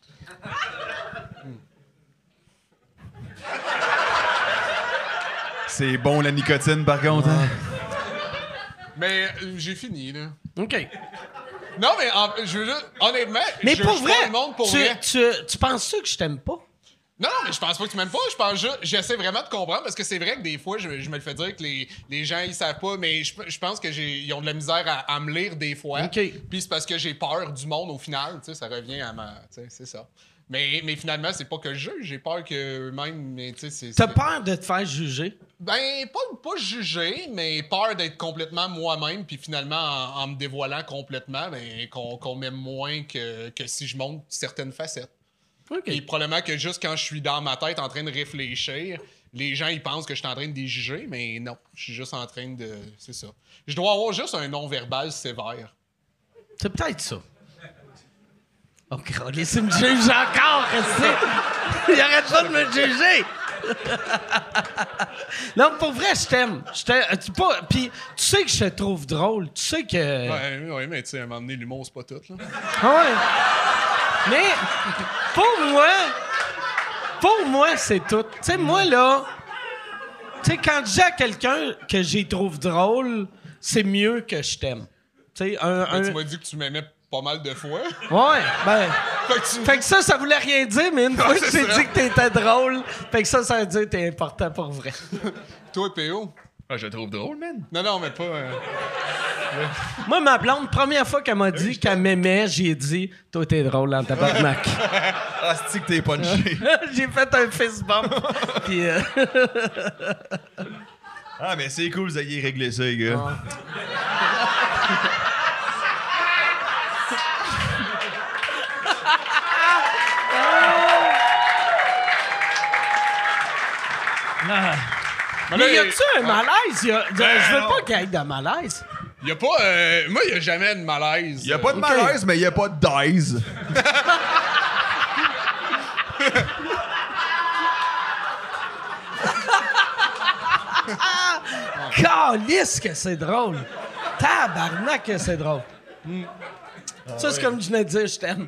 C'est bon la nicotine, par contre. Hein? Mais j'ai fini, là. OK. Non, mais je veux juste... Honnêtement, Mais je pour juge vrai, pas le monde pour vrai. tu penses-tu que je t'aime pas? Non, mais je pense pas que tu m'aimes pas. Je pense juste... J'essaie vraiment de comprendre parce que c'est vrai que des fois, je me le fais dire que les gens, ils savent pas, mais je pense que ils ont de la misère à me lire des fois. OK. Puis c'est parce que j'ai peur du monde au final, tu sais, ça revient à ma... Tu sais, c'est ça. Mais finalement, c'est pas que je juge, j'ai peur qu'eux-mêmes... Mais tu sais, c'est... T'as peur de te faire juger? Ben, pas juger, mais peur d'être complètement moi-même, puis finalement, en me dévoilant complètement, ben, qu'on m'aime moins que si je montre certaines facettes. OK. Et probablement que juste quand je suis dans ma tête en train de réfléchir, les gens, ils pensent que je suis en train de les juger, mais non, je suis juste en train de... C'est ça. Je dois avoir juste un non-verbal sévère. C'est peut-être ça. Oh, Christ, il me juge encore, restez. Il arrête pas de me juger. Non, pour vrai, je t'aime. Puis tu sais que je te trouve drôle. Tu sais que... Ouais, mais tu sais, à un moment donné, l'humour, c'est pas tout, là. Ah ouais. Mais pour moi, c'est tout. Tu sais, moi, là... Tu sais, quand je dis à quelqu'un que j'y trouve drôle, c'est mieux que je t'aime. Tu sais, Tu m'as dit que tu m'aimais pas mal de fois. Ouais, ben... Fait Fait que ça voulait rien dire, mais une fois que c'est j'ai ça. dit que t'étais drôle, fait que ça veut dire que t'es important pour vrai. Toi, P.O. Ah, je le trouve drôle, man. Non, mais pas... Moi, ma blonde, première fois qu'elle m'a dit qu'elle m'aimait, j'ai dit « Toi, t'es drôle en tabarnak. Ah, c'est que t'es punché. » J'ai fait un fist bump. Puis, Ah, mais c'est cool, vous ayez réglé ça, les gars. mais y a-tu un malaise? Je veux pas qu'il y ait de malaise. Y a pas... moi, y a jamais de malaise. Y a pas de malaise, mais y a pas de dies. Calisse que c'est drôle. Tabarnak que c'est drôle. Ça, c'est comme je venais de dire, je t'aime.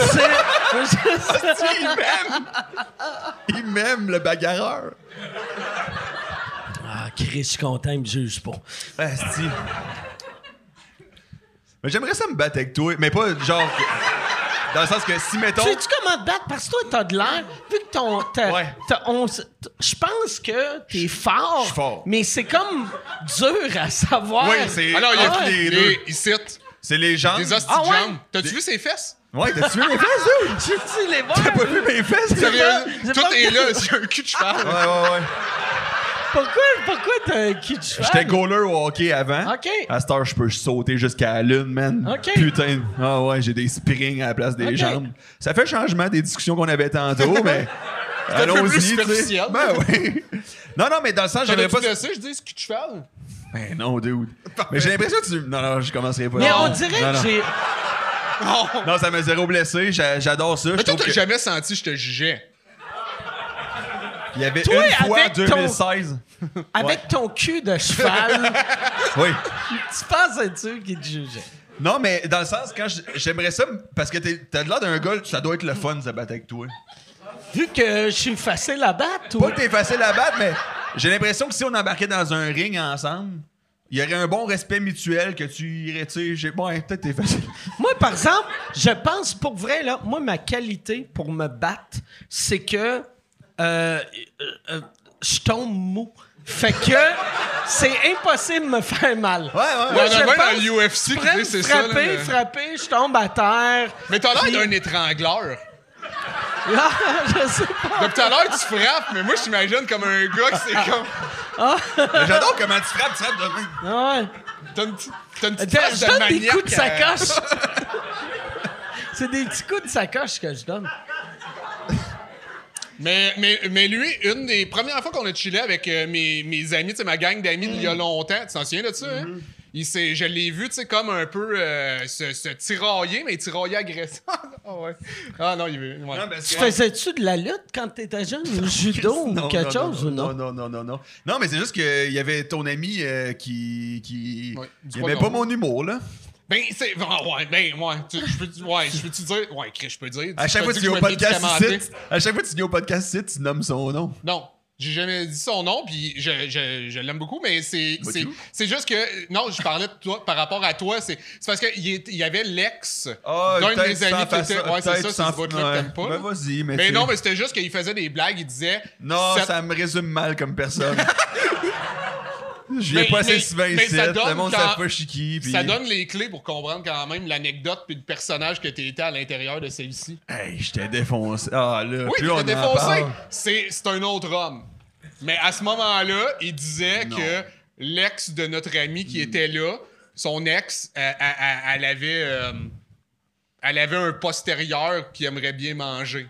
Il m'aime, le bagarreur. Ah, Chris, je suis content, il me juge pas. Asti. Mais j'aimerais ça me battre avec toi, mais pas genre... dans le sens que si, mettons... Tu sais-tu comment te battre? Parce que toi, t'as de l'air... Vu que Ouais. je pense que t'es fort, Je suis fort. mais c'est comme dur à savoir. Oui, c'est... Alors, il y a Ah ouais. les deux. il cite C'est les jambes. des hosties Ah de ouais? jambes. T'as-tu vu ses fesses? Ouais, t'as-tu vu mes fesses, dude? J'ai-tu les voir? T'as pas vu mes fesses? Sérieux? j'ai Tout pas- est là, c'est un cul de cheval. Ouais. Pourquoi t'as un cul de cheval? J'étais goaler au hockey avant. OK. À cette heure, je peux sauter jusqu'à la lune, man. OK. Putain. Ah ouais, j'ai des springs à la place des OK. jambes. Ça fait changement des discussions qu'on avait tantôt, mais... un peu plus Allons-y, tu sais. superficiel. Ben oui. Non, mais dans le sens, j'aimerais J'avais pas... pas laissé, je dis ce cul de cheval. Ben non, dude. Mais j'ai l'impression que tu... Non, je commencerai pas. Mais Non. on dirait Non, que non. j'ai... Non, ça m'a zéro blessé. J'adore ça. Mais Je toi, trouve t'as que... jamais senti que je te jugeais. Il y avait Toi, une fois, avec ton- 2016. Avec ton cul de cheval, Oui. tu pensais-tu qu'il te jugeait? Non, mais dans le sens, quand j'aimerais ça, parce que t'as l'air d'un gars, ça doit être le fun de se battre avec toi. Vu que je suis facile à battre, ou... Pas que t'es facile à battre, mais j'ai l'impression que si on embarquait dans un ring ensemble, il y aurait un bon respect mutuel que tu irais, tu sais, ouais, peut-être t'es facile. Moi, par exemple, je pense pour vrai, là, moi, ma qualité pour me battre, c'est que je tombe mou. Fait que c'est impossible de me faire mal. Ouais. Moi, Il y en a je même pense, dans l'UFC qui pourrais dit me c'est ça, là, frapper, je tombe à terre. Mais t'as Puis- l'air d'un étrangleur. Ah, je sais pas. Depuis tout à l'heure, tu frappes, mais moi, je t'imagine comme un gars qui c'est comme... Mais j'adore comment tu frappes de même. Ah ouais. T'as une petite face Je de donne maniaque. des coups de sacoche. C'est des petits coups de sacoche que je donne. Mais lui, une des premières fois qu'on a chillé avec mes amis, tu sais, ma gang d'amis d'il y a longtemps, tu t'en souviens de ça, hein? Je l'ai vu, tu sais, comme un peu se tirailler, mais tirailler agressif. Ah ouais. Ah non, il veut. Ouais. Non, parce Tu que- faisais-tu de la lutte quand t'étais jeune, ou judo, ou quelque chose, ou non? Non. Non, mais c'est juste qu'il y avait ton ami qui Ouais, dis il pas aimait ton pas nom. mon humour, là. Ben, c'est. Ouais. Je peux-tu dire. Ouais, Chris, je peux dire. À chaque fois que tu viens au podcast ici, tu nommes son nom. Non. J'ai jamais dit son nom, puis je l'aime beaucoup, mais c'est juste que... Non, je parlais de toi, par rapport à toi, c'est parce qu'il y avait l'ex d'un de mes amis qui était... Ouais, c'est ça, c'est ce bout-là que t'aimes pas. Ben là. vas-y, mais Mais non, mais c'était juste qu'il faisait des blagues, il disait... Non, Cette- ça me résume mal comme personne. Je viens Mais- pas assez mais- souvent mais ici, ça le donne monde quand- savent pas chiki. Puis... Ça donne les clés pour comprendre quand même l'anecdote puis le personnage que t'étais à l'intérieur de celle-ci. Hey, je t'ai défoncé. Ah là, Oui, plus on t'étais en défoncé. parle. C'est un autre homme. Mais à ce moment-là, il disait Non. que l'ex de notre ami qui était là, son ex, elle avait un postérieur qu'il aimerait bien manger.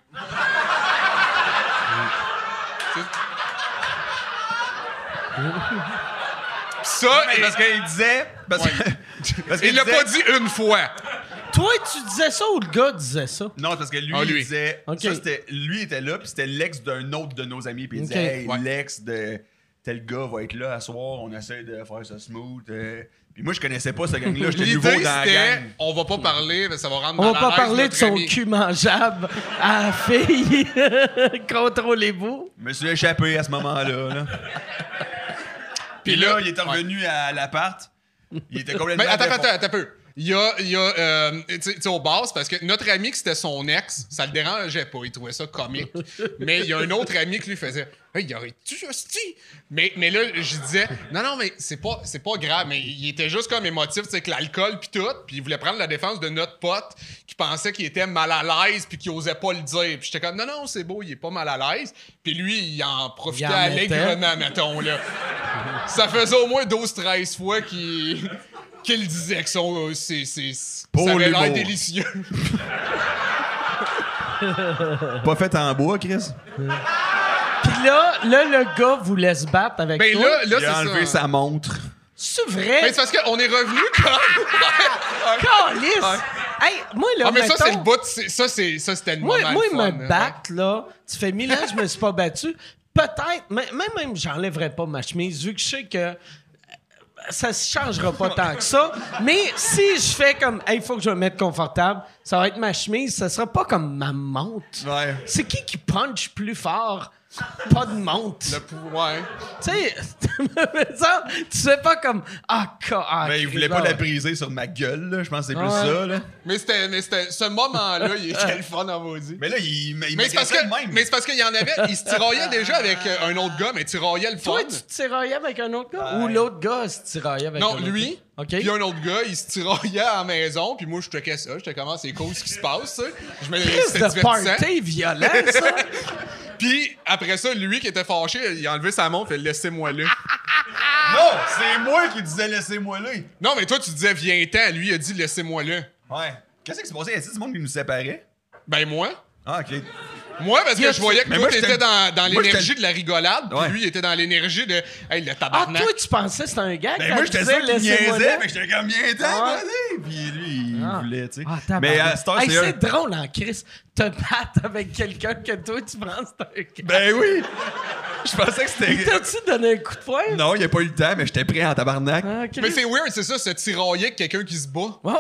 Ça, Mais parce qu'il disait... Parce il l'a pas dit une fois. Toi, tu disais ça ou le gars disait ça? Non, parce que lui, Ah, lui. il disait... Ok. Ça, c'était... Lui était là, puis c'était l'ex d'un autre de nos amis. Puis il Ok. disait, hey, Ouais. l'ex de tel gars va être là à soir, on essaie de faire ça smooth. Puis moi, je connaissais pas ce gang-là, j'étais nouveau L'idée, dans la c'était, gang. on va pas parler, mais ça va rendre On mal va à pas l'aise parler de notre son ami. cul mangeable à la fille. Contrôlez-vous. Je me suis échappé à ce moment-là. Là. Puis là, il est revenu à l'appart. Il était complètement... Mais attends un peu. Il y a tu sais, au bar, c'est parce que notre ami, que c'était son ex, ça le dérangeait pas, il trouvait ça comique. Mais il y a un autre ami qui lui faisait « Hey, il aurait-tu hostie? » Mais là, je disais « Non, mais c'est pas grave. » Mais il était juste comme émotif, tu sais, que l'alcool puis tout, puis il voulait prendre la défense de notre pote qui pensait qu'il était mal à l'aise puis qui osait pas le dire. Puis j'étais comme « Non, c'est beau, il est pas mal à l'aise. » Puis lui, il en profitait Il en allègrement, mettons, là. Ça faisait au moins 12-13 fois qu'il disait que Pour ça avait l'humour. l'air délicieux. Pas fait en bois, Chris. Puis là, le gars voulait se battre avec Ben toi. là, Il a c'est enlevé ça. sa montre. C'est Ben, vrai? c'est parce qu'on est revenu comme... Calice! Hey, moi, là, Ah, mais ça, mettons- c'est le bout. Ça, c'était le Moi, moment moi le fun, me hein. battre, là, tu fais 1000 ans que je me suis pas battu. Peut-être, même j'enlèverais pas ma chemise, vu que je sais que ça se changera pas tant que ça. Mais si je fais comme, hey, il faut que je me mette confortable, ça va être ma chemise, ça sera pas comme ma montre. Ouais. C'est qui punch plus fort? pas de montre. Ouais. Tu sais, ça, tu sais pas comme... Mais il voulait pas la briser sur ma gueule, là. Je pense que c'est plus ça, là. Mais c'était ce moment-là, il était le fun en maudit. Mais là, il Mais c'est parce que, même. mais c'est parce qu'il y en avait, il se tiraillait déjà avec un autre gars, mais tiraillait le fun. Toi, tu te tiraillais avec un autre gars? Ou l'autre gars se tiraillait avec un Non, autre lui, gars? OK. puis un autre gars, il se tiraillait à la maison, puis moi, je checkais ça. J'étais comment c'est cool ce qui se passe, ça. Je me C'était c'était de divertissant. party violent, ça. Puis après ça, lui qui était fâché, il a enlevé sa montre et laissez-moi là. Non, c'est moi qui disais laissez-moi là. Non, mais toi, tu disais viens-t'en. Lui, il a dit laissez-moi là. Ouais. Qu'est-ce qui s'est passé? Y a-t-il du monde qui nous séparait? Ben, moi. Ah, OK. Moi, parce que je voyais que Mais toi, moi, t'étais dans moi, l'énergie j'étais- de la rigolade, puis Ouais. lui, il était dans l'énergie de hey, le Ah, tabarnak. toi, tu pensais que c'était un gag? Ben quand moi, tu j'étais disais, sûr qu'il laissez-moi niaisait, là? mais j'étais comme viens-t'en, Ouais. vas-y. Puis lui, il voulait, tu sais. Ah, tabarnak. Mais à cette heure, Hey, c'est un... c'est drôle en Chris. Te battre avec quelqu'un que toi, tu penses que c'est un gag. Ben oui! Je pensais que c'était... T'as-tu donné un coup de poing? Non, il a pas eu le temps, mais j'étais prêt en tabarnak. Ah, Chris. Mais c'est weird, c'est ça, se tirailler avec quelqu'un qui se bat. Ouais,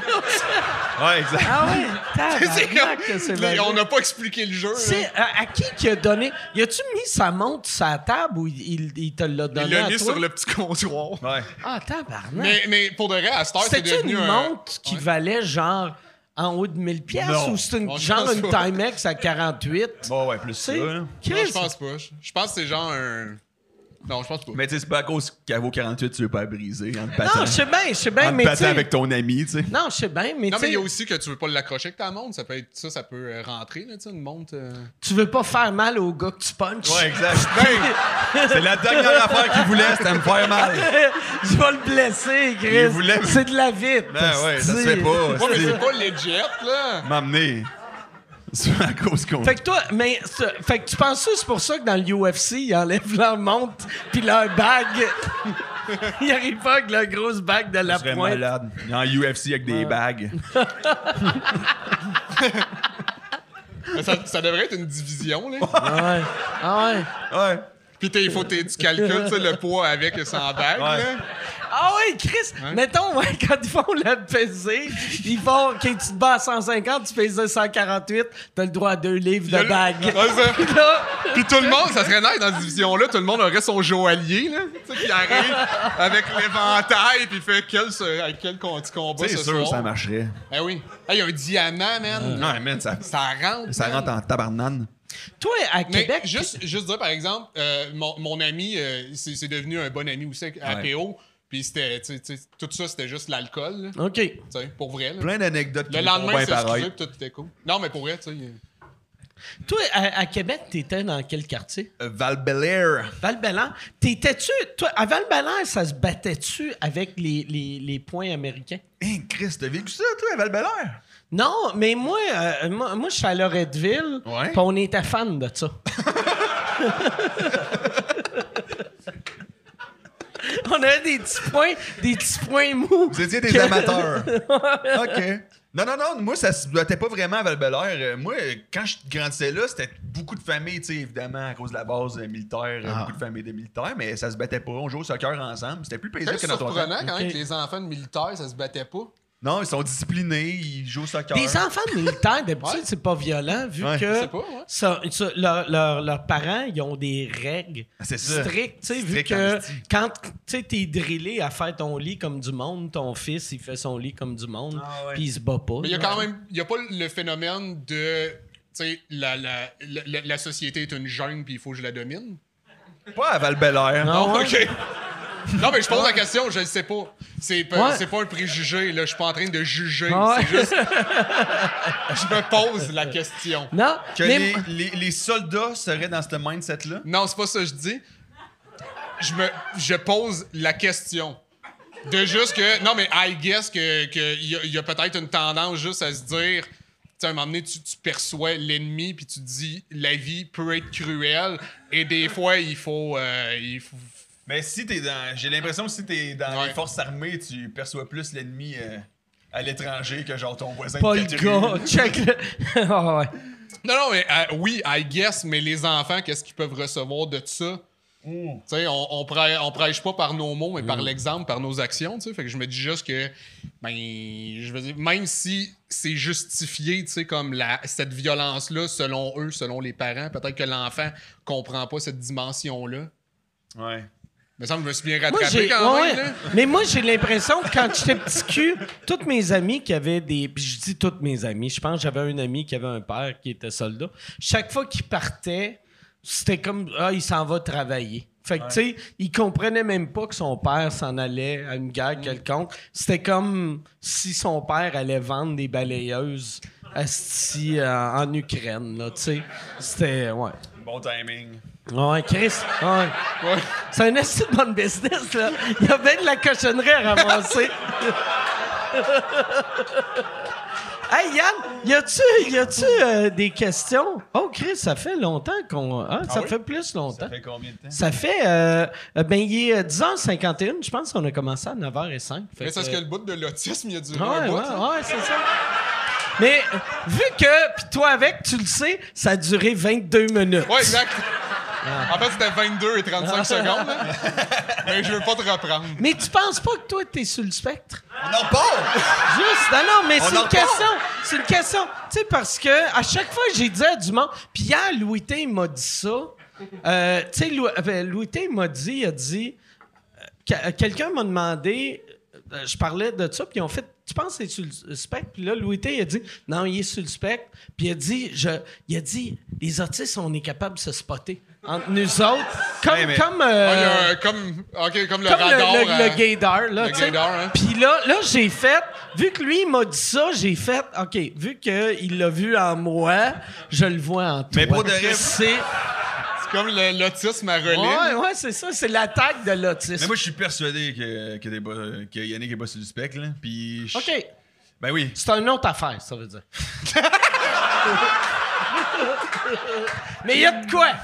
ouais. Ouais, exact. Ah ouais, C'est tabarnak, que c'est comme, vrai. on n'a pas expliqué le jeu. là. C'est à qui a donné... Y a-tu mis sa montre sur la table ou il te l'a donné Il l'a à mis toi? sur le petit comptoir. Ouais. Ah, tabarnak. Mais pour de vrai, à cette heure, c'est C'était-tu devenu une un... montre qui valait genre en haut de 1000 pièces Non. ou c'était Non, je genre pense une pas. Timex à 48? Bon, ouais, plus ça, C'est... là. Non, Chris, je pense pas. Je pense que c'est genre un... Non, je pense pas. Mais tu sais, c'est pas à cause qu'elle vaut 48, tu veux pas la briser en te non, battant. je sais bien, En te mais tu battant sais... avec ton ami, tu sais. Non, je sais bien, mais Non, tu mais il y a sais, aussi que tu veux pas l'accrocher avec ta montre. Ça peut être ça peut rentrer, là, tu sais, une montre... tu veux pas faire mal au gars que tu punches. Ouais, exact. Ben, c'est la dernière affaire qu'il voulait, c'était me faire mal. Je vais le blesser, Chris. Il voulait- C'est de la vite. Ben ouais, ça se esti. fait pas. Ouais, mais c'est- c'est pas legit, là. M'amener. C'est à cause qu'on... Fait que toi, fait que tu penses que c'est pour ça que dans le UFC, ils enlèvent leur montre puis leur bague. Ils arrivent pas avec leur grosse bague de la Je serais pointe. malade. En UFC avec des bagues. Mais ça devrait être une division, là. Ah ouais. Ah ouais. Ouais. Puis il faut tu calcules tu sais, le poids avec et sans bague, Ouais. là. Ah ouais, Chris, mettons, ouais, quand ils font le peser, ils font, quand tu te bats à 150, tu pèses 148, t'as le droit à 2 livres de bague. Ouais, ça. Puis là, Puis tout le monde, ça serait nice dans cette division-là, tout le monde aurait son joaillier, là. Tu sais, qui arrive avec l'éventail, puis il fait avec quel combat C'est ce sûr, soir. ça marcherait. Eh oui. Hey, il y a un diamant, man. Non, man, ça Ça rentre. rentre en tabarnane. toi, à Mais Québec, juste dire, par exemple, mon ami, c'est devenu un bon ami aussi à Ouais. PO. Puis c'était, tu sais, tout ça, c'était juste l'alcool, là. OK. Tu sais, pour vrai. Là. Plein d'anecdotes qui Le me font lendemain, bien c'est excusé, paraître. puis tout était cool. Non, mais pour vrai, tu sais. Toi, à Québec, t'étais dans quel quartier? Val-Belair. Val-Bélair. T'étais-tu... Toi, à Val-Bélair, ça se battait-tu avec les points américains? Hey, Chris, t'as vécu ça, toi, à Val-Belair? Non, mais moi, je suis à Loretteville, Ouais. puis on était fan de ça. On avait des petits points mous. Vous étiez des amateurs. OK. Non, moi, ça se battait pas vraiment à Val-Belair. Moi, quand je grandissais là, c'était beaucoup de familles, tu sais, évidemment, à cause de la base militaire, beaucoup de familles de militaires, mais ça se battait pas. On jouait au soccer ensemble. C'était plus paisible que C'est notre surprenant temps. quand même Ok. que les enfants de militaires, ça se battait pas. Non, ils sont disciplinés, ils jouent au soccer. Des enfants militaires, d'habitude, Ouais. c'est pas violent, vu Ouais. que Je sais pas, ouais. leurs parents, ils ont des règles C'est ça. strictes. Tu sais, vu Strict que en esti. quand t'es drillé à faire ton lit comme du monde, ton fils, il fait son lit comme du monde, Ah ouais. puis il se bat pas. Mais il y a quand même, il y a pas le phénomène de, tu sais, la société est une jungle puis il faut que je la domine. Pas à Val-Belair. Non, ouais. OK. Non, mais je pose la question, je le sais pas. C'est pas, Ouais. c'est pas un préjugé, là. Je suis pas en train de juger. Ah ouais. C'est juste. Je me pose la question. Non, Que mais... les soldats seraient dans ce mindset-là. Non, c'est pas ça que je dis. Je pose la question. De juste que. Non, mais I guess qu'il y a peut-être une tendance juste à se dire. Tu sais, à un moment donné, tu perçois l'ennemi, puis tu te dis, la vie peut être cruelle, et des fois, il faut. Mais si t'es dans. J'ai l'impression que si t'es dans Ouais. les forces armées, tu perçois plus l'ennemi à l'étranger que genre ton voisin Pas de le quatre gars. rues. Check le... Ah ouais. Non, mais oui, I guess, mais les enfants, qu'est-ce qu'ils peuvent recevoir de ça? Tu sais, on prêche pas par nos mots, mais par l'exemple, par nos actions, tu sais. Fait que je me dis juste que, je veux dire, même si c'est justifié, tu sais, comme cette violence-là, selon eux, selon les parents, peut-être que l'enfant comprend pas cette dimension-là. Ouais. Mais ça, je me suis bien rattrapé quand même, là. Mais moi, j'ai l'impression que quand j'étais petit cul, tous mes amis qui avaient des... Puis je dis tous mes amis, je pense que j'avais un ami qui avait un père qui était soldat. Chaque fois qu'il partait, c'était comme, il s'en va travailler. Fait que, tu sais, il comprenait même pas que son père s'en allait à une guerre quelconque. C'était comme si son père allait vendre des balayeuses en Ukraine, là, tu sais. C'était, Bon timing. Ouais, Chris, ouais. C'est un assez de bonne business, là. Il y a bien de la cochonnerie à ramasser. Hey, Yann, y a-tu des questions? Oh, Chris, ça fait longtemps qu'on... ça fait plus longtemps. Ça fait combien de temps? Ça fait... il est 10h51. Je pense qu'on a commencé à 9h05. Mais c'est parce que le bout de l'autisme, il a duré Ouais, un bout. ouais, c'est ça. Mais vu que, puis toi avec, tu le sais, ça a duré 22 minutes. Ouais, exact. En fait, c'était 22 et 35 secondes. Là. Mais je veux pas te reprendre. Mais tu penses pas que toi, t'es sur le spectre? On en parle! Juste, non, mais c'est en une question. C'est une question. Tu sais, parce que à chaque fois, j'ai dit à du monde... Puis hier, Louis T m'a dit ça. Tu sais, Louis T il a dit... quelqu'un m'a demandé... je parlais de ça, puis ils ont fait... Tu penses que c'est sur le spectre? Puis là, Louis T, il a dit, non, il est sur le spectre. Puis il a dit, les autistes, on est capable de se spotter entre nous autres. Comme comme le radar. Le gaydar, là. Le gaydar, hein. Puis là, j'ai fait, vu que lui, il m'a dit ça, j'ai fait, OK, vu qu'il l'a vu en moi, je le vois en toi. Mais pour de vrai, C'est comme l'autisme à relais. Ouais, c'est ça. C'est l'attaque de l'autisme. Mais moi, je suis persuadé que Yannick est pas sur le spectre, là. Puis... OK. Ben oui. C'est une autre affaire, ça veut dire. Mais il y a de quoi?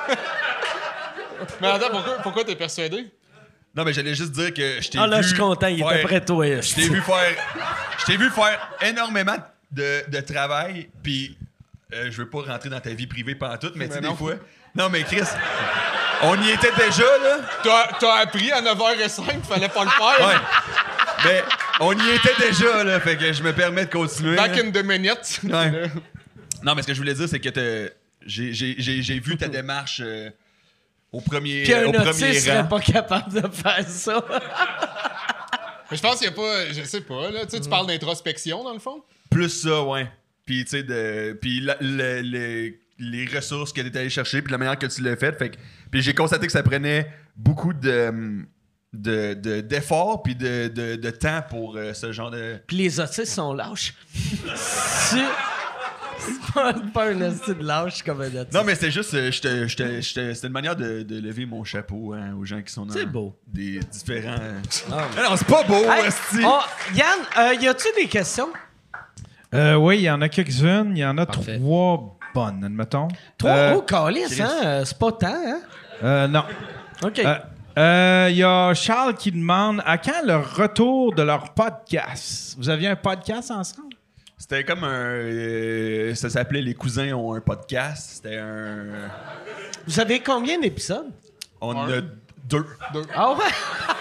Mais attends, pourquoi t'es persuadé? Non, mais j'allais juste dire que je t'ai vu... Ah là, je suis content, il est après toi. Je t'ai vu faire énormément de travail, puis je veux pas rentrer dans ta vie privée pantoute, mais tu sais, des fois... Non, mais Chris, on y était déjà, là. T'as appris à 9h05, fallait pas le faire. Ouais. Mais on y était déjà, là, fait que je me permets de continuer. Back in the minute. Ouais. Non, mais ce que je voulais dire, c'est que j'ai vu ta démarche au premier Puis un rang. autiste serait pas capable de faire ça. Mais je pense qu'il y a pas... Je sais pas, là. Tu sais, tu parles d'introspection, dans le fond? Plus ça, ouais. Puis, tu sais, puis les ressources que tu es allé chercher, puis la manière que tu l'as fait. Puis j'ai constaté que ça prenait beaucoup d'efforts puis de temps pour ce genre de... Puis les autistes sont lâches. C'est pas un autiste de lâche comme un autiste. Non, mais c'était juste... c'était une manière de lever mon chapeau aux gens qui sont dans beau. des différents... Non, c'est pas beau, Hey, esti. Yann, y a-tu des questions? Oui, il y en a quelques-unes. Il y en a Parfait. 3 bonnes, admettons. Toi, calice, hein? C'est pas tant, hein? Non. OK. Il y a Charles qui demande à quand le retour de leur podcast? Vous aviez un podcast ensemble? C'était comme un... ça s'appelait « Les cousins ont un podcast ». C'était un... Vous avez combien d'épisodes? On a 2. Ah ouais?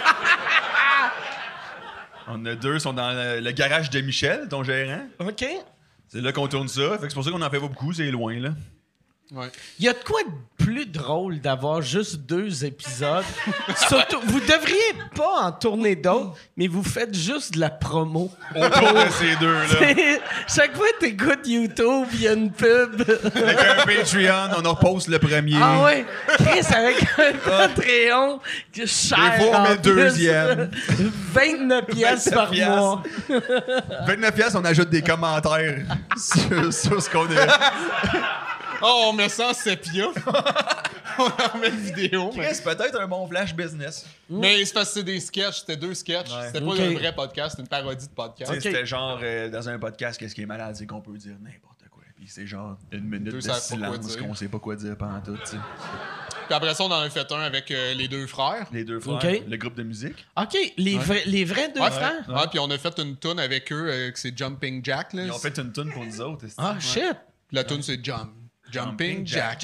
On a 2, ils sont dans le garage de Michel, ton gérant. OK. C'est là qu'on tourne ça. Fait que c'est pour ça qu'on en fait pas beaucoup, c'est loin, là. Ouais. Il y a de quoi de plus drôle d'avoir juste 2 épisodes? Surtout, vous devriez pas en tourner d'autres, mais vous faites juste de la promo. Autour de ces 2-là. Chaque fois que t'écoutes YouTube, il y a une pub. Avec un Patreon, on en repose le premier. Ah ouais? Chris, avec un Patreon, cher. Des fois, on met en le deuxième. 29 piastres par 29 mois. 29 piastres, on ajoute des commentaires sur ce qu'on a. Oh, on met ça en sépia. On en met une vidéo. Mais, C'est peut-être un bon flash business. mais c'est parce que c'est des sketchs. C'était 2 sketchs. Ouais. C'était pas Ok. un vrai podcast. C'était une parodie de podcast. Tu sais, c'était genre, dans un podcast, qu'est-ce qui est malade, c'est qu'on peut dire n'importe quoi. Puis c'est genre une minute Deux de savent pas quoi silence dire. qu'on sait pas quoi dire pendant tout, tu sais. Puis après ça, on en a fait un avec les 2 frères. Les 2 frères, Ok. le groupe de musique. OK, les vrais 2 Ouais. frères? Ouais, puis on a fait une toune avec eux, que c'est Jumping Jack. Là. Ils ont fait une tune pour nous autres. esti. Ah, shit. La toune, c'est Jump. Jumping Jack.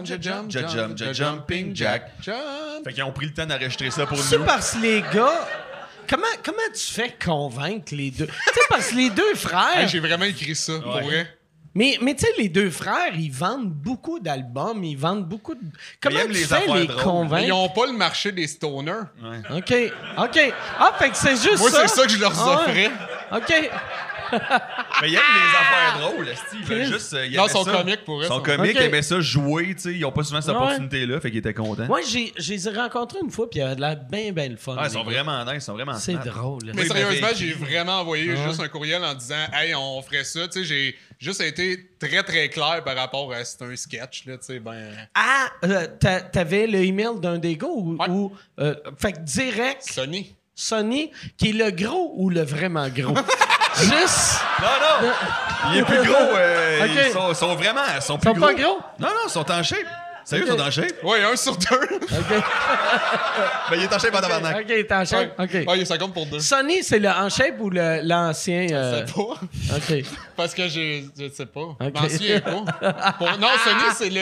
Jumping Jack. Jump. Fait qu'ils ont pris le temps d'enregistrer ça pour C'est nous. parce que les gars... Comment tu fais convaincre les deux? Tu sais, parce que les deux frères... Hey, j'ai vraiment écrit ça, pour vrai. Mais tu sais, les deux frères, ils vendent beaucoup d'albums, ils vendent beaucoup de... Comment aiment tu les fais affaires les drôles. convaincre? Ils n'ont pas le marché des stoners. OK. Ah, fait que c'est juste Moi, ça. c'est ça que je leur Ah ouais. offrais. OK. Mais ils aiment les affaires drôles, esti. Ils veulent juste. Ils Non, aimaient sont ça. comiques pour eux. Ils sont sont- comiques, Ok. ils aimaient ça jouer, tu sais. Ils ont pas souvent cette Ouais. opportunité-là, fait qu'ils étaient contents. Moi, je les ai rencontrés une fois, puis ils avaient de l'air bien le fun. Ouais, ils sont les gars. vraiment nice, ils sont vraiment C'est smart. drôle. Mais Oui, sérieusement, mais- j'ai vraiment envoyé juste un courriel en disant Hey, on ferait ça. Tu sais, j'ai juste été très très clair par rapport à c'est un sketch. Là, tu sais, Ah, t'avais le email d'un des gars ou... Ouais. Fait que direct, Sony. Sonny, qui est le gros ou le vraiment gros? Juste... Non! Il est plus gros. Ok. Ils sont vraiment. Ils sont Ils plus sont pas gros? Non, ils sont en shape. Sérieux, ils sont en shape? Ouais, 1 sur 2. OK. Ben, il est en shape en tabarnak. OK, t'es en shape? OK. Ouais, ça compte pour 2. Sonny, c'est le en shape ou l'ancien? Je sais pas. OK. Parce que je sais pas. Je m'en souviens pas. Non, Sony,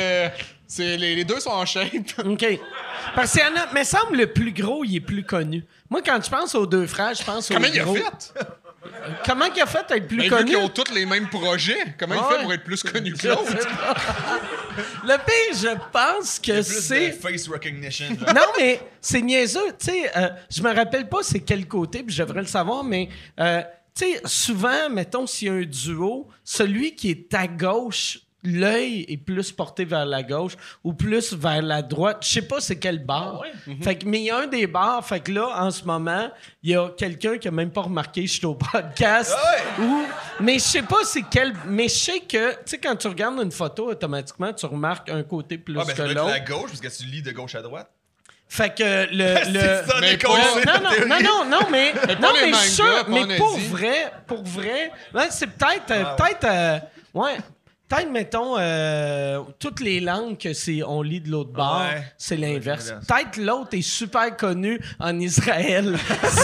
les deux sont en shape. OK. Parce qu'il y en a... Mais semble le plus gros, il est plus connu. Moi, quand je pense aux deux frères, je pense au Comment il a gros. fait? Comment il a fait à être plus Ben, vu connu? qu'ils ont tous les mêmes projets, comment il Ouais. fait pour être plus connu que Je l'autre? sais pas. Le pire, je pense que Plus c'est... de face recognition. Non, mais c'est niaiseux. Tu sais, je me rappelle pas c'est quel côté, puis je devrais le savoir, mais tu sais, souvent, mettons, s'il y a un duo, celui qui est à gauche, l'œil est plus porté vers la gauche ou plus vers la droite. Je sais pas c'est quel bar. Fait que, mais il y a un des bars, fait que là, en ce moment, il y a quelqu'un qui a même pas remarqué que je suis au podcast. Mais je sais pas c'est quel... Mais je sais que, tu sais, quand tu regardes une photo, automatiquement, tu remarques un côté plus Ah, ben, que ça doit être l'autre. la gauche, parce que tu lis de gauche à droite. Fait que C'est ça, Mais des pas- conseils, non, la théorie. non, mais pas non, les mais mangas, je suis sûr, pas mais en pour Asie. vrai, ouais, c'est peut-être, mettons, toutes les langues que on lit de l'autre bord, Ouais. c'est l'inverse. l'inverse. Peut-être l'autre est super connu en Israël.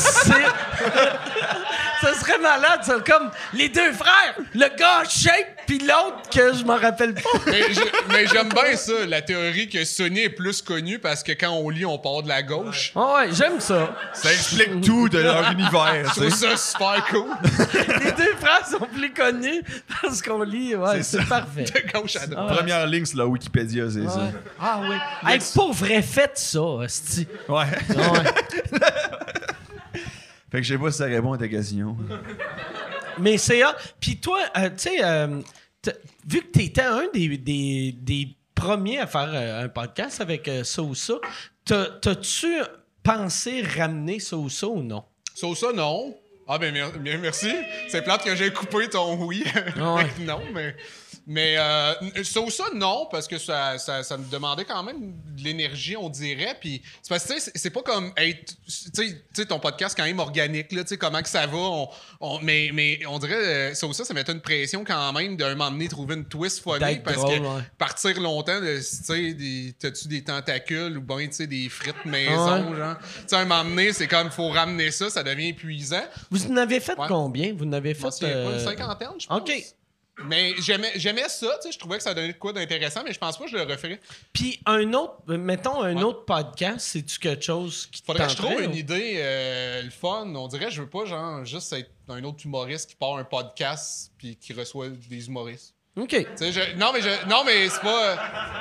Ça serait malade, ça, comme les deux frères, le gars shape puis l'autre que je m'en rappelle pas. Mais j'aime bien ça, la théorie que Sony est plus connu parce que quand on lit, on part de la gauche. Ah ouais, j'aime ça. Ça explique tout de leur univers, Je tu trouve sais. ça super cool. Les deux frères sont plus connus parce qu'on lit, ouais, c'est parfait. De gauche à droite. Première ligne sur la Wikipédia, c'est ça. Ah oui. Hey, pour vrai, faites ça, hostie. Ouais. Ouais. Fait que je sais pas si ça répond à ta question. Mais c'est... Puis toi, tu sais, vu que t'étais un des premiers à faire un podcast avec ça ou ça, t'as-tu pensé ramener ça ou non? Sur ça, non. Ah, ben merci. C'est plate que j'ai coupé ton oui. Ouais. Non, mais sur ça, non, parce que ça me demandait quand même de l'énergie, on dirait. Puis c'est parce que, tu sais, c'est pas comme être. Tu sais, ton podcast, quand même organique, là, tu sais, comment que ça va. Mais on dirait, ça mettait une pression quand même d'un moment donné, trouver une twist funny. D'être Parce drôle, que ouais. partir longtemps, tu sais, t'as-tu des tentacules ou bien, tu sais, des frites maison, genre. Tu sais, un moment donné, c'est comme, faut ramener ça, ça devient épuisant. Vous en avez fait Ouais. combien? Vous en avez Je m'en fait... souviens pas, une cinquantaine, je pense. OK. Mais j'aimais ça, tu sais, je trouvais que ça donnait de quoi d'intéressant, mais je pense pas que je le referais. Puis mettons un autre podcast, c'est-tu quelque chose qui te Faudrait que je tenterait, trouve ou- une idée le fun. On dirait, je veux pas, genre, juste être un autre humoriste qui part un podcast puis qui reçoit des humoristes. OK. Tu sais, non, mais c'est pas.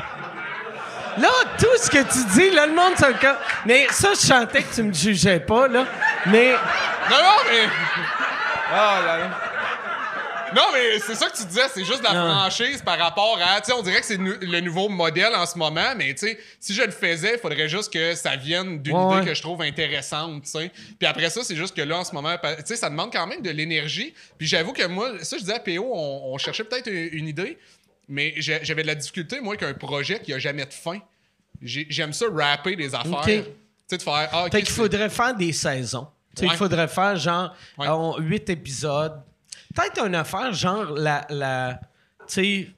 Là, tout ce que tu dis, là, le monde se comme... Mais ça, je sentais que tu me jugeais pas, là. Mais... Non, mais. Ah là là. Non, mais c'est ça que tu disais, c'est juste de la franchise par rapport à. Tu sais, on dirait que c'est le nouveau modèle en ce moment, mais tu sais, si je le faisais, il faudrait juste que ça vienne d'une idée que je trouve intéressante, tu sais. Puis après ça, c'est juste que là, en ce moment, tu sais, ça demande quand même de l'énergie. Puis j'avoue que moi, ça, je disais à PO, on cherchait peut-être une idée, mais j'avais de la difficulté, moi, qu'un projet qui a jamais de fin. J'aime ça rapper des affaires. OK. Tu sais, de faire. Ah, ok, Fait qu'il faudrait faire des saisons. Tu sais, il Ouais. faudrait faire genre Ouais. 8 épisodes. Peut-être une affaire genre la tu sais,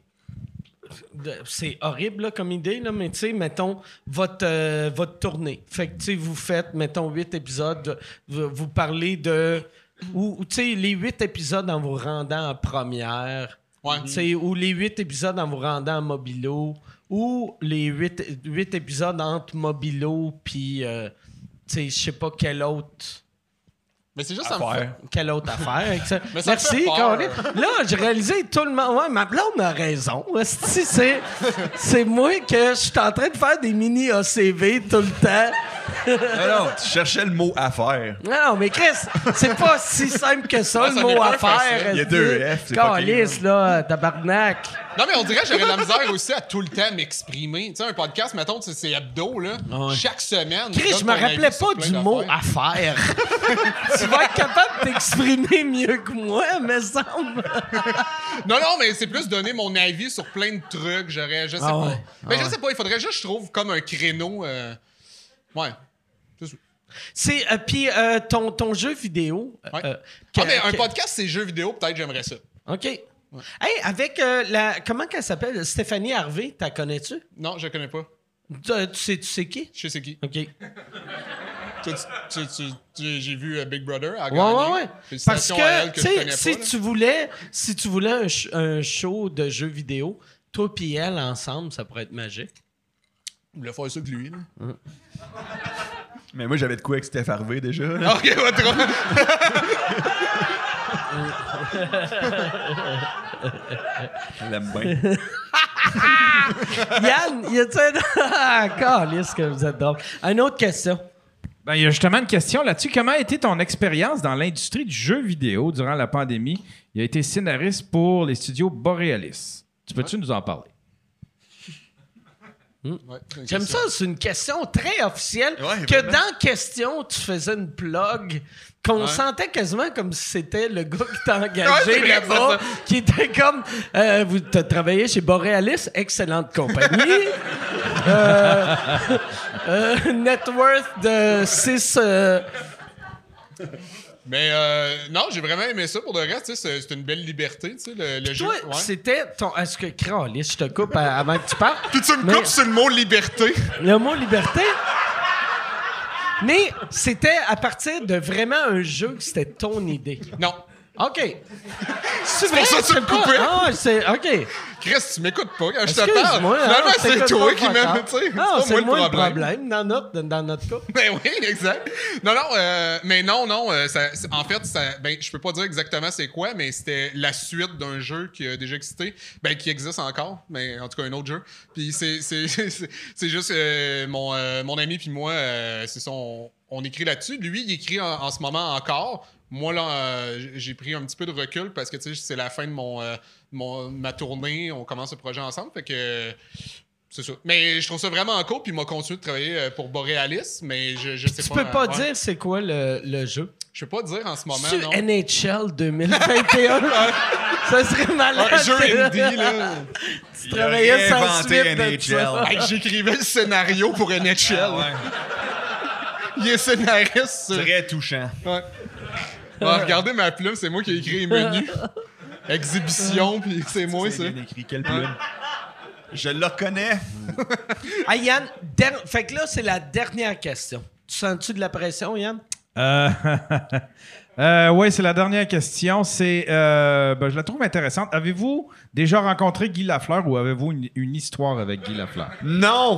c'est horrible là, comme idée, là, mais tu sais, mettons votre tournée. Fait que tu sais, vous faites, mettons, 8 épisodes, vous parlez de... Ou tu sais, les 8 épisodes en vous rendant en première Ouais. C'est ou les 8 épisodes en vous rendant à Mobilo, ou les 8 épisodes entre Mobilo puis, je sais pas quel autre... Mais c'est juste ça me fait... Quelle autre affaire avec ça? Mais ça me Merci, fait peur. Colin. Là, j'ai réalisé tout le monde. Ouais, ma blonde a raison. Esti, c'est moi que je suis en train de faire des mini ACV tout le temps. Non, tu cherchais le mot affaire. Non, mais Chris, c'est pas si simple que ça, Ouais, le ça mot n'est pas affaire. facile. Il y a 2 F, c'est pas Calice, là, tabarnak. Non, mais on dirait que j'aurais de la misère aussi à tout le temps m'exprimer. Tu sais, un podcast, mettons, c'est hebdo, là. Ouais. Chaque semaine. Chris, donne je me ton rappelais avis sur pas plein du mot d'affaires. affaire. Tu vas être capable de t'exprimer mieux que moi, me semble. Non, mais c'est plus donner mon avis sur plein de trucs. Je sais Ah pas. ouais. Mais je sais pas, il faudrait juste, je trouve, comme un créneau. Ouais. C'est ça. C'est puis ton jeu vidéo. Ouais. Mais un podcast, c'est jeux vidéo, peut-être j'aimerais ça. OK. Hey, avec comment qu'elle s'appelle? Stéphanie Harvey, t'as connais-tu? Non, je connais pas. Tu sais qui? Je sais c'est qui. OK. J'ai vu Big Brother à Ouais, gagner. ouais, ouais. Parce Félicitations à elle que, je tu connais sais, pas. si tu voulais un show de jeux vidéo, toi et elle ensemble, ça pourrait être magique. Je voulais faire ça que lui. Là. Mais moi, j'avais de quoi avec Steph Harvey déjà. Ok, ouais, trop. Je l'aime bien. Yann, y a-tu un... Ah, câlisse que vous êtes drôle. Une autre question. Ben, il y a justement une question là-dessus. Comment a été ton expérience dans l'industrie du jeu vidéo durant la pandémie? Il a été scénariste pour les studios Borealis. Tu peux-tu nous en parler? Ouais, J'aime ça, c'est une question très officielle. Ouais, que vraiment. dans question, tu faisais une plug qu'on sentait quasiment comme si c'était le gars qui t'a Ouais, engagé c'est vrai, là-bas, c'est ça. qui était comme vous t'as travaillé chez Borealis, excellente compagnie. Net worth de 6. Mais non, j'ai vraiment aimé ça. Pour le reste, tu sais, c'est une belle liberté, tu sais, le jeu. Toi, Ouais. c'était ton. Est-ce que Cralice, je te coupe avant que tu parles? Puis tu me Mais- coupes sur le mot liberté. Le mot liberté. Mais c'était à partir de vraiment un jeu que c'était ton idée. Non. OK. C'est pour ça que tu me coupais. Ah, c'est. OK. Chris, tu m'écoutes pas quand je te parle. Excuse-moi. Finalement, hein, c'est t'écoutes toi pas qui fuck m'aime, all. tu sais. Non, pas c'est moi le le problème. problème dans notre cas. Ben oui, exact. Non, mais non, en fait, je peux pas dire exactement c'est quoi, mais c'était la suite d'un jeu qui a déjà existé, qui existe encore, mais en tout cas un autre jeu. Puis c'est juste mon ami puis moi, c'est ça, on écrit là-dessus. Lui, il écrit en ce moment encore. Moi, là, j'ai pris un petit peu de recul parce que, tu sais, c'est la fin de ma tournée. On commence le projet ensemble, fait que... C'est ça. Mais je trouve ça vraiment cool, puis il m'a continué de travailler pour Borealis, mais je sais Tu pas... peux pas ouais. dire c'est quoi le jeu. Je peux pas dire en ce moment, C'est non. NHL 2021. Ça serait malade. Un jeu indie, là. Tu travaillais sans réinventé suite de ça. Hey, j'écrivais le scénario pour NHL. Il est scénariste. Très touchant. Ouais. Regardez ma plume, c'est moi qui ai écrit les menus. Exhibition, puis c'est moi, ça. C'est bien écrit. Quelle plume. Je le reconnais. Ah, Yann, fait que là, c'est la dernière question. Tu sens-tu de la pression, Yann? Oui, c'est la dernière question. C'est, je la trouve intéressante. Avez-vous déjà rencontré Guy Lafleur ou avez-vous une histoire avec Guy Lafleur? Non!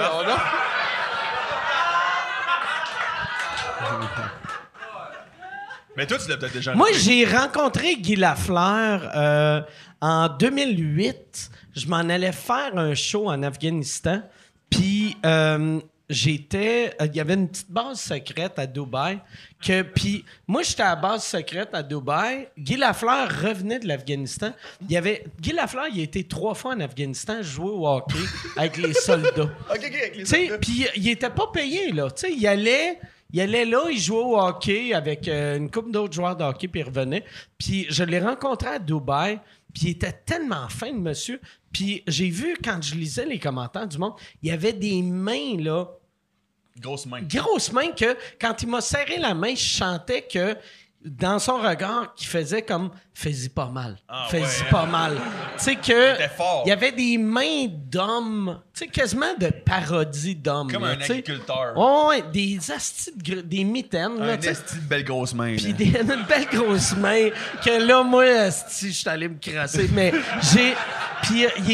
Mais toi, tu l'as peut-être déjà Moi, rencontré. j'ai rencontré Guy Lafleur en 2008. Je m'en allais faire un show en Afghanistan. Puis, il y avait une petite base secrète à Dubaï. Puis, moi, j'étais à la base secrète à Dubaï. Guy Lafleur revenait de l'Afghanistan. Guy Lafleur, il a été 3 fois en Afghanistan jouer au hockey avec les soldats. Tu sais, puis il était pas payé, là. Tu sais, il allait là, il jouait au hockey avec une couple d'autres joueurs de hockey, puis il revenait. Puis je l'ai rencontré à Dubaï, puis il était tellement fin, le monsieur. Puis j'ai vu, quand je lisais les commentaires du monde, il y avait des mains, là, Grosse main. grosses mains, que quand il m'a serré la main, je sentais que dans son regard qui faisait comme fais-y pas mal. Fais-y pas mal. Tu sais que était fort. il y avait des mains d'hommes, tu sais quasiment de parodie d'hommes. Comme là, un tu sais. agriculteur. Ouais, des astis des mitaines là, Un tu sais. esti de belle grosse main. Puis là. une belle grosse main que là, moi, asti, je suis allé me crasser. Mais j'ai... Puis il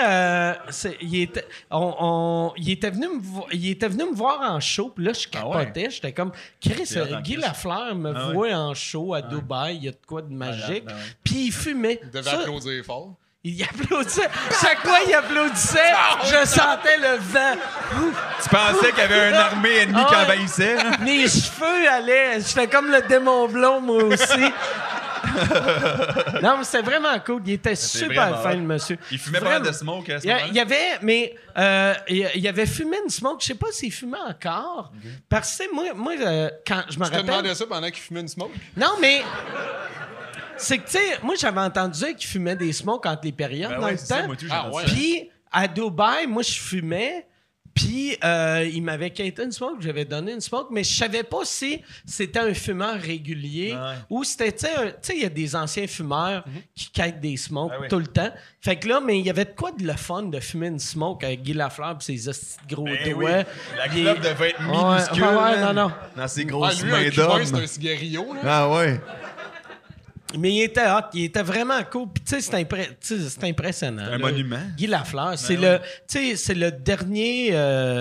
était venu me voir en show. Puis là, je capotais. ouais? J'étais comme, Chris, en Guy Christ. Lafleur me Ah ouais? voit en show à Dubaï. Il y a de quoi de magique. ben ouais. Puis il fumait. Il devait Ça, applaudir fort. il applaudissait. Chaque fois il applaudissait, je sentais le vent. Tu pensais qu'il y avait une armée ennemie qui Ah ouais. envahissait? Là? Mes cheveux allaient. J'étais comme le démon blond, moi aussi. Non, mais c'était vraiment cool. Il était super vraiment fin, hot. le monsieur. Il fumait Vraiment. pas de smoke à ce Il y moment-là? y avait, mais il avait fumé une smoke. Je sais pas s'il fumait encore. Parce que, tu sais, moi quand je me Tu te rappelle. demandais ça pendant qu'il fumait une smoke? Non, mais. C'est que, tu sais, moi, j'avais entendu dire qu'il fumait des smokes entre les périodes Ben dans ouais, le c'est ça, temps. moi, tout, j'ai Ah entendu ouais. ça. Puis, à Dubaï, moi, je fumais. Puis, il m'avait quitté une smoke, j'avais donné une smoke, mais je savais pas si c'était un fumeur régulier Ouais. ou c'était, tu sais, il y a des anciens fumeurs qui quittent des smokes Ah oui. tout le temps. Fait que là, mais il y avait de quoi de le fun de fumer une smoke avec Guy Lafleur pis ses hosties de gros Ben oui, doigts. la Il- clope devait être Ouais, minuscule. ouais, man, non. Dans ses Ah, grosses lui, mains un cubain, c'est d'homme. un cigarillo, là. Ah ouais. Mais il était hot, il était vraiment cool. Puis tu sais, c'est impressionnant. Un là. monument. Guy Lafleur, c'est oui. le, tu sais, c'est le dernier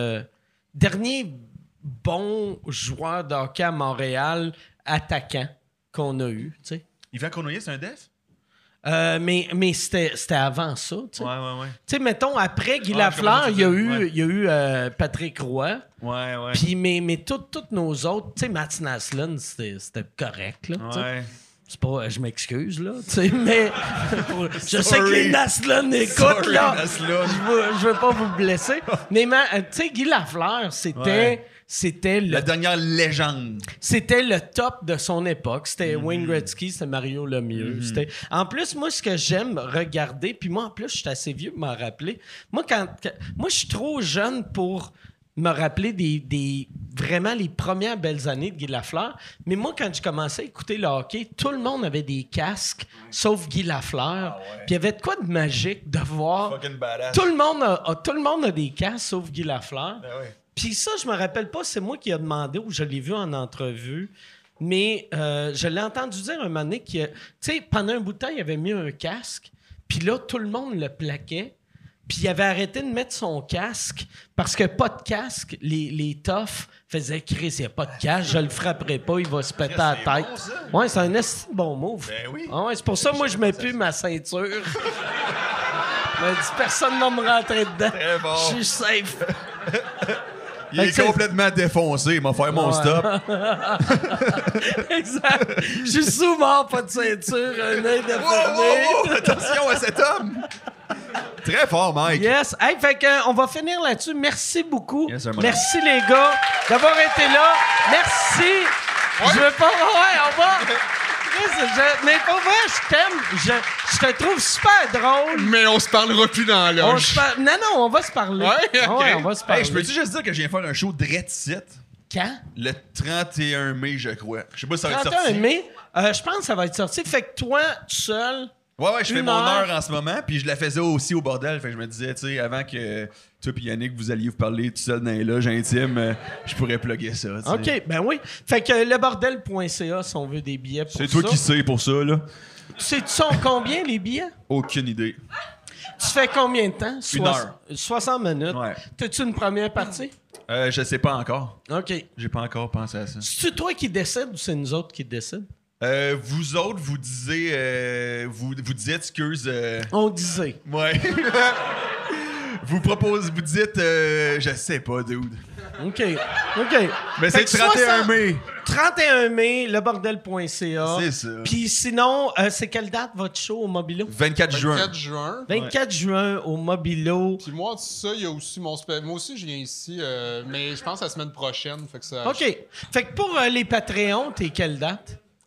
bon joueur de hockey à Montréal attaquant qu'on a eu, tu sais. Yvan Cournoyer, c'est un def? Mais c'était avant ça, tu sais. Ouais, ouais, ouais. Tu sais, mettons, après Guy Ouais, Lafleur, je il y a comprends eu, ce que tu dis. il y a eu Patrick Roy. Ouais, ouais. Puis, mais toutes nos autres, tu sais, Matt Naslund, c'était correct, là, tu sais. Ouais. C'est pas, je m'excuse, là, tu sais, mais je sais que Sorry. les Naslund écoutent, Sorry, là. Naslund. Je veux pas vous blesser. Mais, tu sais, Guy Lafleur, c'était La dernière légende. c'était le top de son époque. C'était Wayne Gretzky, c'était Mario Lemieux. C'était... En plus, moi, ce que j'aime regarder, puis moi, en plus, je suis assez vieux pour m'en rappeler. Moi, moi, je suis trop jeune pour me rappeler des vraiment les premières belles années de Guy Lafleur. Mais moi, quand je commençais à écouter le hockey, tout le monde avait des casques, sauf Guy Lafleur. Puis il y avait de quoi de magique de voir... Fucking badass. Tout le monde a des casques, sauf Guy Lafleur. Ben ouais. Puis ça, je me rappelle pas, c'est moi qui ai demandé ou je l'ai vu en entrevue. Mais je l'ai entendu dire un moment donné que, tu sais, pendant un bout de temps, il avait mis un casque. Puis là, tout le monde le plaquait. Puis il avait arrêté de mettre son casque parce que pas de casque, les toughs faisaient Chris, il n'y a pas de casque, je le frapperai pas, il va se péter à la c'est tête. bon, ça. Ouais, c'est un esti de bon move. Ben oui. Ah ouais, c'est pour ça que moi, je mets plus ma ceinture. m'a dit, personne ne va me rentrer dedans. Très bon. Je suis safe. Il est complètement défoncé. Il m'a fait mon stop. Exact. Je suis sous-mort, pas de ceinture, un œil de Oh, attention à cet homme. Très fort, Mike. Yes. Hey, fait que, on va finir là-dessus. Merci beaucoup. Yes, sir, madame. Merci, les gars, d'avoir été là. Merci. Je veux pas... Ouais, on va... Mais pour vrai, je t'aime. Je te trouve super drôle. Mais on se parlera plus dans On l'âge. se par- Non, on va se parler. Ouais, ok. Ouais, on va se parler. Hey, je peux-tu juste dire que je viens faire un show direct ici? Quand? Le 31 mai, je crois. Je sais pas si ça va être 31 sorti. mai. Je pense que ça va être sorti. Fait que toi, tout seul... Ouais, je fais Une mon heure. heure en ce moment, puis je la faisais aussi au bordel. Fait que je me disais, tu sais, avant que toi et Yannick, vous alliez vous parler tout seul dans les loges intimes, je pourrais plugger ça. tu sais. OK, ben oui. Fait que lebordel.ca si on veut des billets pour ça. C'est toi qui sais pour ça, là. Tu sais, tu sont combien, les billets? Aucune idée. Tu fais combien de temps? Une heure. 60 minutes. Ouais. T'as-tu une première partie? Je sais pas encore. OK. J'ai pas encore pensé à ça. C'est-tu toi qui décide ou c'est nous autres qui décident? Vous autres, vous disiez, vous disiez, excuse, On disait. ouais. Vous dites, je sais pas, dude. OK. Mais Fait c'est que le 31 60 mai. 31 mai, lebordel.ca. C'est ça. Puis sinon, c'est quelle date votre show au Mobilo? 24 juin. 24 juin. 24 juin au Mobilo. Puis moi, ça, il y a aussi mon moi aussi, je viens ici, mais je pense la semaine prochaine. Fait que ça. OK. Fait que pour les Patreons, t'es quelle date?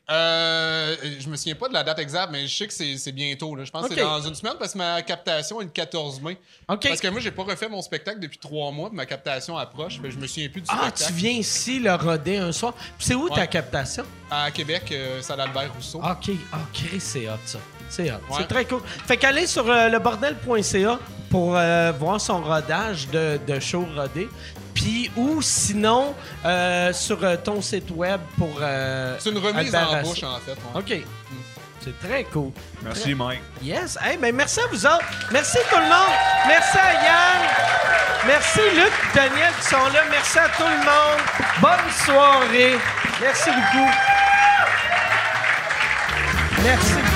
Je me souviens pas de la date exacte, mais je sais que c'est bientôt. Là. Je pense que c'est dans une semaine parce que ma captation est le 14 mai. OK. Parce que moi, j'ai pas refait mon spectacle depuis 3 mois, puis ma captation approche. Je me souviens plus du spectacle. Tu viens ici le roder un soir. Puis c'est où ta captation? À Québec, salle Albert Rousseau. OK. Chris, c'est hot, ça. C'est hot. Ouais. C'est très cool. Fait qu'allez sur lebordel.ca pour voir son rodage de show rodé. Puis, ou sinon, sur ton site web pour... c'est une remise en bouche, en fait. Ouais. OK. C'est très cool. Merci, Mike. Yes. Hey, ben merci à vous autres. Merci tout le monde. Merci à Yann. Merci Luc et Daniel qui sont là. Merci à tout le monde. Bonne soirée. Merci beaucoup. Merci beaucoup.